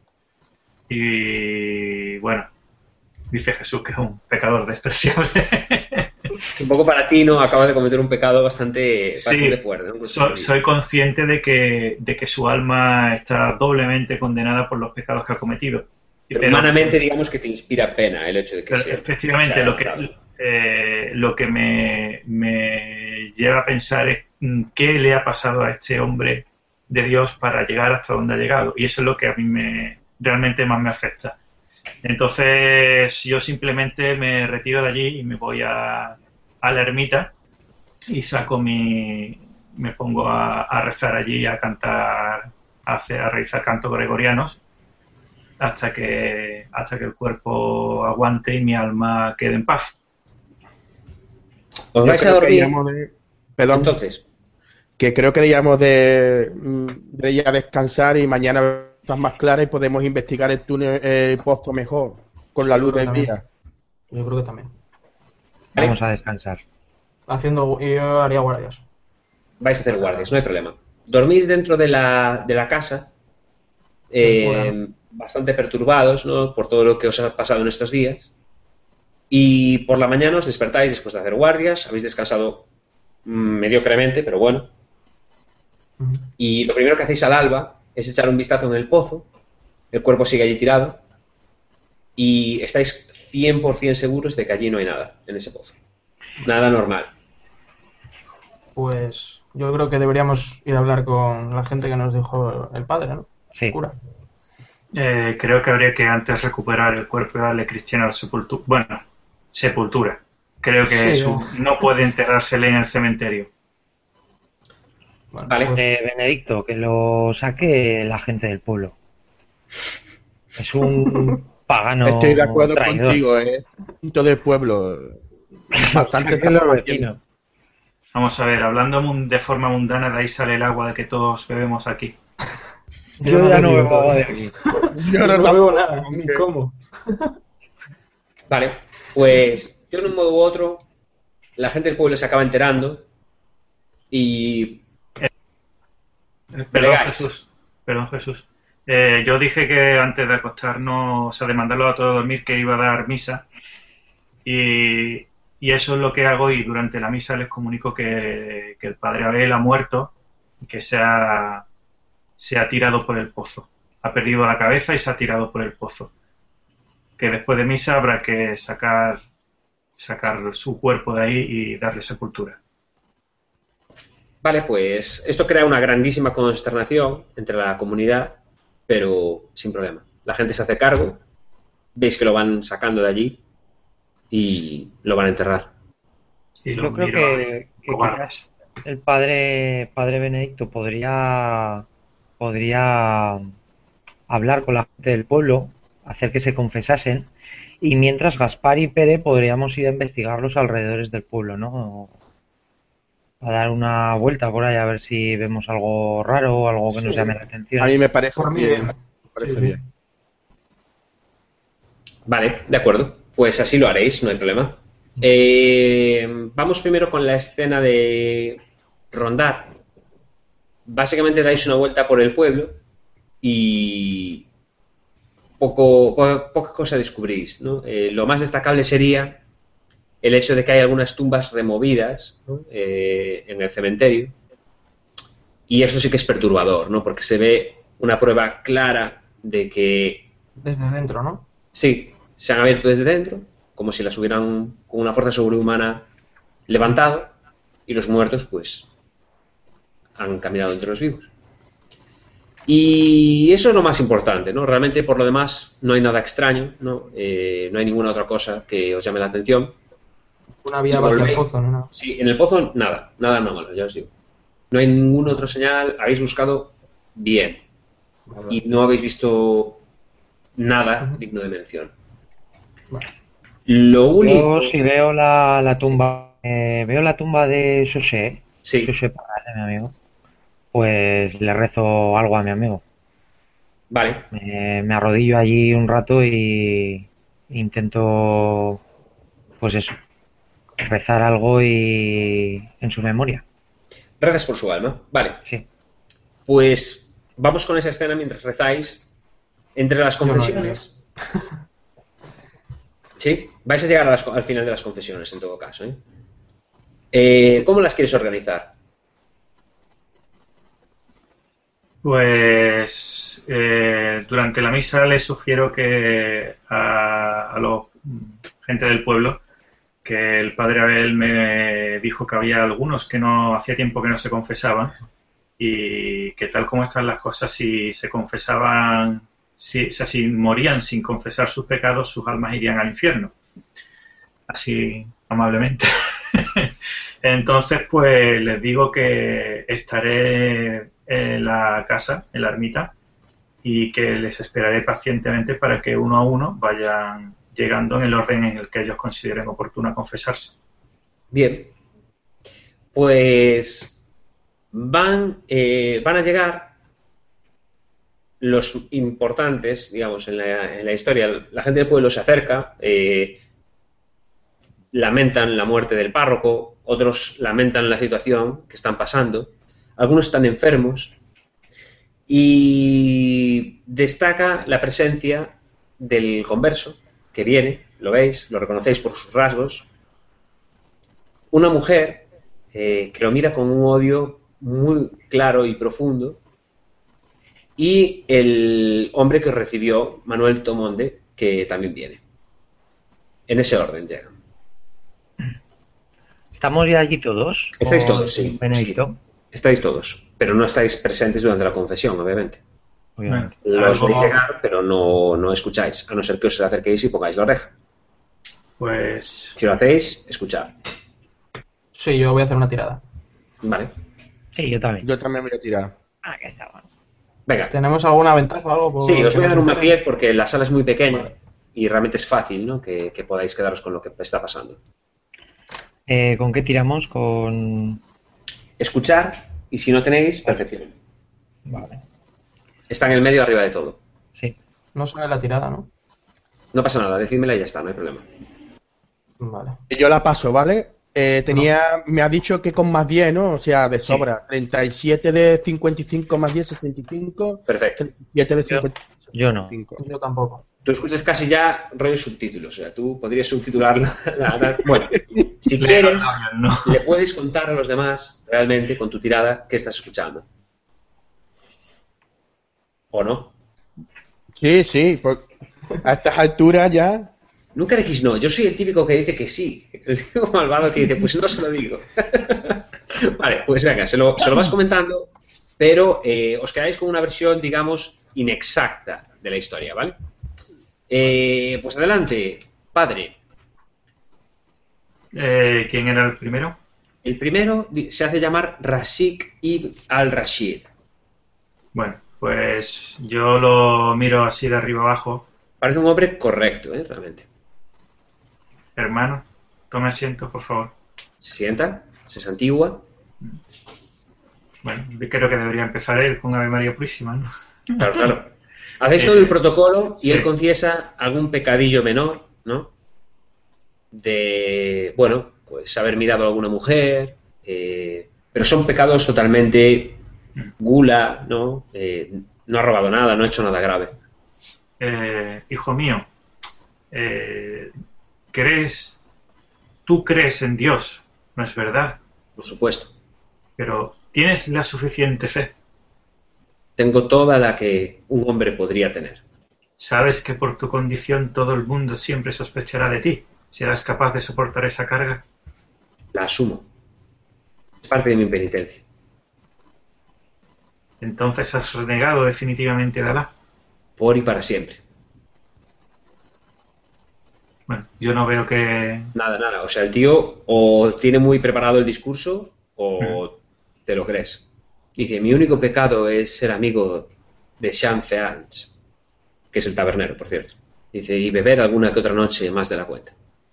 y bueno, dice Jesús que es un pecador despreciable. Un poco para ti, ¿no? Acabas de cometer un pecado bastante, Sí, bastante fuerte, ¿no? Soy, soy consciente de que, de que su alma está doblemente condenada por los pecados que ha cometido. Pero Pero- humanamente, digamos que te inspira pena el hecho de que pero sea. efectivamente, sea lo que, matado. eh, lo que me, me lleva a pensar es mm, qué le ha pasado a este hombre de Dios para llegar hasta donde ha llegado. Y eso es lo que a mí me, realmente más me afecta. Entonces, yo simplemente me retiro de allí y me voy a, a la ermita y saco mi. Me pongo a, a rezar allí, a cantar, a, hacer, a realizar cantos gregorianos hasta que, hasta que el cuerpo aguante y mi alma quede en paz. ¿Os Yo vais a creo que dormir? deberíamos de- Perdón, Entonces, que creo que deberíamos de, mm, de ya descansar y mañana estás más clara y podemos investigar el túnel, el pozo mejor, con la Sí, luz yo del creo que día. Yo creo que también. Vamos a descansar. Haciendo, yo haría guardias. vais a hacer guardias, no hay problema. Dormís dentro de la, de la casa, eh, Bueno. bastante perturbados, ¿no? Por todo lo que os ha pasado en estos días. Y por la mañana os despertáis después de hacer guardias, habéis descansado mm, mediocremente, pero bueno. Ujú. Y lo primero que hacéis al alba es echar un vistazo en el pozo, el cuerpo sigue allí tirado, y estáis cien por ciento seguros de que allí no hay nada en ese pozo. Nada normal. Pues yo creo que deberíamos ir a hablar con la gente que nos dijo el padre, ¿no? Sí. El cura. Eh, creo que habría que antes recuperar el cuerpo y darle cristiana sepultura. Bueno, sepultura. Creo que Sí, su- eh. no puede enterrársele en el cementerio. Bueno, Vale. pues, Eh, Benedicto, que lo saque la gente del pueblo. Es un pagano Estoy de acuerdo traidor. contigo, ¿eh? Punto del pueblo. Bastante Saquen los estamos vecinos. Vamos a ver, hablando mun- de forma mundana, de ahí sale el agua de que todos bebemos aquí. Yo no ya he no bebido bebo agua de todavía. aquí. Yo no, no no tampoco, veo nada, ni hombre. cómo. Vale, pues de un modo u otro, la gente del pueblo se acaba enterando y Eh, Perdón, Plegáis. Jesús. Perdón, Jesús. Eh, yo dije que antes de acostarnos, o sea, de mandarlo a todos a dormir, que iba a dar misa. Y, y eso es lo que hago, y durante la misa les comunico que, que el padre Abel ha muerto y que se ha, se ha tirado por el pozo. Ha perdido la cabeza y se ha tirado por el pozo. Que después de misa habrá que sacar, sacar su cuerpo de ahí y darle sepultura. Vale, pues esto crea una grandísima consternación entre la comunidad, pero sin problema. La gente se hace cargo, veis que lo van sacando de allí y lo van a enterrar. Y Yo los creo miro que, que cobardes. quizás el padre, padre Benedicto podría, podría hablar con la gente del pueblo, hacer que se confesasen, y mientras Gaspar y Pere podríamos ir a investigar los alrededores del pueblo, ¿no? A dar una vuelta por ahí a ver si vemos algo raro o algo que nos Sí. llame la A atención. mí me parece Por mí bien. bien. Me parece Sí, sí. bien. Vale, de acuerdo. Pues así lo haréis, no hay problema. Eh, vamos primero con la escena de rondar. Básicamente dais una vuelta por el pueblo y poco, po- poca cosa descubrís, ¿no? Eh, lo más destacable sería el hecho de que hay algunas tumbas removidas, ¿no? Eh, en el cementerio, y eso sí que es perturbador, ¿no? Porque se ve una prueba clara de que Desde dentro, ¿no? sí, se han abierto desde dentro, como si las hubieran con una fuerza sobrehumana levantado, y los muertos pues han caminado entre los vivos. Y eso es lo más importante, ¿no? Realmente por lo demás no hay nada extraño, ¿no? Eh, no hay ninguna otra cosa que os llame la atención. Una vía Y hacia el volvéis. pozo, ¿no? Sí, en el pozo nada, nada anómalo, ya os digo. No hay ningún otro señal, habéis buscado bien Vale, y vale. no habéis visto nada Ujú. digno de mención. Vale. Lo único... Yo si veo la, la tumba, eh, veo la tumba de José, Sí, José Parral, de mi amigo, pues le rezo algo a mi amigo. vale. Me, me arrodillo allí un rato y intento, pues eso, rezar algo y en su memoria. Rezas por su alma. Vale. Sí. Pues vamos con esa escena mientras rezáis. Entre las Yo no, confesiones... Sí, vais a llegar a las- al final de las confesiones en todo caso, ¿eh? Eh, ¿Cómo las quieres organizar? Pues eh, durante la misa les sugiero que a, a los gente del pueblo que el padre Abel me dijo que había algunos que no hacía tiempo que no se confesaban y que tal como están las cosas, si se confesaban, si, o sea, si morían sin confesar sus pecados, sus almas irían al infierno. Así amablemente. Entonces, pues les digo que estaré en la casa, en la ermita, y que les esperaré pacientemente para que uno a uno vayan llegando en el orden en el que ellos consideren oportuno confesarse. Bien, pues van, eh, van a llegar los importantes, digamos, en la, en la historia. La gente del pueblo se acerca, eh, lamentan la muerte del párroco, otros lamentan la situación que están pasando, algunos están enfermos y destaca la presencia del converso que viene, lo veis, lo reconocéis por sus rasgos, una mujer eh, que lo mira con un odio muy claro y profundo, y el hombre que recibió, Manuel Tomonde, que también viene. En ese orden llegan. ¿Estamos ya allí todos? Estáis con todos, sí. Benedicto, sí. Estáis todos, pero no estáis presentes durante la confesión, obviamente. obviamente. Los Algo- veis llegar, pero no, no escucháis, a no ser que os acerquéis y pongáis la oreja. Pues Si lo hacéis, escuchad. Sí, yo voy a hacer una tirada. Vale. Sí, yo también. Yo también me voy a tirar. Ah, que está bueno. Venga. ¿Tenemos alguna ventaja o algo? por- Sí, os voy a que dar nos un más entere? diez porque la sala es muy pequeña Vale. y realmente es fácil, ¿no? Que, que podáis quedaros con lo que está pasando. Eh, ¿con qué tiramos? Con... Escuchar, y si no tenéis, percepción. Vale. Está en el medio arriba de todo. Sí. No sale la tirada, ¿no? No pasa nada, decídmela y ya está, no hay problema. Vale. Yo la paso, ¿vale? Eh, tenía, me ha dicho que con más diez, ¿no? O sea, de sobra. treinta y siete de cincuenta y cinco más diez, sesenta y cinco. Perfecto. treinta y siete de Yo- cincuenta y Yo no. cinco. Yo tampoco. Tú escuchas casi ya rollo subtítulos, o sea, tú podrías subtitularlo. Bueno, si Leo quieres, labios, ¿no? le puedes contar a los demás realmente con tu tirada qué estás escuchando. ¿O no? Sí, sí. Pues, a estas alturas ya. Nunca dijiste no, yo soy el típico que dice que sí, el típico malvado que dice, pues no se lo digo. Vale, pues venga, se lo, se lo vas comentando, pero eh, os quedáis con una versión, digamos, inexacta de la historia, ¿vale? Eh, pues adelante, padre. Eh, ¿Quién era el primero? El primero di- se hace llamar Rashid ibn al-Rashid. Bueno, pues yo lo miro así de arriba abajo. Parece un hombre correcto, ¿eh? Realmente. Hermano, tome asiento, por favor. Se sienta, se santigua. Bueno, creo que debería empezar él con Ave María Purísima, ¿no? Claro, claro. Hacéis Eh, todo el protocolo y sí. él confiesa algún pecadillo menor, ¿no? De, bueno, pues haber mirado a alguna mujer, eh, pero son pecados totalmente gula, ¿no? Eh, no ha robado nada, no ha hecho nada grave. Eh, hijo mío, eh, ¿crees, tú crees en Dios, no es verdad? Por supuesto. Pero ¿tienes la suficiente fe? Tengo toda la que un hombre podría tener. ¿Sabes que por tu condición todo el mundo siempre sospechará de ti? ¿Serás capaz de soportar esa carga? La asumo. Es parte de mi penitencia. Entonces has renegado definitivamente de Alá. Por y para siempre. Bueno, yo no veo que... Nada, nada. O sea, el tío o tiene muy preparado el discurso o te lo crees. Dice, mi único pecado es ser amigo de Sean Feans, que es el tabernero, por cierto. Dice, y beber alguna que otra noche más de la cuenta.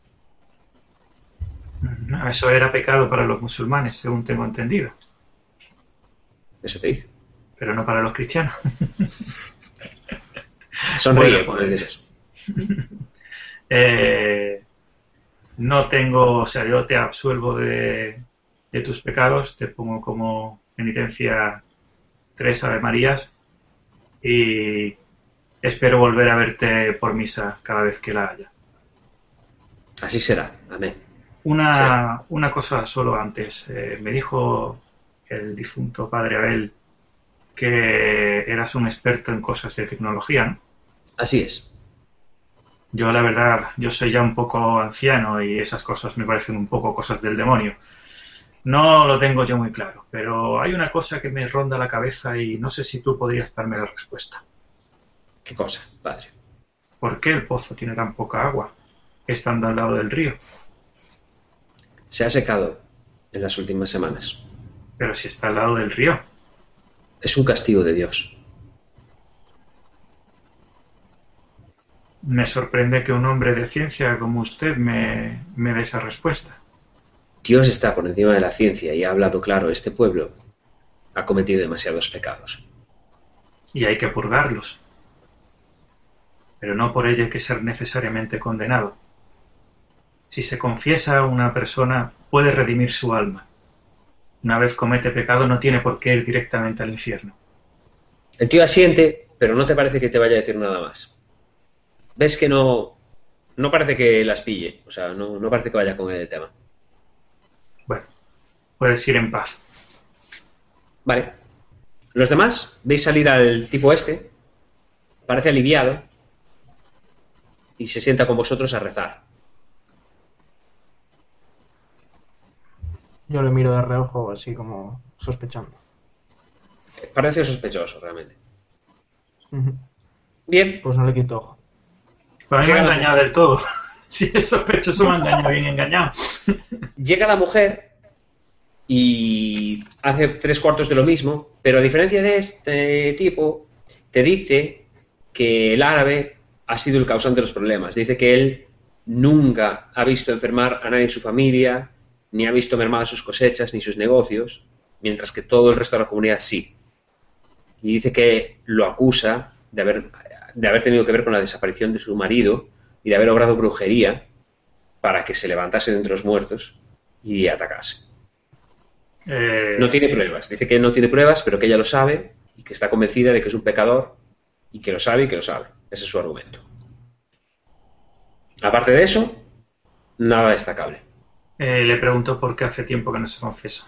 Eso era pecado para los musulmanes, según tengo entendido, Eso te dice. pero no para los cristianos. Sonríe Bueno, por pues, el eso. Eh, no tengo, o sea, yo te absuelvo de, de tus pecados, te pongo como penitencia tres Ave Marías y espero volver a verte por misa cada vez que la haya. Así será. Amén. Una, una cosa solo antes. Eh, me dijo el difunto padre Abel que eras un experto en cosas de tecnología, ¿no? Así es. Yo, la verdad, yo soy ya un poco anciano y esas cosas me parecen un poco cosas del demonio. No lo tengo yo muy claro, pero hay una cosa que me ronda la cabeza y no sé si tú podrías darme la respuesta. ¿Qué cosa, padre? ¿Por qué el pozo tiene tan poca agua, estando al lado del río? Se ha secado en las últimas semanas. Pero si está al lado del río. Es un castigo de Dios. Me sorprende que un hombre de ciencia como usted me, me dé esa respuesta. Dios está por encima de la ciencia y ha hablado claro. Este pueblo ha cometido demasiados pecados. Y hay que purgarlos. Pero no por ello hay que ser necesariamente condenado. Si se confiesa a una persona, puede redimir su alma. Una vez comete pecado, no tiene por qué ir directamente al infierno. El tío asiente, pero no te parece que te vaya a decir nada más. Ves que no, no parece que las pille, o sea, no, no parece que vaya con el tema. Bueno, puedes ir en paz. Vale. Los demás, veis salir al tipo este, parece aliviado, y se sienta con vosotros a rezar. Yo le miro de reojo, así como sospechando. Parece sospechoso, realmente. Ujú. Bien, Pues no le quito ojo. Pero a mí me ha Llega la engañado del todo. Si es sospechoso, me ha engañado bien engañado. llega la mujer y hace tres cuartos de lo mismo, pero a diferencia de este tipo, te dice que el árabe ha sido el causante de los problemas. Dice que él nunca ha visto enfermar a nadie en su familia, ni ha visto mermadas sus cosechas, ni sus negocios, mientras que todo el resto de la comunidad sí. Y dice que lo acusa de haber, de haber tenido que ver con la desaparición de su marido y de haber obrado brujería para que se levantase de entre los muertos y atacase. Eh, No tiene pruebas. Dice que no tiene pruebas, pero que ella lo sabe y que está convencida de que es un pecador y que lo sabe y que lo sabe. Ese es su argumento. Aparte de eso, nada destacable. eh, le pregunto por qué hace tiempo que no se confiesa.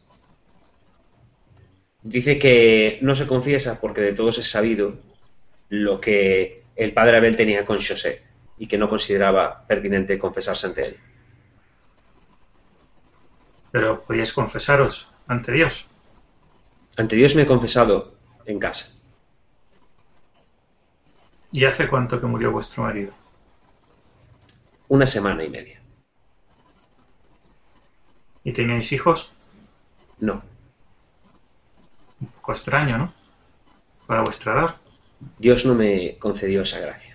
Dice que no se confiesa porque de todos es sabido lo que el padre Abel tenía con José y que no consideraba pertinente confesarse ante él. Pero podíais confesaros ante Dios. Ante Dios me he confesado en casa. ¿Y hace cuánto que murió vuestro marido? Una semana y media. ¿Y teníais hijos? No. Un poco extraño, ¿no? Para vuestra edad. Dios no me concedió esa gracia.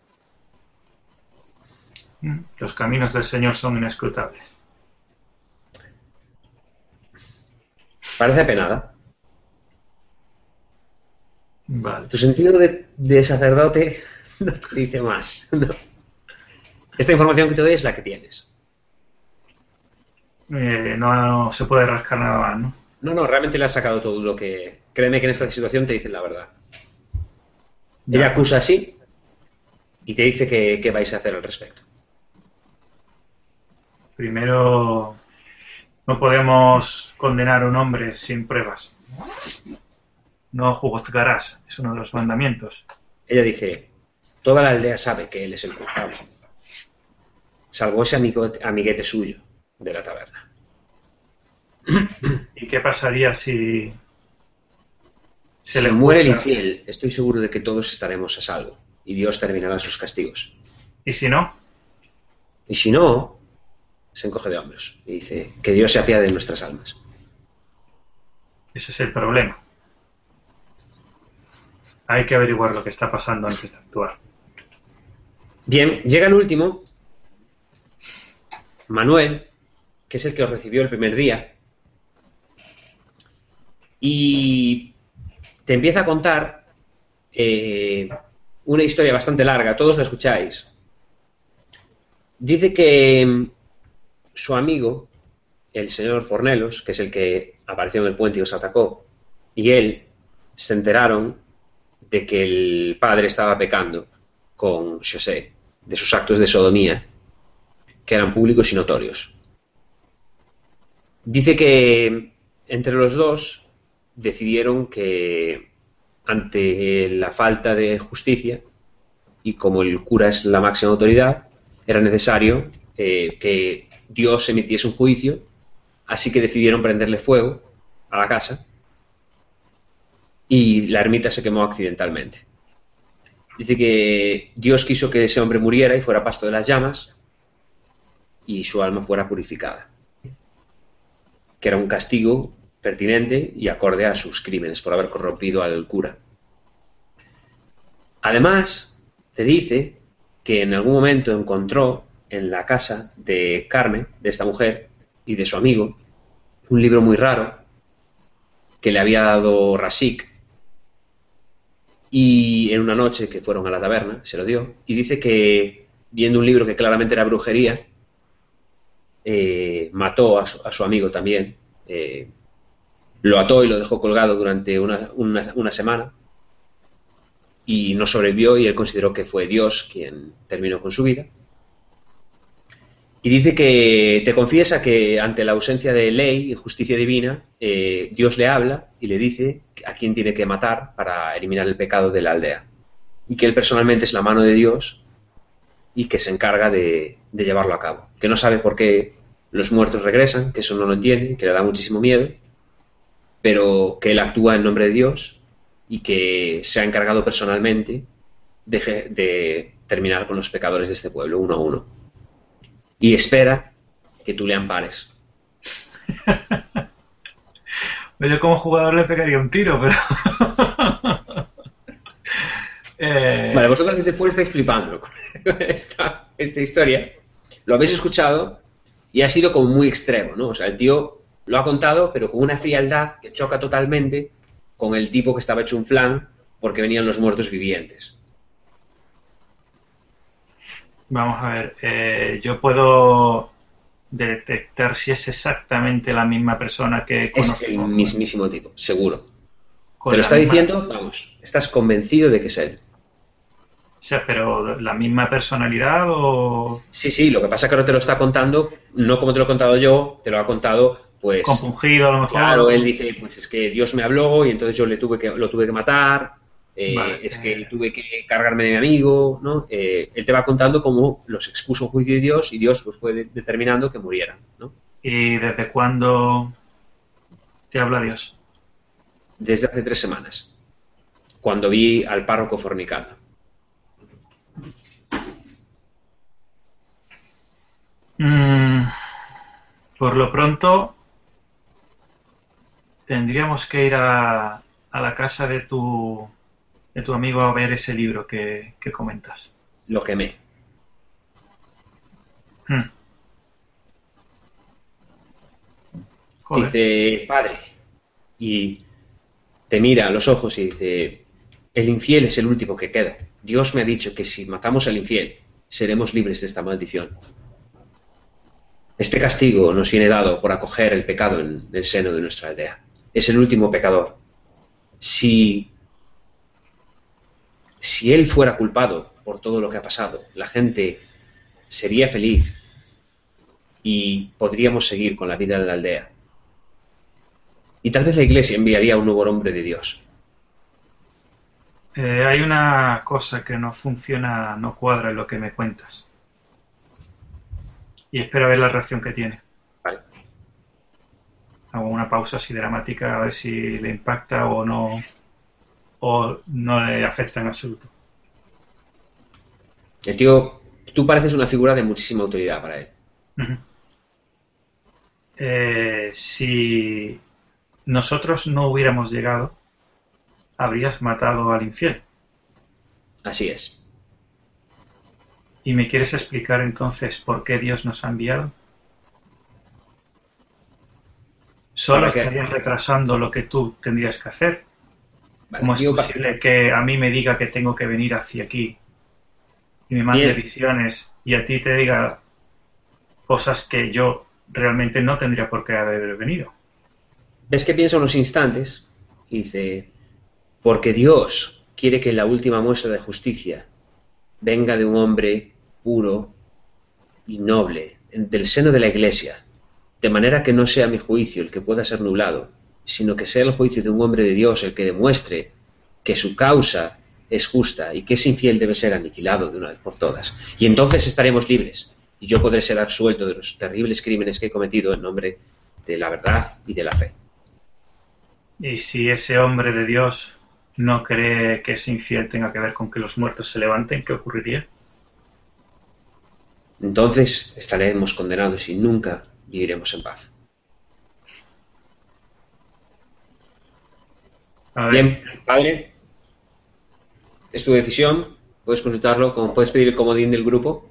Los caminos del Señor son inescrutables. Parece apenada. Vale. Tu sentido de, de sacerdote no te dice más. No. Esta información que te doy es la que tienes. Eh, no, no se puede rascar nada más, ¿no? No, no, realmente le has sacado todo lo que... Créeme que en esta situación te dicen la verdad. Ya. Ella acusa así y te dice que, que vais a hacer al respecto. Primero, no podemos condenar a un hombre sin pruebas. No juzgarás, es uno de los mandamientos. Ella dice, toda la aldea sabe que él es el culpable. Salvo ese amigo, amiguete suyo de la taberna. ¿Y qué pasaría si se Si le muere el juzgas? infiel, estoy seguro de que todos estaremos a salvo y Dios terminará sus castigos. ¿Y si no? Y si no, se encoge de hombros y dice, que Dios se apiade de nuestras almas. Ese es el problema. Hay que averiguar lo que está pasando antes de actuar. Bien, llega el último, Manuel, que es el que os recibió el primer día, y te empieza a contar eh, una historia bastante larga, todos la escucháis. Dice que mm, su amigo, el señor Fornelos, que es el que apareció en el puente y os atacó, y él se enteraron de que el padre estaba pecando con José, de sus actos de sodomía, que eran públicos y notorios. Dice que entre los dos decidieron que ante la falta de justicia, y como el cura es la máxima autoridad, era necesario eh, que Dios emitiese un juicio, así que decidieron prenderle fuego a la casa y la ermita se quemó accidentalmente. Dice que Dios quiso que ese hombre muriera y fuera pasto de las llamas y su alma fuera purificada, que era un castigo pertinente y acorde a sus crímenes por haber corrompido al cura. Además, te dice que en algún momento encontró en la casa de Carmen, de esta mujer, y de su amigo, un libro muy raro que le había dado Rashik, y en una noche que fueron a la taberna se lo dio, y dice que viendo un libro que claramente era brujería, eh, mató a su, a su amigo también, eh, lo ató y lo dejó colgado durante una, una, una semana y no sobrevivió, y él consideró que fue Dios quien terminó con su vida. Y dice que te confiesa que ante la ausencia de ley y justicia divina, eh, Dios le habla y le dice a quién tiene que matar para eliminar el pecado de la aldea, y que él personalmente es la mano de Dios y que se encarga de, de llevarlo a cabo, que no sabe por qué los muertos regresan, que eso no lo entiende, que le da muchísimo miedo, pero que él actúa en nombre de Dios y que se ha encargado personalmente de, de terminar con los pecadores de este pueblo uno a uno, y espera que tú le ampares. Yo como jugador le pegaría un tiro, pero... eh... Vale, vosotros desde fuera estáis flipando con esta, esta historia. Lo habéis escuchado y ha sido como muy extremo, ¿no? O sea, el tío lo ha contado, pero con una frialdad que choca totalmente con el tipo que estaba hecho un flan porque venían los muertos vivientes. Vamos a ver, eh, yo puedo detectar si es exactamente la misma persona que Es el conozco. mismísimo tipo, seguro. Con Te lo la está misma- diciendo, vamos, estás convencido de que es él. O sea, pero ¿la misma personalidad o Sí, sí, lo que pasa es que no te lo está contando, no como te lo he contado yo, te lo ha contado, pues... compungido a lo mejor? Claro, él dice, pues es que Dios me habló y entonces yo le tuve que, lo tuve que matar, eh, Vale. es que tuve que cargarme de mi amigo, ¿no? Eh, él te va contando cómo los expuso a juicio de Dios y Dios pues, fue de- determinando que murieran, ¿no? ¿Y desde cuándo te habla Dios? Desde hace tres semanas, cuando vi al párroco fornicando. Mm, Por lo pronto, tendríamos que ir a, a la casa de tu, de tu amigo a ver ese libro que, que comentas. Lo quemé. Hmm. Joder. Dice, padre, y te mira a los ojos y dice, el infiel es el último que queda. Dios me ha dicho que si matamos al infiel, seremos libres de esta maldición. Este castigo nos viene dado por acoger el pecado en el seno de nuestra aldea. Es el último pecador. Si, si él fuera culpado por todo lo que ha pasado, la gente sería feliz y podríamos seguir con la vida de la aldea. Y tal vez la iglesia enviaría a un nuevo hombre de Dios. Eh, hay una cosa que no funciona, no cuadra en lo que me cuentas. Y espero ver la reacción que tiene. Vale. Hago una pausa así dramática a ver si le impacta o no, o no le afecta en absoluto. El tío, tú pareces una figura de muchísima autoridad para él. Uh-huh. Eh, si nosotros no hubiéramos llegado, habrías matado al infiel. Así es. ¿Y me quieres explicar entonces por qué Dios nos ha enviado? Solo estarías retrasando lo que tú tendrías que hacer. Vale, ¿Cómo es tío, posible que a mí me diga que tengo que venir hacia aquí y me mande Bien. visiones y a ti te diga cosas que yo realmente no tendría por qué haber venido? ¿Ves que piensa unos instantes? Y dice, porque Dios quiere que la última muestra de justicia venga de un hombre puro y noble, del seno de la iglesia, de manera que no sea mi juicio el que pueda ser nublado, sino que sea el juicio de un hombre de Dios el que demuestre que su causa es justa y que ese infiel debe ser aniquilado de una vez por todas. Y entonces estaremos libres y yo podré ser absuelto de los terribles crímenes que he cometido en nombre de la verdad y de la fe. Y si ese hombre de Dios no cree que ese infiel tenga que ver con que los muertos se levanten, ¿qué ocurriría? Entonces estaremos condenados y nunca viviremos en paz. A ver, Bien, padre, es tu decisión. Puedes consultarlo, como puedes pedir el comodín del grupo.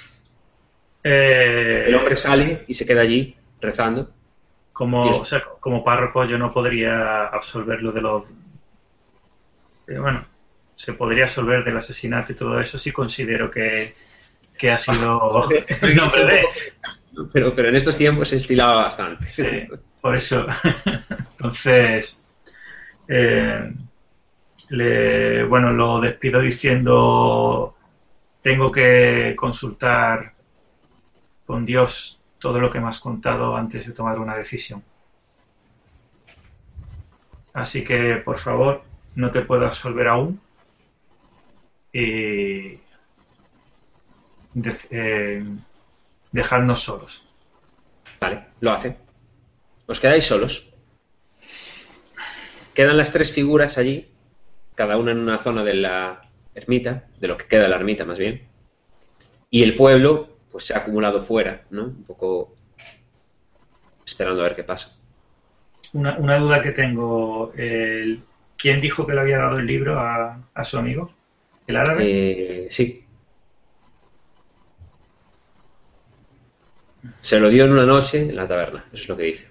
eh, El hombre sale y se queda allí rezando. como, y es- o sea, como párroco yo no podría absolverlo de los... eh, bueno, se podría absolver del asesinato y todo eso si considero que, que ha sido en nombre de... Pero, pero en estos tiempos se estilaba bastante. Sí, por eso. Entonces, eh, le, bueno, lo despido diciendo, tengo que consultar con Dios todo lo que me has contado antes de tomar una decisión. Así que, por favor, no te puedo absolver aún. Y de, eh, dejadnos solos. Vale, lo hace. Os quedáis solos. Quedan las tres figuras allí, cada una en una zona de la ermita, de lo que queda de la ermita más bien. Y el pueblo pues se ha acumulado fuera, ¿no? Un poco esperando a ver qué pasa. Una, una duda que tengo, el, ¿quién dijo que le había dado el libro a, a su amigo? ¿El árabe? Eh, sí. Se lo dio en una noche en la taberna, eso es lo que dice.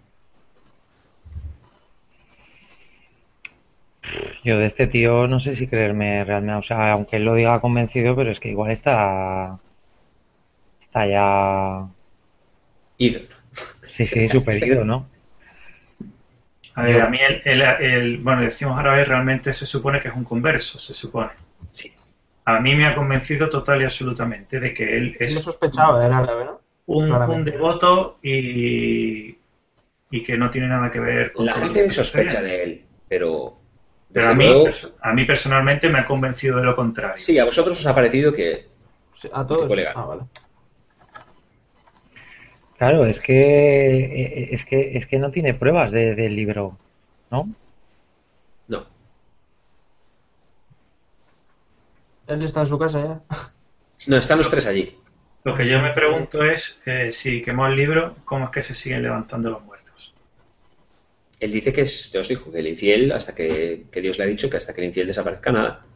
Yo de este tío no sé si creerme realmente, o sea, aunque él lo diga convencido, pero es que igual está, está ya, Ido. sí, sí, superido, ¿no? A ver, a mí el, el, el- bueno, decimos árabe realmente se supone que es un converso, se supone. Sí. A mí me ha convencido total y absolutamente de que él Yo es sospechaba del árabe, ¿no? un, un Claramente. devoto y, y que no tiene nada que ver con La todo lo gente que está sospecha sucediendo. de él, pero Pero desde a mí, luego, perso- a mí personalmente me ha convencido de lo contrario. sí, a vosotros os ha parecido que Sí, a un todos. tipo legal. Ah, vale. Claro, es que, eh, es que, es que no tiene pruebas de- del libro, ¿no? No. Él está en su casa ya. No, están los tres allí. Lo que yo me pregunto es, eh, si quemó el libro, ¿cómo es que se siguen levantando los muertos? Él dice que es, ya os dijo, que el infiel, hasta que, que Dios le ha dicho que hasta que el infiel desaparezca, nada.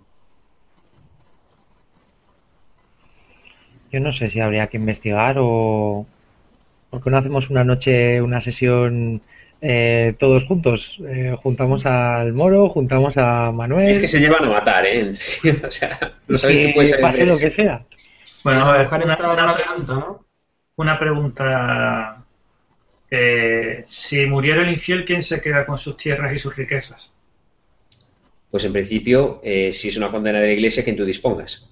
Yo no sé si habría que investigar o... ¿Por qué no hacemos una noche, una sesión eh, todos juntos? Eh, juntamos al Moro, juntamos a Manuel... Es que se llevan a matar, ¿eh? Sí, o sea, no sabéis que que puede ser... pase lo que sea. Bueno, a La ver, mujer una, está una una pregunta, pregunta, ¿no? una pregunta. Eh, si muriera el infiel, ¿quién se queda con sus tierras y sus riquezas? Pues en principio, eh, si es una condena de la iglesia, quien tú dispongas.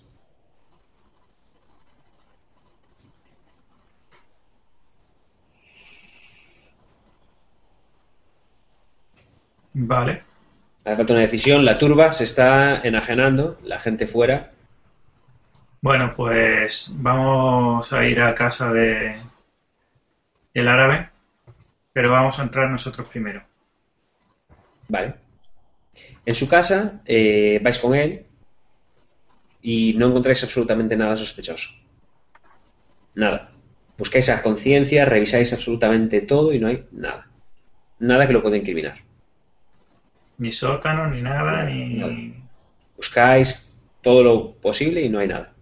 Vale. Hace falta una decisión, la turba se está enajenando, la gente fuera. Bueno, pues vamos a ir a casa de el árabe, pero vamos a entrar nosotros primero. Vale. En su casa eh, vais con él y no encontráis absolutamente nada sospechoso. Nada. Buscáis a conciencia, revisáis absolutamente todo y no hay nada. Nada que lo pueda incriminar. Ni sótano, ni nada, ni... Nada. Buscáis todo lo posible y no hay nada.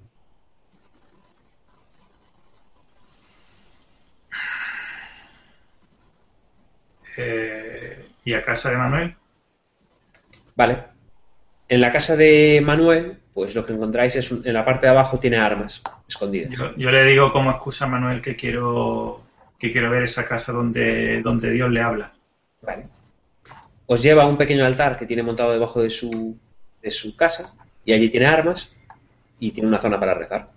Eh, ¿y a casa de Manuel? Vale. En la casa de Manuel, pues lo que encontráis es un- en la parte de abajo tiene armas escondidas. Yo, yo le digo como excusa a Manuel que quiero que quiero ver esa casa donde, donde Dios le habla. Vale. Os lleva a un pequeño altar que tiene montado debajo de su, de su casa y allí tiene armas y tiene una zona para rezar.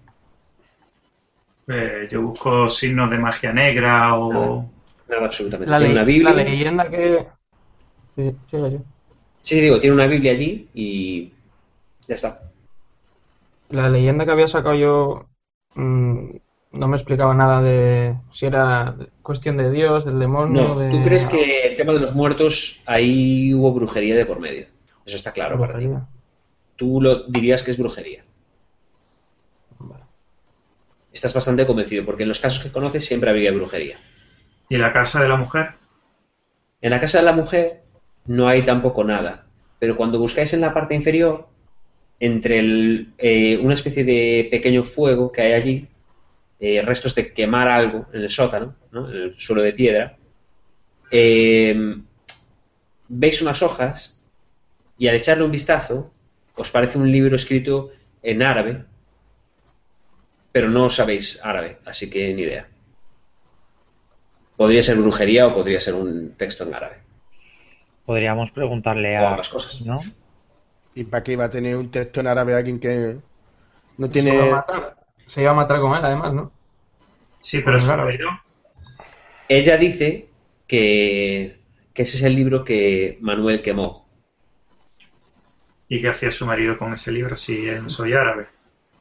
Eh, yo busco signos de magia negra o... Nada. Nada absolutamente. La, Tiene ley- una Biblia. la leyenda que... Sí, sigo yo. Sí, digo, tiene una Biblia allí y ya está. La leyenda que había sacado yo mm, no me explicaba nada de si era cuestión de Dios, del demonio, No, de... ¿tú crees que el tema de los muertos ahí hubo brujería de por medio? Eso está claro para ti. brujería? Tú lo dirías que es brujería. Vale. Estás bastante convencido, porque en los casos que conoces siempre había brujería. ¿Y la casa de la mujer? En la casa de la mujer no hay tampoco nada, pero cuando buscáis en la parte inferior, entre el, eh, una especie de pequeño fuego que hay allí, eh, restos de quemar algo en el sótano, ¿no? En el suelo de piedra, eh, veis unas hojas y al echarle un vistazo os parece un libro escrito en árabe, pero no sabéis árabe, así que ni idea. Podría ser brujería o podría ser un texto en árabe. Podríamos preguntarle O a... ambas cosas. ¿no? ¿Y para qué iba a tener un texto en árabe alguien que no Se iba a tiene... matar. Se iba a matar con él, además, ¿no? Sí, pero Pues su claro. marido. Ella dice que, que ese es el libro que Manuel quemó. ¿Y qué hacía su marido con ese libro si él no soy árabe?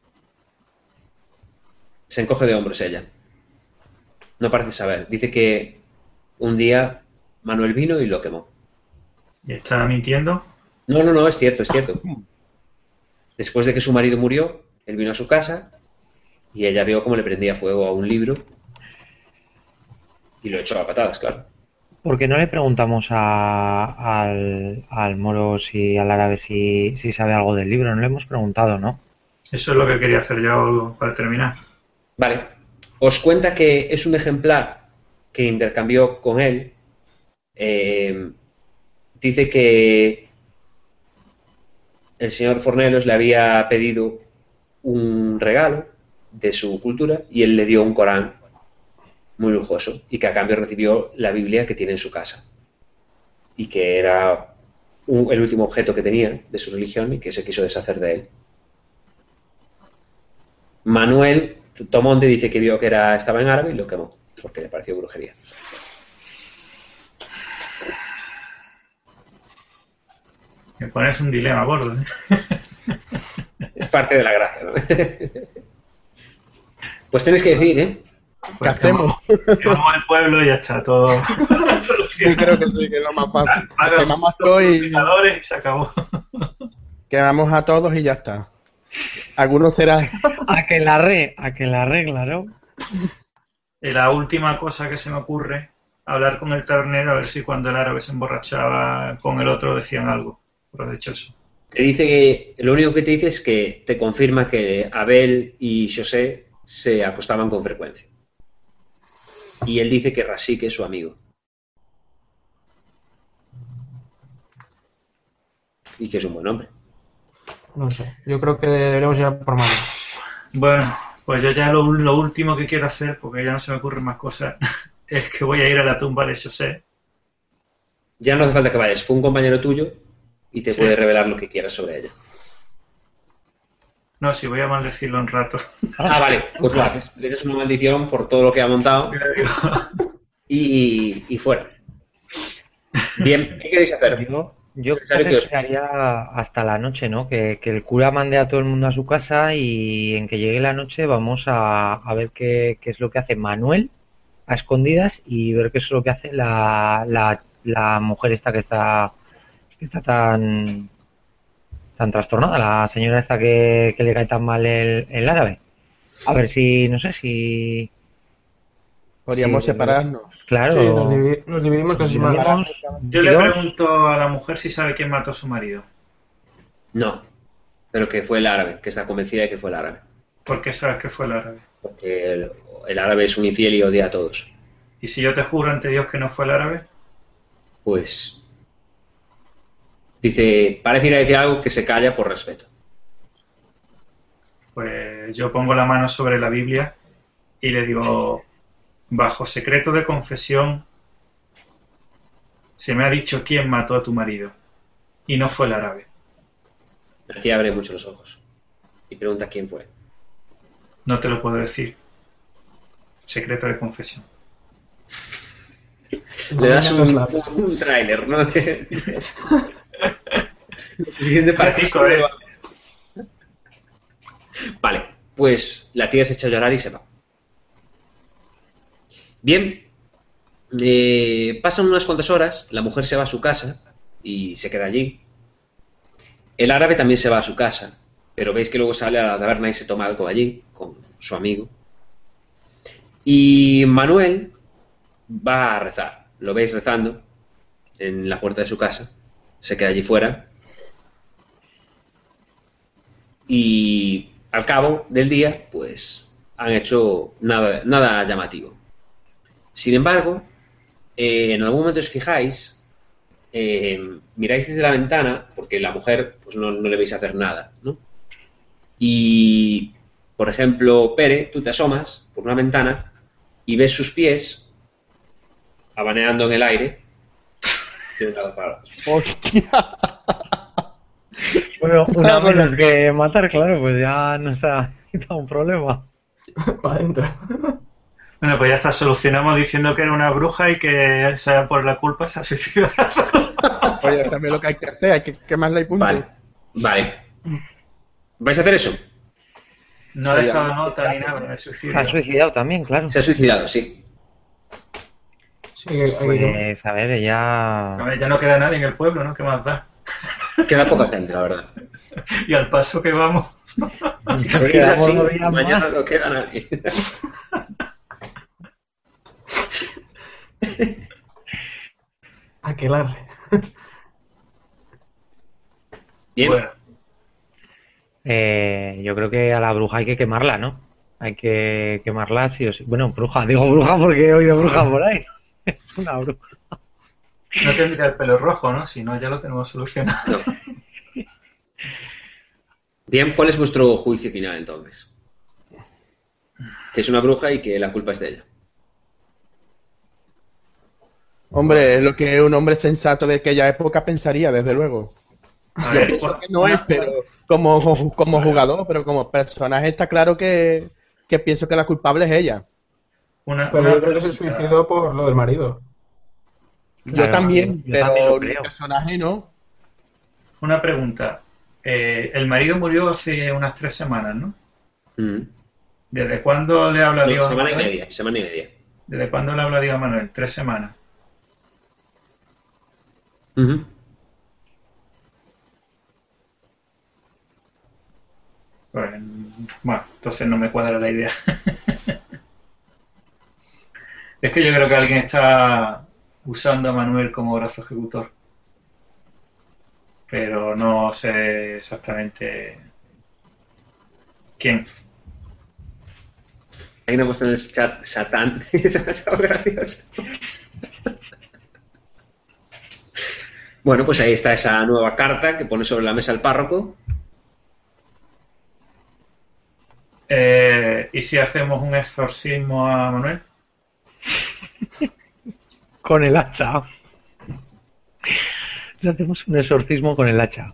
Se encoge de hombros ella. No parece saber. Dice que un día Manuel vino y lo quemó. ¿Y está mintiendo? No, no, no, es cierto, es cierto. Después de que su marido murió, él vino a su casa y ella vio cómo le prendía fuego a un libro y lo echó a patadas, claro. ¿Por qué no le preguntamos a- al, al Moro si al árabe si, si sabe algo del libro? No le hemos preguntado, ¿no? Eso es lo que quería hacer yo para terminar. Vale. Os cuenta que es un ejemplar que intercambió con él. Eh, dice que el señor Fornelos le había pedido un regalo de su cultura y él le dio un Corán muy lujoso y que a cambio recibió la Biblia que tiene en su casa y que era un- el último objeto que tenía de su religión y que se quiso deshacer de él. Manuel Tomonte dice que vio que era, estaba en árabe y lo quemó porque le pareció brujería. Me pones un dilema gordo, ¿eh? Es parte de la gracia, ¿no? Pues tienes que decir, ¿eh? ¿Qué Pues hacemos? quemamos- quemamos el pueblo y ya está todo Sí, solucionado. creo que sí, que es lo más fácil. Paga Quemamos a los todos y pecadores y se acabó. quemamos a todos y ya está. Algunos será. A que la re, a que la re, claro. Y la última cosa que se me ocurre, hablar con el tabernero a ver si cuando el árabe se emborrachaba con el otro decían algo provechoso. Te dice que lo único que te dice es que te confirma que Abel y José se acostaban con frecuencia. Y él dice que Rasik es su amigo. Y que es un buen hombre. No sé, yo creo que deberíamos ir a por Manu. Bueno, pues yo ya lo, lo último que quiero hacer, porque ya no se me ocurren más cosas, es que voy a ir a la tumba de José. Ya no hace falta que vayas, fue un compañero tuyo y te Sí. puede revelar lo que quieras sobre ella. No, si voy a maldecirlo un rato. Ah, vale, pues lo haces. Le echas una maldición por todo lo que ha montado y, y fuera. Bien, ¿qué queréis hacer? Yo, yo Necesario pues que os- esperaría hasta la noche, ¿no? Que, que el cura mande a todo el mundo a su casa y en que llegue la noche vamos a, a ver qué, qué es lo que hace Manuel a escondidas y ver qué es lo que hace la, la, la mujer esta que está, que está tan, tan trastornada, la señora esta que, que le cae tan mal el, el árabe. A ver si, no sé, si... Podríamos si- separarnos. Claro, Sí, nos, divi- nos dividimos casi mal. dividimos Yo le dos. pregunto a la mujer si sabe quién mató a su marido. No, pero que fue el árabe, que está convencida de que fue el árabe. ¿Por qué sabes que fue el árabe? Porque el, el árabe es un infiel y odia a todos. Y si yo te juro ante Dios que no fue el árabe, Pues dice, parece ir a decir algo que se calla por respeto. pues yo pongo la mano sobre la Biblia y le digo, bajo secreto de confesión, se me ha dicho quién mató a tu marido. Y no fue el árabe. La tía abre mucho los ojos y pregunta quién fue. No te lo puedo decir. Secreto de confesión. Le das Los un, labios. un tráiler, ¿no? Siguiente Práctico, ¿eh? Vale, pues la tía se echa a llorar y se va. Bien, eh, pasan unas cuantas horas, la mujer se va a su casa y se queda allí. El árabe también se va a su casa, pero veis que luego sale a la taberna y se toma algo allí con su amigo. Y Manuel va a rezar, lo veis rezando en la puerta de su casa, se queda allí fuera y al cabo del día pues han hecho nada, nada llamativo. Sin embargo, eh, en algún momento os fijáis, eh, miráis desde la ventana, porque la mujer pues no, no le veis hacer nada, ¿no? Y, por ejemplo, Pere, tú te asomas por una ventana y ves sus pies abaneando en el aire de un lado para otro. Hostia. Bueno, una menos que matar, claro, pues ya nos ha quitado un problema. Para adentro. Bueno, pues ya está, solucionamos diciendo que era una bruja y que sea por la culpa se ha suicidado. Oye, también lo que hay que hacer, hay que quemarla y punto. Vale, vale. ¿Vais a hacer eso? No ha dejado nota ni nada de Se ha suicidio. suicidado también, claro. Se ha suicidado, sí. Sí, hay que- hay que- Pues a ver, ya... A ver, ya no queda nadie en el pueblo, ¿no? ¿Qué más da? Queda poca gente, la verdad. Y al paso que vamos. Si Nos hacéis quedamos así, unos días mañana más. no queda nadie. Aquelarre. Bien, Bueno, Eh, yo creo que a la bruja hay que quemarla, ¿no? Hay que quemarla sí o sí. Bueno, bruja, digo bruja porque he oído bruja por ahí. Es una bruja. no tendría el pelo rojo, ¿no? Si no, ya lo tenemos solucionado. no. Bien, ¿cuál es vuestro juicio final entonces? Que es una bruja y que la culpa es de ella. Hombre, es lo que un hombre sensato de aquella época pensaría, desde luego. A Yo ver, pienso que no una- es, pero como, como jugador, pero como personaje está claro que, que pienso que la culpable es ella. Una, Pero una yo creo que se pregunta. suicidó por lo del marido. Yo Claro, también, yo pero también lo mi creo. personaje no. Una pregunta. Eh, el marido murió hace unas tres semanas, ¿no? Mm. ¿Desde cuándo le habla No, Dios a semana y Manuel? media, semana y media. ¿Desde cuándo le habla Dios a Manuel? Tres semanas. Ujú. Pues, bueno, entonces no me cuadra la idea. Es que yo creo que alguien está usando a Manuel como brazo ejecutor. Pero no sé exactamente quién. Hay una puesto en el chat Satán. Se me ha echado gracioso. Bueno, pues ahí está esa nueva carta que pone sobre la mesa el párroco. Eh, ¿Y si hacemos un exorcismo a Manuel? Con el hacha. Le hacemos un exorcismo con el hacha.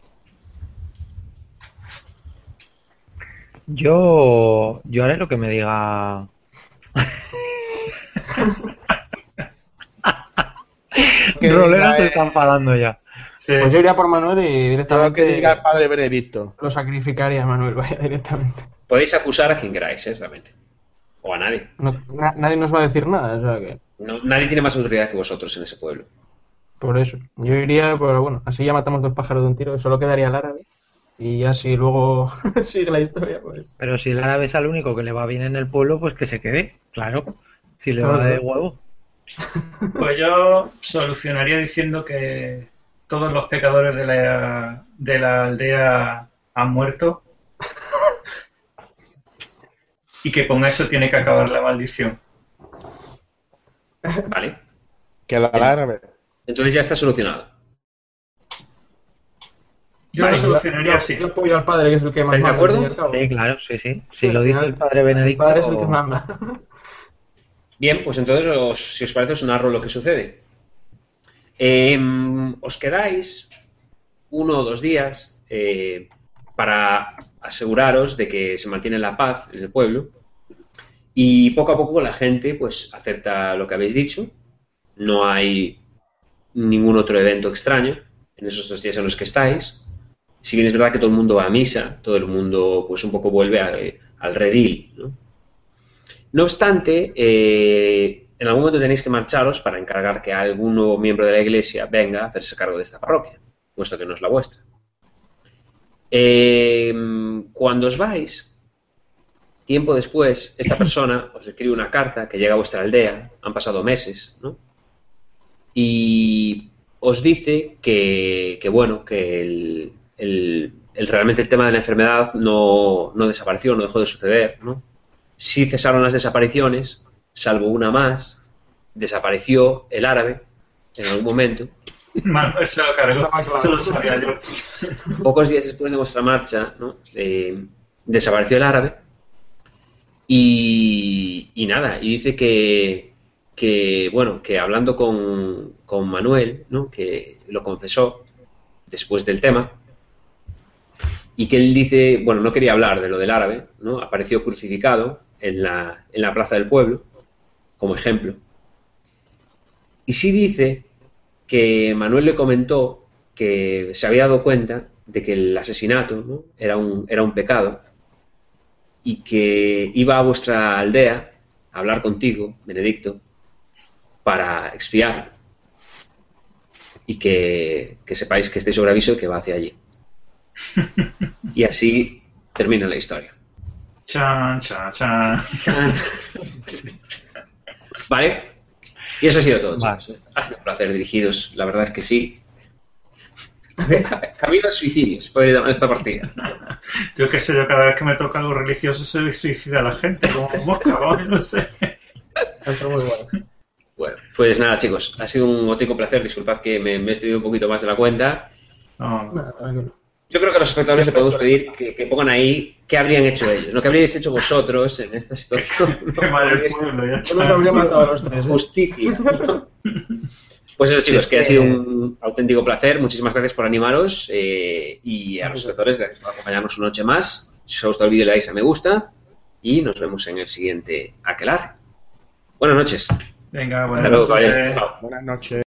Yo, yo haré lo que me diga. Roleros se están enfadando ya. Sí. Pues yo iría por Manuel y Todo lo que directamente diga el padre Benedicto. lo sacrificaría a Manuel, vaya, directamente. Podéis acusar a quien queráis, ¿eh? Realmente. O a nadie. No- na- nadie nos va a decir nada, o sea que... No, nadie tiene más autoridad que vosotros en ese pueblo. Por eso. Yo iría, pero bueno, así ya matamos dos pájaros de un tiro, solo quedaría el árabe. Y ya si luego sigue la historia, pues... Pero si el árabe es el único que le va bien en el pueblo, pues que se quede, claro. Si le Claro, va de claro. huevo. Pues yo solucionaría diciendo que todos los pecadores de la, de la aldea han muerto y que con eso tiene que acabar la maldición. ¿Vale? Que la árabe. Entonces ya está solucionado. Yo Vale, lo solucionaría yo, así. yo apoyo al padre, que es el que más ¿Estáis de manda, acuerdo? al fin y al cabo. Sí, claro, sí, sí. Si Sí, lo al dice final, el padre Benedicto. El padre es el que manda. Bien, pues entonces, os- si os parece, os narro lo que sucede. Eh, os quedáis uno o dos días eh, para aseguraros de que se mantiene la paz en el pueblo y poco a poco la gente pues acepta lo que habéis dicho. No hay ningún otro evento extraño en esos dos días en los que estáis. Si bien es verdad que todo el mundo va a misa, todo el mundo pues un poco vuelve a- al redil, ¿no? No obstante, eh, en algún momento tenéis que marcharos para encargar que algún nuevo miembro de la iglesia venga a hacerse cargo de esta parroquia, puesto que no es la vuestra. Eh, cuando os vais, tiempo después, esta persona os escribe una carta que llega a vuestra aldea, han pasado meses, ¿no? Y os dice que, que bueno, que el, el- el- realmente el tema de la enfermedad no, no desapareció, no dejó de suceder, ¿no? Sí cesaron las desapariciones, salvo una más, desapareció el árabe en algún momento. Manuel se lo cargó, Estaba claro. eso lo sabía yo. Pocos días después de vuestra marcha, ¿no? Eh, desapareció el árabe y, y nada, y dice que, que, bueno, que hablando con, con Manuel, ¿no? Que lo confesó después del tema, y que él dice, bueno, no quería hablar de lo del árabe, ¿no? Apareció crucificado en la, en la plaza del pueblo, como ejemplo. Y sí dice que Manuel le comentó que se había dado cuenta de que el asesinato, ¿no? era un, era un pecado y que iba a vuestra aldea a hablar contigo, Benedicto, para expiarlo. Y que, que sepáis que estéis sobre aviso y que va hacia allí. Y así termina la historia. Chan, chan, chan. ¿Vale? Y eso ha sido todo, Vale. chicos. Ha sido un placer dirigiros, la verdad es que sí. Camino al suicidio, se puede llamar esta partida. Yo qué sé, yo cada vez que me toca algo religioso se suicida la gente, como mosca, ¿no? No sé. Está muy bueno. Bueno, pues nada, chicos, ha sido un auténtico placer. Disculpad que me, me he extendido un poquito más de la cuenta. No, no. Nada, tranquilo. Yo creo que a los espectadores le podemos pedir que, que pongan ahí qué habrían hecho ellos, no qué habríais hecho vosotros en esta situación. ¿no? Qué mal el Habríais- pueblo, ya Yo los está. habría matado a los tres. ¿eh? Justicia. ¿no? Pues eso, chicos, que ha sido un auténtico placer. Muchísimas gracias por animaros eh, y a los espectadores, gracias por acompañarnos una noche más. Si os ha gustado el vídeo, le dais a me gusta y nos vemos en el siguiente Aquelarre. Buenas noches. Venga, Hasta buenas luego, noches. caballero. Chao. Buenas noches.